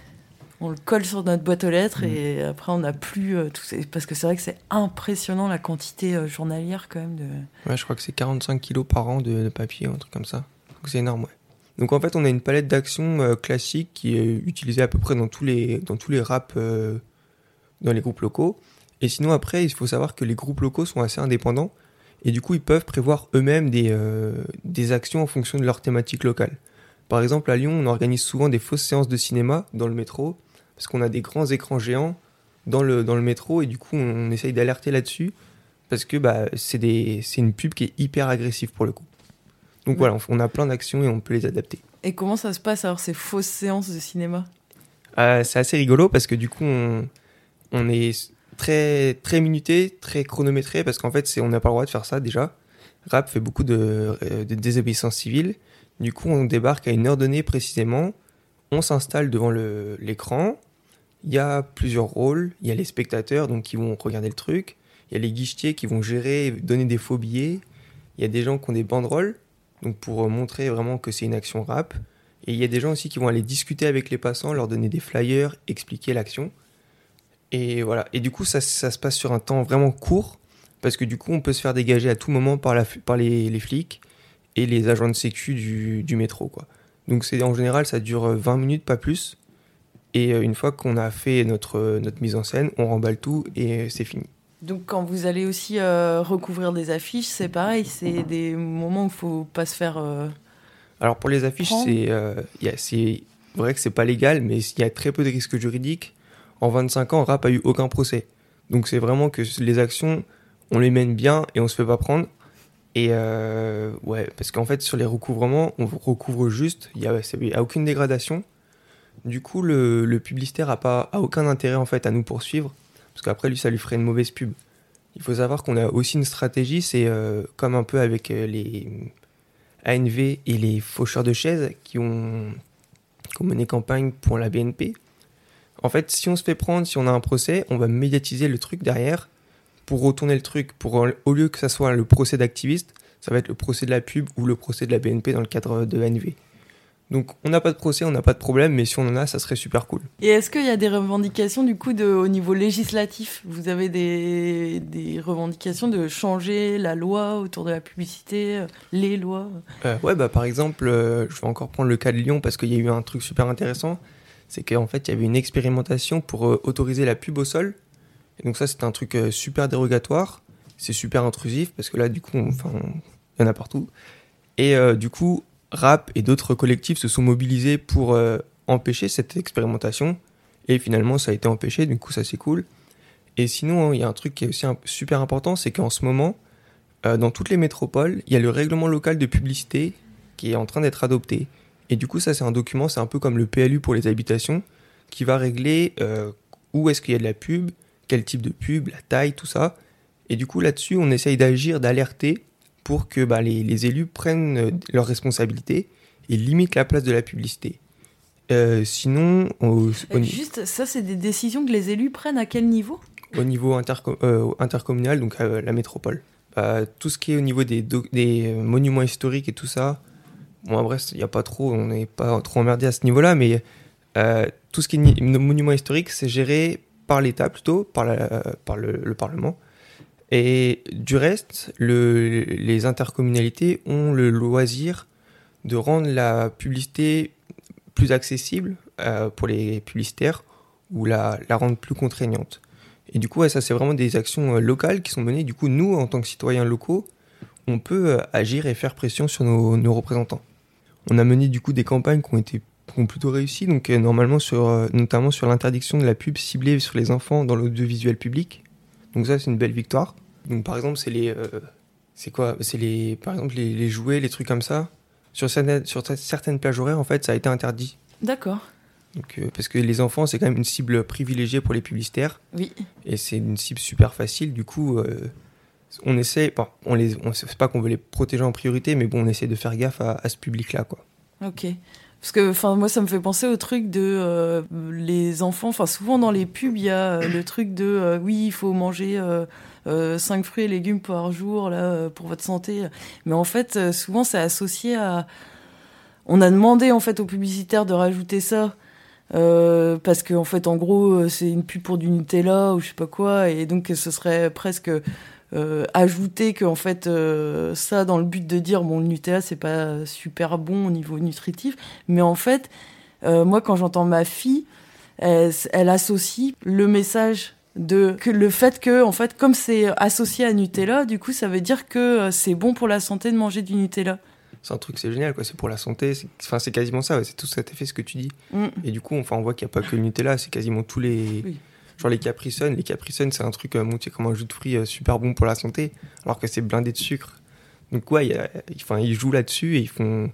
On le colle sur notre boîte aux lettres mmh. et après on n'a plus euh, tout ces... parce que c'est vrai que c'est impressionnant la quantité euh, journalière quand même de.
Ouais, je crois que c'est quarante-cinq kilos par an de, de papier, un truc comme ça. Donc c'est énorme, ouais. Donc en fait, on a une palette d'actions euh, classiques qui est utilisée à peu près dans tous les dans tous les raps euh, dans les groupes locaux. Et sinon après, il faut savoir que les groupes locaux sont assez indépendants et du coup ils peuvent prévoir eux-mêmes des euh, des actions en fonction de leur thématique locale. Par exemple, à Lyon, on organise souvent des fausses séances de cinéma dans le métro. Parce qu'on a des grands écrans géants dans le, dans le métro et du coup on, on essaye d'alerter là-dessus parce que bah, c'est, des, c'est une pub qui est hyper agressive pour le coup. Donc ouais. voilà, on, on a plein d'actions et on peut les adapter.
Et comment ça se passe alors ces fausses séances de cinéma ?
euh, C'est assez rigolo parce que du coup on, on est très, très minuté, très chronométré parce qu'en fait c'est, on n'a pas le droit de faire ça déjà. Rap fait beaucoup de, de désobéissance civile. Du coup on débarque à une heure donnée précisément, on s'installe devant le, l'écran. Il y a plusieurs rôles. Il y a les spectateurs donc, qui vont regarder le truc. Il y a les guichetiers qui vont gérer, donner des faux billets. Il y a des gens qui ont des banderoles donc pour montrer vraiment que c'est une action rap. Et il y a des gens aussi qui vont aller discuter avec les passants, leur donner des flyers, expliquer l'action. Et voilà. Et du coup, ça, ça se passe sur un temps vraiment court parce que du coup, on peut se faire dégager à tout moment par, la, par les, les flics et les agents de sécu du, du métro, quoi. Donc c'est, en général, ça dure vingt minutes, pas plus. Et une fois qu'on a fait notre, notre mise en scène, on remballe tout et c'est fini.
Donc quand vous allez aussi euh, recouvrir des affiches, c'est pareil, c'est des moments où il ne faut pas se faire euh,
Alors pour les affiches, c'est, euh, y a, c'est vrai que c'est pas légal, mais il y a très peu de risques juridiques. En vingt-cinq ans, Rap a eu aucun procès. Donc c'est vraiment que les actions, on les mène bien et on se fait pas prendre. Et euh, ouais, parce qu'en fait, sur les recouvrements, on recouvre juste, il n'y a, a aucune dégradation. Du coup, le, le publicitaire n'a pas, a aucun intérêt en fait à nous poursuivre, parce qu'après, lui, ça lui ferait une mauvaise pub. Il faut savoir qu'on a aussi une stratégie, c'est euh, comme un peu avec euh, les A N V et les faucheurs de chaises qui ont, qui ont mené campagne pour la B N P. En fait, si on se fait prendre, si on a un procès, on va médiatiser le truc derrière pour retourner le truc, pour, au lieu que ça soit le procès d'activiste, ça va être le procès de la pub ou le procès de la B N P dans le cadre de N V. Donc on n'a pas de procès, on n'a pas de problème, mais si on en a, ça serait super cool.
Et est-ce qu'il y a des revendications du coup de, au niveau législatif ? Vous avez des, des revendications de changer la loi autour de la publicité, les lois ?
euh, Ouais, bah par exemple, euh, je vais encore prendre le cas de Lyon parce qu'il y a eu un truc super intéressant, c'est qu'en fait il y avait une expérimentation pour euh, autoriser la pub au sol. Et donc ça c'est un truc euh, super dérogatoire, c'est super intrusif parce que là du coup, enfin, il y en a partout. Et euh, du coup, Rap et d'autres collectifs se sont mobilisés pour euh, empêcher cette expérimentation et finalement ça a été empêché, du coup ça c'est cool. Et sinon il hein, y a un truc qui est aussi un, super important, c'est qu'en ce moment euh, dans toutes les métropoles il y a le règlement local de publicité qui est en train d'être adopté et du coup ça c'est un document, c'est un peu comme le P L U pour les habitations qui va régler euh, où est-ce qu'il y a de la pub, quel type de pub, la taille, tout ça. Et du coup là-dessus on essaye d'agir, d'alerter pour que bah, les, les élus prennent leurs responsabilités et limitent la place de la publicité. Euh, sinon... Au, au
Juste, ça, c'est des décisions que les élus prennent à quel niveau ?
Au niveau interco- euh, intercommunal, donc euh, la métropole. Bah, tout ce qui est au niveau des, do- des monuments historiques et tout ça, bon, à Brest, il n'y a pas trop, on n'est pas trop emmerdé à ce niveau-là, mais euh, tout ce qui est ni- monuments historiques, c'est géré par l'État plutôt, par, la, par le, le Parlement. Et du reste, le, les intercommunalités ont le loisir de rendre la publicité plus accessible euh, pour les publicitaires ou la, la rendre plus contraignante. Et du coup, ouais, ça c'est vraiment des actions euh, locales qui sont menées. Du coup, nous, en tant que citoyens locaux, on peut euh, agir et faire pression sur nos, nos représentants. On a mené du coup des campagnes qui ont été qui ont plutôt réussi, donc euh, normalement sur, euh, notamment sur l'interdiction de la pub ciblée sur les enfants dans l'audiovisuel public. Donc ça, c'est une belle victoire. Donc par exemple, c'est les, euh, c'est quoi, c'est les, par exemple les, les jouets, les trucs comme ça. Sur certaines, sur certaines plages horaires, en fait, ça a été interdit.
D'accord.
Donc euh, parce que les enfants, c'est quand même une cible privilégiée pour les publicitaires.
Oui.
Et c'est une cible super facile. Du coup, euh, on essaie, bon, on les, on sait pas qu'on veut les protéger en priorité, mais bon, on essaie de faire gaffe à, à ce public-là, quoi.
Ok. Parce que, enfin, moi, ça me fait penser au truc de euh, les enfants. Enfin, souvent dans les pubs, il y a euh, le truc de euh, oui, il faut manger euh, euh, cinq fruits et légumes par jour là euh, pour votre santé. Mais en fait, euh, souvent, c'est associé à. On a demandé en fait aux publicitaires de rajouter ça. Euh, parce que en fait, en gros, c'est une pub pour du Nutella ou je sais pas quoi, et donc ce serait presque euh, ajouter que en fait euh, ça dans le but de dire bon, le Nutella c'est pas super bon au niveau nutritif, mais en fait, euh, moi quand j'entends ma fille, elle, elle associe le message de que le fait que en fait comme c'est associé à Nutella, du coup ça veut dire que c'est bon pour la santé de manger du Nutella.
C'est un truc, c'est génial, quoi. C'est pour la santé. C'est, enfin, c'est quasiment ça. Ouais. C'est tout cet effet, ce que tu dis. Mm. Et du coup, enfin, on voit qu'il n'y a pas que le Nutella. C'est quasiment tous les, oui. Genre les Capri Sun. Les Capri Sun, c'est un truc euh, monté comme un jus de fruits euh, super bon pour la santé, alors que c'est blindé de sucre. Donc ouais, y a, enfin, ils jouent là-dessus et ils font,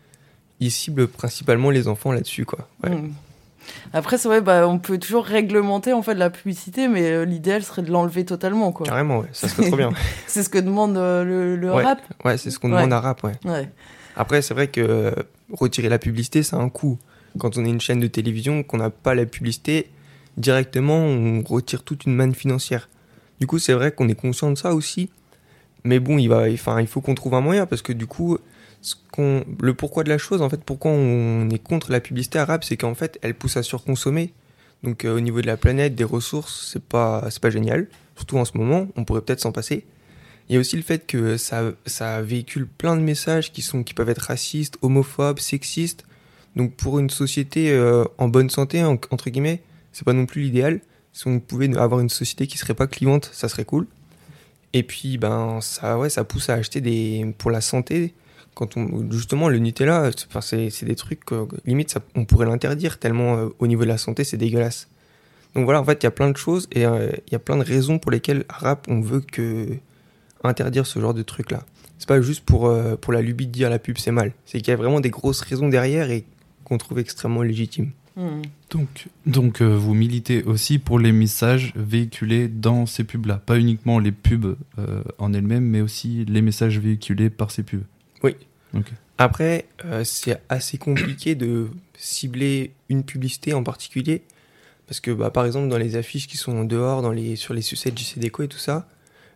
ils ciblent principalement les enfants là-dessus, quoi. Ouais.
Mm. Après, c'est vrai, bah, on peut toujours réglementer en fait la publicité, mais euh, l'idéal serait de l'enlever totalement, quoi.
Carrément, ouais, ça serait trop bien.
C'est ce que demande euh, le, le
ouais.
rap.
Ouais, c'est ce qu'on ouais. demande à rap, ouais.
ouais.
Après, c'est vrai que euh, retirer la publicité, ça a un coût. Quand on est une chaîne de télévision, qu'on n'a pas la publicité, directement, on retire toute une manne financière. Du coup, c'est vrai qu'on est conscient de ça aussi, mais bon, il va, enfin, il faut qu'on trouve un moyen, parce que du coup. Ce qu'on, le pourquoi de la chose, en fait, pourquoi on est contre la publicité arabe, c'est qu'en fait, elle pousse à surconsommer. Donc, euh, au niveau de la planète, des ressources, c'est pas, c'est pas génial. Surtout en ce moment, on pourrait peut-être s'en passer. Il y a aussi le fait que ça, ça véhicule plein de messages qui sont, qui peuvent être racistes, homophobes, sexistes. Donc, pour une société euh, en bonne santé, en, entre guillemets, c'est pas non plus l'idéal. Si on pouvait avoir une société qui serait pas clivante, ça serait cool. Et puis, ben, ça, ouais, ça pousse à acheter des, pour la santé. Quand on, justement, le Nutella, c'est, c'est, c'est des trucs que, limite, ça, on pourrait l'interdire tellement euh, au niveau de la santé, c'est dégueulasse. Donc voilà, en fait, il y a plein de choses et il euh, y a plein de raisons pour lesquelles, à rap, on veut que interdire ce genre de trucs-là. C'est pas juste pour, euh, pour la lubie de dire la pub, c'est mal. C'est qu'il y a vraiment des grosses raisons derrière et qu'on trouve extrêmement légitimes.
Mmh.
Donc, donc euh, vous militez aussi pour les messages véhiculés dans ces pubs-là. Pas uniquement les pubs euh, en elles-mêmes, mais aussi les messages véhiculés par ces pubs.
Oui.
Okay.
Après, euh, c'est assez compliqué de cibler une publicité en particulier. Parce que, bah, par exemple, dans les affiches qui sont dehors, dans les, sur les sucettes J C Déco et tout ça,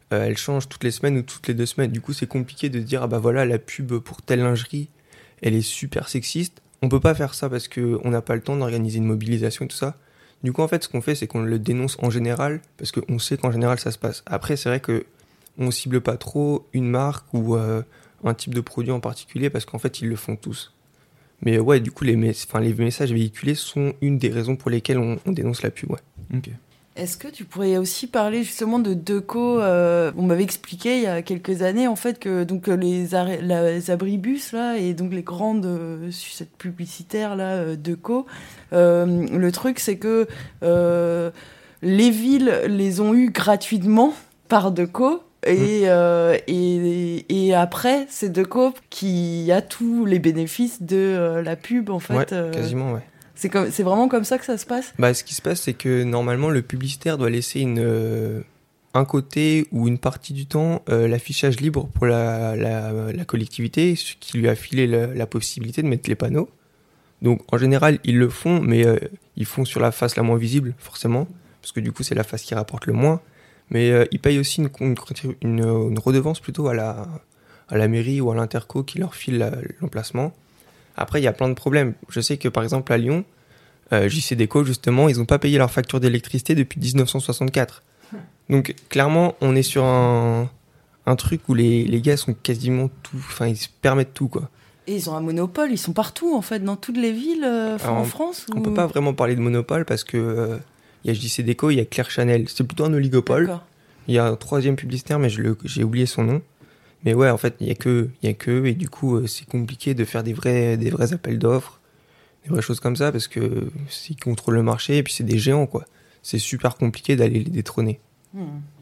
euh, elle change toutes les semaines ou toutes les deux semaines. Du coup, c'est compliqué de dire, ah bah voilà, la pub pour telle lingerie, elle est super sexiste. On peut pas faire ça parce qu'on n'a pas le temps d'organiser une mobilisation et tout ça. Du coup, en fait, ce qu'on fait, c'est qu'on le dénonce en général, parce qu'on sait qu'en général, ça se passe. Après, c'est vrai qu'on cible pas trop une marque ou euh, un type de produit en particulier, parce qu'en fait, ils le font tous. Mais ouais, du coup, les, mes- enfin, les messages véhiculés sont une des raisons pour lesquelles on, on dénonce la pub, ouais.
Ok.
Est-ce que tu pourrais aussi parler justement de Deco euh, On m'avait expliqué il y a quelques années en fait que donc les, ar- la- les abribus là et donc les grandes euh, sucettes publicitaires là euh, Deco. Euh, le truc c'est que euh, les villes les ont eu gratuitement par Deco. Et, euh, et, et après, c'est Deco qui a tous les bénéfices de euh, la pub en fait.
Ouais,
euh,
quasiment, ouais.
C'est, comme, c'est vraiment comme ça que ça se passe.
Bah, ce qui se passe, c'est que normalement, le publicitaire doit laisser une, euh, un côté ou une partie du temps euh, l'affichage libre pour la, la, la collectivité, ce qui lui a filé la, la possibilité de mettre les panneaux. Donc, en général, ils le font, mais euh, ils font sur la face la moins visible, forcément, parce que du coup, c'est la face qui rapporte le moins. Mais euh, ils payent aussi une, une, une, une redevance plutôt à la, à la mairie ou à l'interco qui leur file la, l'emplacement. Après, il y a plein de problèmes. Je sais que par exemple à Lyon, euh, J C Déco, justement, ils n'ont pas payé leur facture d'électricité depuis dix-neuf cent soixante-quatre. Donc clairement, on est sur un, un truc où les, les gars sont quasiment tout, enfin ils se permettent tout, quoi.
Et ils ont un monopole, ils sont partout en fait, dans toutes les villes euh,
Alors,
en
on,
France.
On
ou...
peut pas vraiment parler de monopole parce que euh, il y a J C Déco, il y a Claire Chanel. C'est plutôt un oligopole.
D'accord.
Il y a un troisième publicitaire, mais je le, j'ai oublié son nom. Mais ouais, en fait, il y a que, il y a que, et du coup, euh, c'est compliqué de faire des vrais, des vrais appels d'offres, des vraies choses comme ça, parce que c'est- ils contrôlent le marché, et puis c'est des géants, quoi. C'est super compliqué d'aller les détrôner.
Hmm.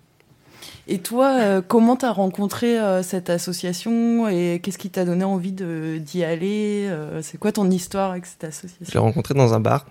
Et toi, euh, comment t'as rencontré euh, cette association et qu'est-ce qui t'a donné envie de, d'y aller euh, C'est quoi ton histoire avec cette association?
Je l'ai rencontré dans un bar.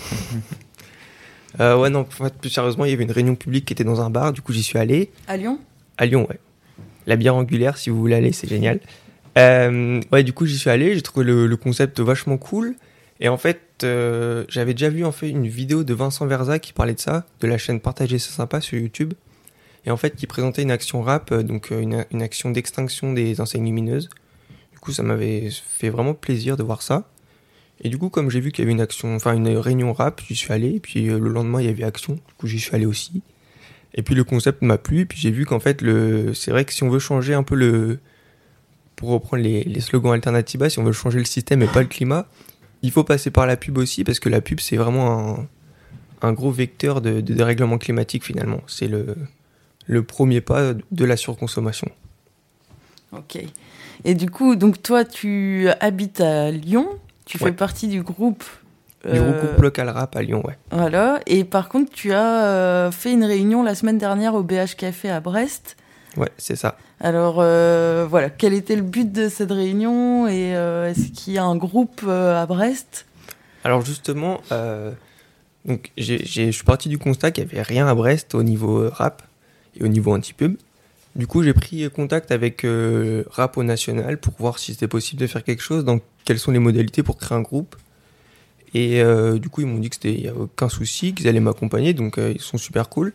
euh, ouais, non, en fait, plus sérieusement, il y avait une réunion publique qui était dans un bar, du coup, j'y suis allé.
À Lyon?
À Lyon, ouais. La bière angulaire, si vous voulez aller, c'est génial. Euh, ouais, du coup, j'y suis allé, j'ai trouvé le, le concept vachement cool. Et en fait, euh, j'avais déjà vu en fait une vidéo de Vincent Verza qui parlait de ça, de la chaîne Partager c'est sympa sur YouTube. Et en fait, qui présentait une action rap, euh, donc euh, une, une action d'extinction des enseignes lumineuses. Du coup, ça m'avait fait vraiment plaisir de voir ça. Et du coup, comme j'ai vu qu'il y avait une action, enfin une réunion rap, j'y suis allé. Et puis euh, le lendemain, il y avait action. Du coup, j'y suis allé aussi. Et puis le concept m'a plu. Et puis j'ai vu qu'en fait, le, c'est vrai que si on veut changer un peu le, pour reprendre les, les slogans Alternativa, si on veut changer le système et pas le climat, il faut passer par la pub aussi, parce que la pub, c'est vraiment un, un gros vecteur de, de dérèglement climatique finalement. C'est le, le premier pas de la surconsommation.
Ok. Et du coup, donc toi, tu habites à Lyon, tu
Ouais.
fais partie du groupe.
Du
euh,
groupe local rap à Lyon, ouais.
Voilà. Et par contre, tu as euh, fait une réunion la semaine dernière au B H Café à Brest.
Ouais, c'est ça.
Alors euh, voilà, quel était le but de cette réunion et euh, est-ce qu'il y a un groupe euh, à Brest?
Alors justement, euh, donc j'ai, j'ai, je suis parti du constat qu'il n'y avait rien à Brest au niveau euh, rap et au niveau anti-pub. Du coup, j'ai pris contact avec euh, Rap au National pour voir si c'était possible de faire quelque chose, donc quelles sont les modalités pour créer un groupe. Et euh, du coup, ils m'ont dit que c'était y a aucun souci, qu'ils allaient m'accompagner, donc euh, ils sont super cool.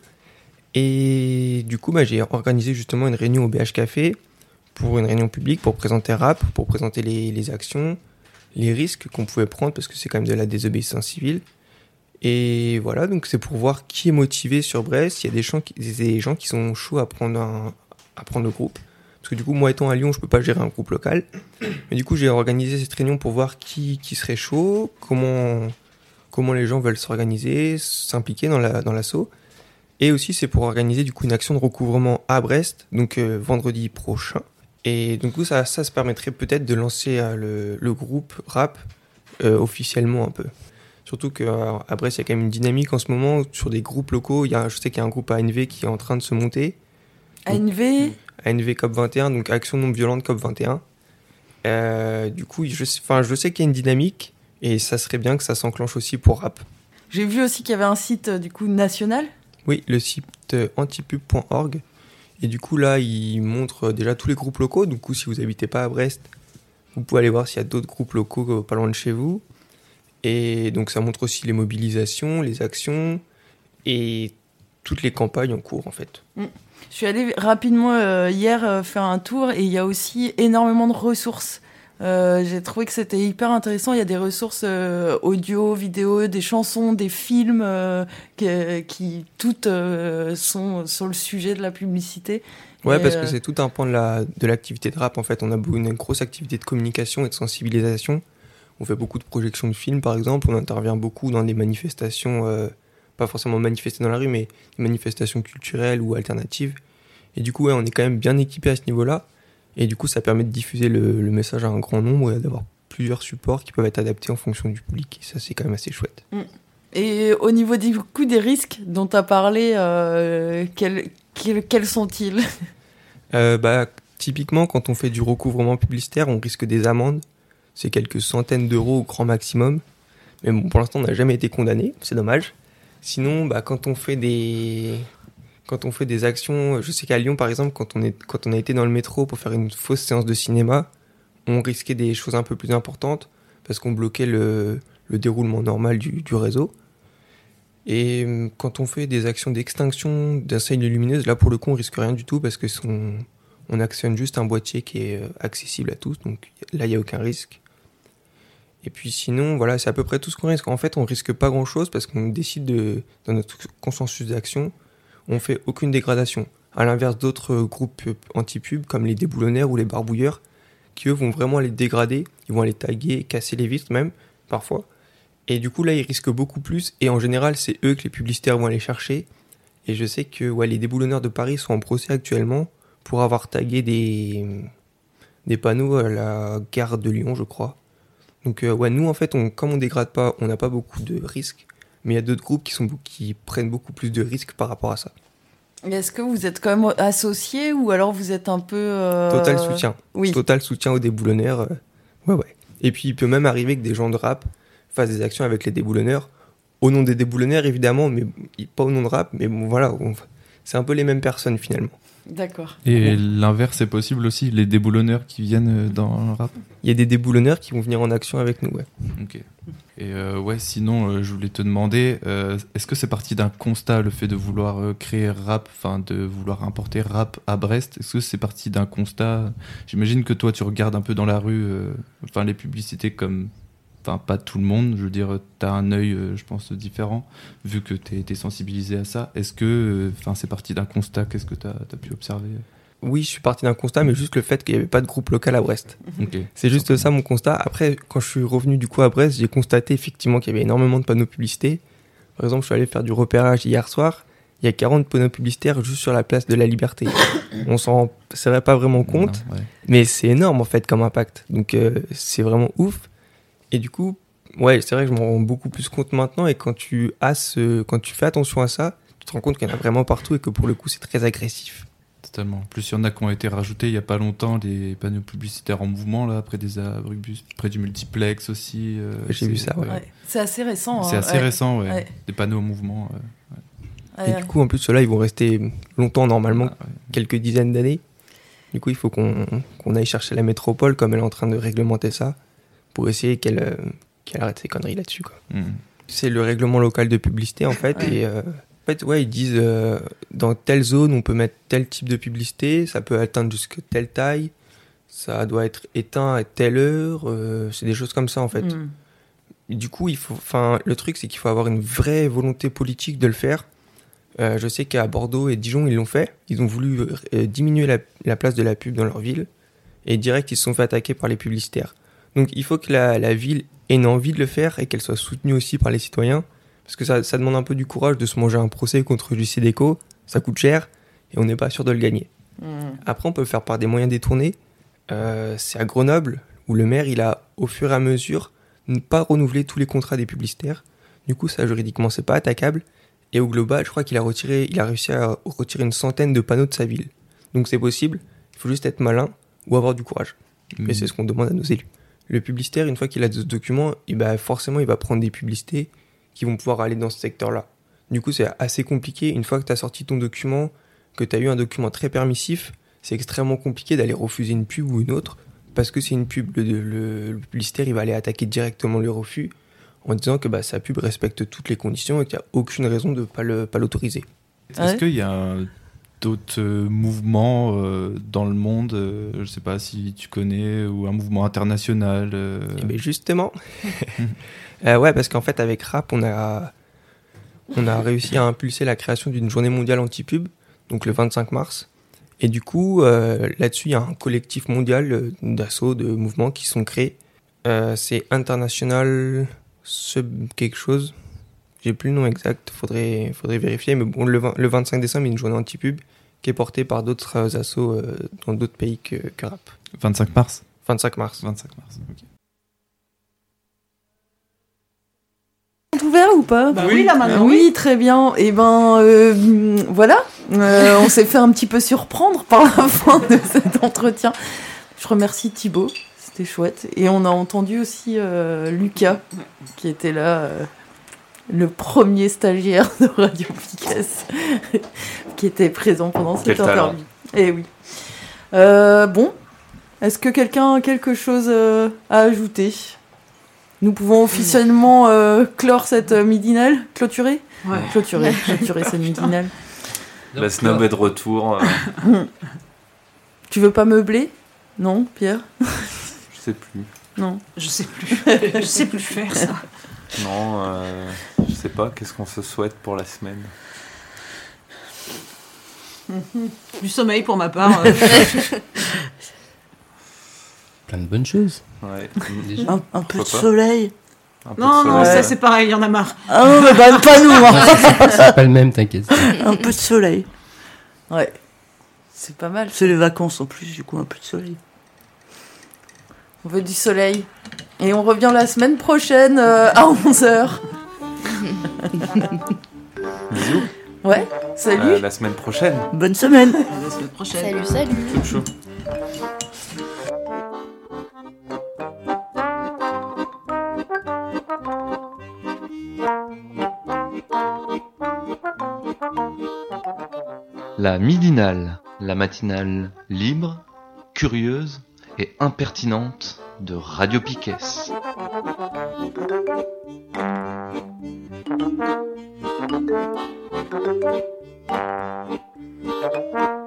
Et du coup, bah, j'ai organisé justement une réunion au B H Café pour une réunion publique pour présenter Rap, pour présenter les, les actions, les risques qu'on pouvait prendre parce que c'est quand même de la désobéissance civile. Et voilà, donc c'est pour voir qui est motivé sur Brest. Il y a des gens qui, des gens qui sont chauds à prendre, un, à prendre le groupe. Parce que du coup, moi étant à Lyon, je peux pas gérer un groupe local. Mais du coup, j'ai organisé cette réunion pour voir qui, qui serait chaud, comment, comment les gens veulent s'organiser, s'impliquer dans, la, dans l'assaut. Et aussi, c'est pour organiser du coup une action de recouvrement à Brest, donc euh, vendredi prochain. Et du coup, ça, ça se permettrait peut-être de lancer euh, le, le groupe rap euh, officiellement un peu. Surtout qu'à Brest, il y a quand même une dynamique en ce moment sur des groupes locaux. Il y a, je sais qu'il y a un groupe A N V qui est en train de se monter.
A N V
A N V C O P vingt et un, donc Action non violente C O P vingt et un. Euh, du coup, je, enfin, je sais qu'il y a une dynamique et ça serait bien que ça s'enclenche aussi pour rap.
J'ai vu aussi qu'il y avait un site euh, du coup national.
Oui, le site euh, antipub point org. Et du coup, là, il montre euh, déjà tous les groupes locaux. Du coup, si vous n'habitez pas à Brest, vous pouvez aller voir s'il y a d'autres groupes locaux euh, pas loin de chez vous. Et donc, ça montre aussi les mobilisations, les actions et toutes les campagnes en cours, en fait.
Mm. Je suis allée rapidement euh, hier euh, faire un tour et il y a aussi énormément de ressources. Euh, j'ai trouvé que c'était hyper intéressant. Il y a des ressources euh, audio, vidéo, des chansons, des films euh, qui, qui toutes euh, sont sur le sujet de la publicité.
Ouais,
et,
parce
euh,
que c'est tout un point de, la, de l'activité de rap. En fait, on a beaucoup- une grosse activité de communication et de sensibilisation. On fait beaucoup de projections de films, par exemple. On intervient beaucoup dans des manifestations, euh, pas forcément manifester dans la rue, mais des manifestations culturelles ou alternatives. Et du coup, ouais, on est quand même bien équipé à ce niveau-là. Et du coup, ça permet de diffuser le, le message à un grand nombre et d'avoir plusieurs supports qui peuvent être adaptés en fonction du public. Et ça, c'est quand même assez chouette.
Mm. Et au niveau du coup des risques dont tu as parlé, euh, quels, quels, quels sont-ils?
Euh, bah, typiquement, quand on fait du recouvrement publicitaire, on risque des amendes. C'est quelques centaines d'euros au grand maximum. Mais bon, pour l'instant, on n'a jamais été condamné. C'est dommage. Sinon, bah, quand on fait des... Quand on fait des actions, je sais qu'à Lyon, par exemple, quand on, est, quand on a été dans le métro pour faire une fausse séance de cinéma, on risquait des choses un peu plus importantes parce qu'on bloquait le, le déroulement normal du, du réseau. Et quand on fait des actions d'extinction d'enseignes lumineuses, là, pour le coup, on risque rien du tout parce que son, on actionne juste un boîtier qui est accessible à tous. Donc là, il n'y a aucun risque. Et puis sinon, voilà, c'est à peu près tout ce qu'on risque. En fait, on risque pas grand-chose parce qu'on décide de, dans notre consensus d'action, on fait aucune dégradation. À l'inverse d'autres groupes anti-pub comme les déboulonneurs ou les barbouilleurs, qui eux vont vraiment les dégrader, ils vont les taguer, casser les vitres même, parfois. Et du coup là ils risquent beaucoup plus, et en général c'est eux que les publicitaires vont aller chercher. Et je sais que ouais, les déboulonneurs de Paris sont en procès actuellement pour avoir tagué des, des panneaux à la gare de Lyon, je crois. Donc euh, ouais, nous en fait, on, comme on dégrade pas, on n'a pas beaucoup de risques. Mais il y a d'autres groupes qui, sont, qui prennent beaucoup plus de risques par rapport à ça.
Est-ce que vous êtes quand même associé ou alors vous êtes un peu... Euh...
Total soutien.
Oui.
Total soutien aux déboulonneurs. Euh, ouais, ouais. Et puis il peut même arriver que des gens de rap fassent des actions avec les déboulonneurs. Au nom des déboulonneurs, évidemment, mais pas au nom de rap. Mais bon, voilà, on, c'est un peu les mêmes personnes finalement.
D'accord.
Et l'inverse est possible aussi, les déboulonneurs qui viennent dans le rap?
Il y a des déboulonneurs qui vont venir en action avec nous, ouais.
Ok. Et euh, ouais, sinon, euh, je voulais te demander, euh, est-ce que c'est parti d'un constat, le fait de vouloir euh, créer rap, enfin de vouloir importer rap à Brest? Est-ce que c'est parti d'un constat? J'imagine que toi, tu regardes un peu dans la rue, euh, enfin les publicités comme... Enfin, pas tout le monde, je veux dire, t'as un œil, euh, je pense, différent, vu que t'es, t'es sensibilisé à ça. Est-ce que, enfin, euh, c'est parti d'un constat? Qu'est-ce que t'as, t'as pu observer?
Oui, je suis parti d'un constat, mais juste le fait qu'il n'y avait pas de groupe local à Brest.
Okay.
C'est juste ça mon constat. Après, quand je suis revenu du coup à Brest, j'ai constaté effectivement qu'il y avait énormément de panneaux publicités. Par exemple, je suis allé faire du repérage hier soir. Il y a quarante panneaux publicitaires juste sur la place de la Liberté. On s'en serait pas vraiment compte, non, ouais. Mais c'est énorme en fait comme impact. Donc euh, c'est vraiment ouf. Et du coup, ouais, c'est vrai que je m'en rends beaucoup plus compte maintenant. Et quand tu as ce, quand tu fais attention à ça, tu te rends compte qu'il y en a vraiment partout et que pour le coup, c'est très agressif.
Totalement. En plus, il y en a qui ont été rajoutés il n'y a pas longtemps, des panneaux publicitaires en mouvement, là, près des abribus, près du multiplex aussi. Euh,
J'ai vu ça, ouais.
ouais. C'est assez récent.
C'est
hein.
assez
ouais.
récent, ouais.
ouais.
Des panneaux en mouvement.
Ouais. Et ouais. Du coup, en plus, ceux-là, ils vont rester longtemps, normalement, ah, ouais. quelques dizaines d'années. Du coup, il faut qu'on, qu'on aille chercher la métropole, comme elle est en train de réglementer ça, pour essayer qu'elle, euh, qu'elle arrête ses conneries là-dessus, quoi. Mmh. C'est le règlement local de publicité, en fait, ouais. et... Euh, En fait, ouais, ils disent euh, dans telle zone, on peut mettre tel type de publicité, ça peut atteindre jusqu'à telle taille, ça doit être éteint à telle heure, euh, c'est des choses comme ça en fait. Mm. Et du coup, il faut, enfin, le truc c'est qu'il faut avoir une vraie volonté politique de le faire. Euh, je sais qu'à Bordeaux et Dijon, ils l'ont fait. Ils ont voulu euh, diminuer la, la place de la pub dans leur ville et direct, ils se sont fait attaquer par les publicitaires. Donc, il faut que la, la ville ait une envie de le faire et qu'elle soit soutenue aussi par les citoyens. Parce que ça, ça demande un peu du courage de se manger un procès contre Jussier-Deco, ça coûte cher et on n'est pas sûr de le gagner. Mmh. Après, on peut le faire par des moyens détournés. Euh, c'est à Grenoble où le maire, il a au fur et à mesure ne pas renouvelé tous les contrats des publicitaires. Du coup, ça juridiquement, c'est pas attaquable. Et au global, je crois qu'il a retiré, il a réussi à retirer une centaine de panneaux de sa ville. Donc c'est possible. Il faut juste être malin ou avoir du courage. Mmh. Et c'est ce qu'on demande à nos élus. Le publicitaire, une fois qu'il a ce document, et ben forcément, il va prendre des publicités qui vont pouvoir aller dans ce secteur-là. Du coup, c'est assez compliqué. Une fois que tu as sorti ton document, que tu as eu un document très permissif, c'est extrêmement compliqué d'aller refuser une pub ou une autre, parce que c'est une pub. Le, le, le publicitaire, il va aller attaquer directement le refus en disant que bah, sa pub respecte toutes les conditions et qu'il n'y a aucune raison de ne pas, le, pas l'autoriser.
Est-ce ouais. qu'il y a un d'autres euh, mouvements euh, dans le monde, euh, je sais pas si tu connais, ou un mouvement international. Euh...
Eh ben justement, euh, ouais, parce qu'en fait avec Rap, on a on a réussi à impulser la création d'une journée mondiale anti-pub, donc le vingt-cinq mars. Et du coup, euh, là-dessus, il y a un collectif mondial euh, d'assauts, de mouvements qui sont créés. Euh, c'est International Sub quelque chose. J'ai plus le nom exact, faudrait, faudrait vérifier. Mais bon, le, vingt, le vingt-cinq décembre, il y a une journée anti-pub qui est portée par d'autres euh, assos euh, dans d'autres pays que, que Rap.
vingt-cinq mars
vingt-cinq mars.
vingt-cinq mars, ok.
Ouvert ou pas?
Bah oui, oui, là maintenant.
Oui, oui, très bien. Et ben euh, voilà, euh, on s'est fait un petit peu surprendre par la fin de cet entretien. Je remercie Thibaut, c'était chouette. Et on a entendu aussi euh, Lucas, qui était là, euh, le premier stagiaire de Radio Piquesse, qui était présent pendant cette
Quel talent.
interview. Et oui. Euh, bon, est-ce que quelqu'un a quelque chose euh, à ajouter? Nous pouvons officiellement euh, clore cette euh, midinale, clôturer,
Ouais.
clôturer, clôturer cette midinale.
La snob est de retour. euh,
Tu veux pas meubler? Non, Pierre?
je sais plus.
Non.
Je sais plus. Je sais plus faire ça.
Non, euh, je sais pas. Qu'est-ce qu'on se souhaite pour la semaine?
Du sommeil pour ma part. euh.
Plein de bonnes choses.
Ouais.
Un, un peu de
Pourquoi pas
soleil.
Un peu
Non,
de
non,
soleil.
ça c'est pareil, il y en a marre.
Ah non, mais bah, pas nous. hein.
C'est pas le même, t'inquiète.
Un peu de soleil.
Ouais. C'est pas mal.
C'est les vacances en plus, du coup, un peu de soleil.
On veut du soleil. Et on revient la semaine prochaine euh, à onze heures.
Bisous.
Ouais, salut.
Euh, la semaine prochaine.
Bonne semaine.
À la semaine prochaine.
Salut, salut.
Chaud, chaud.
La midinale, la matinale libre, curieuse et impertinente de Radio Piquesse.
Thank you.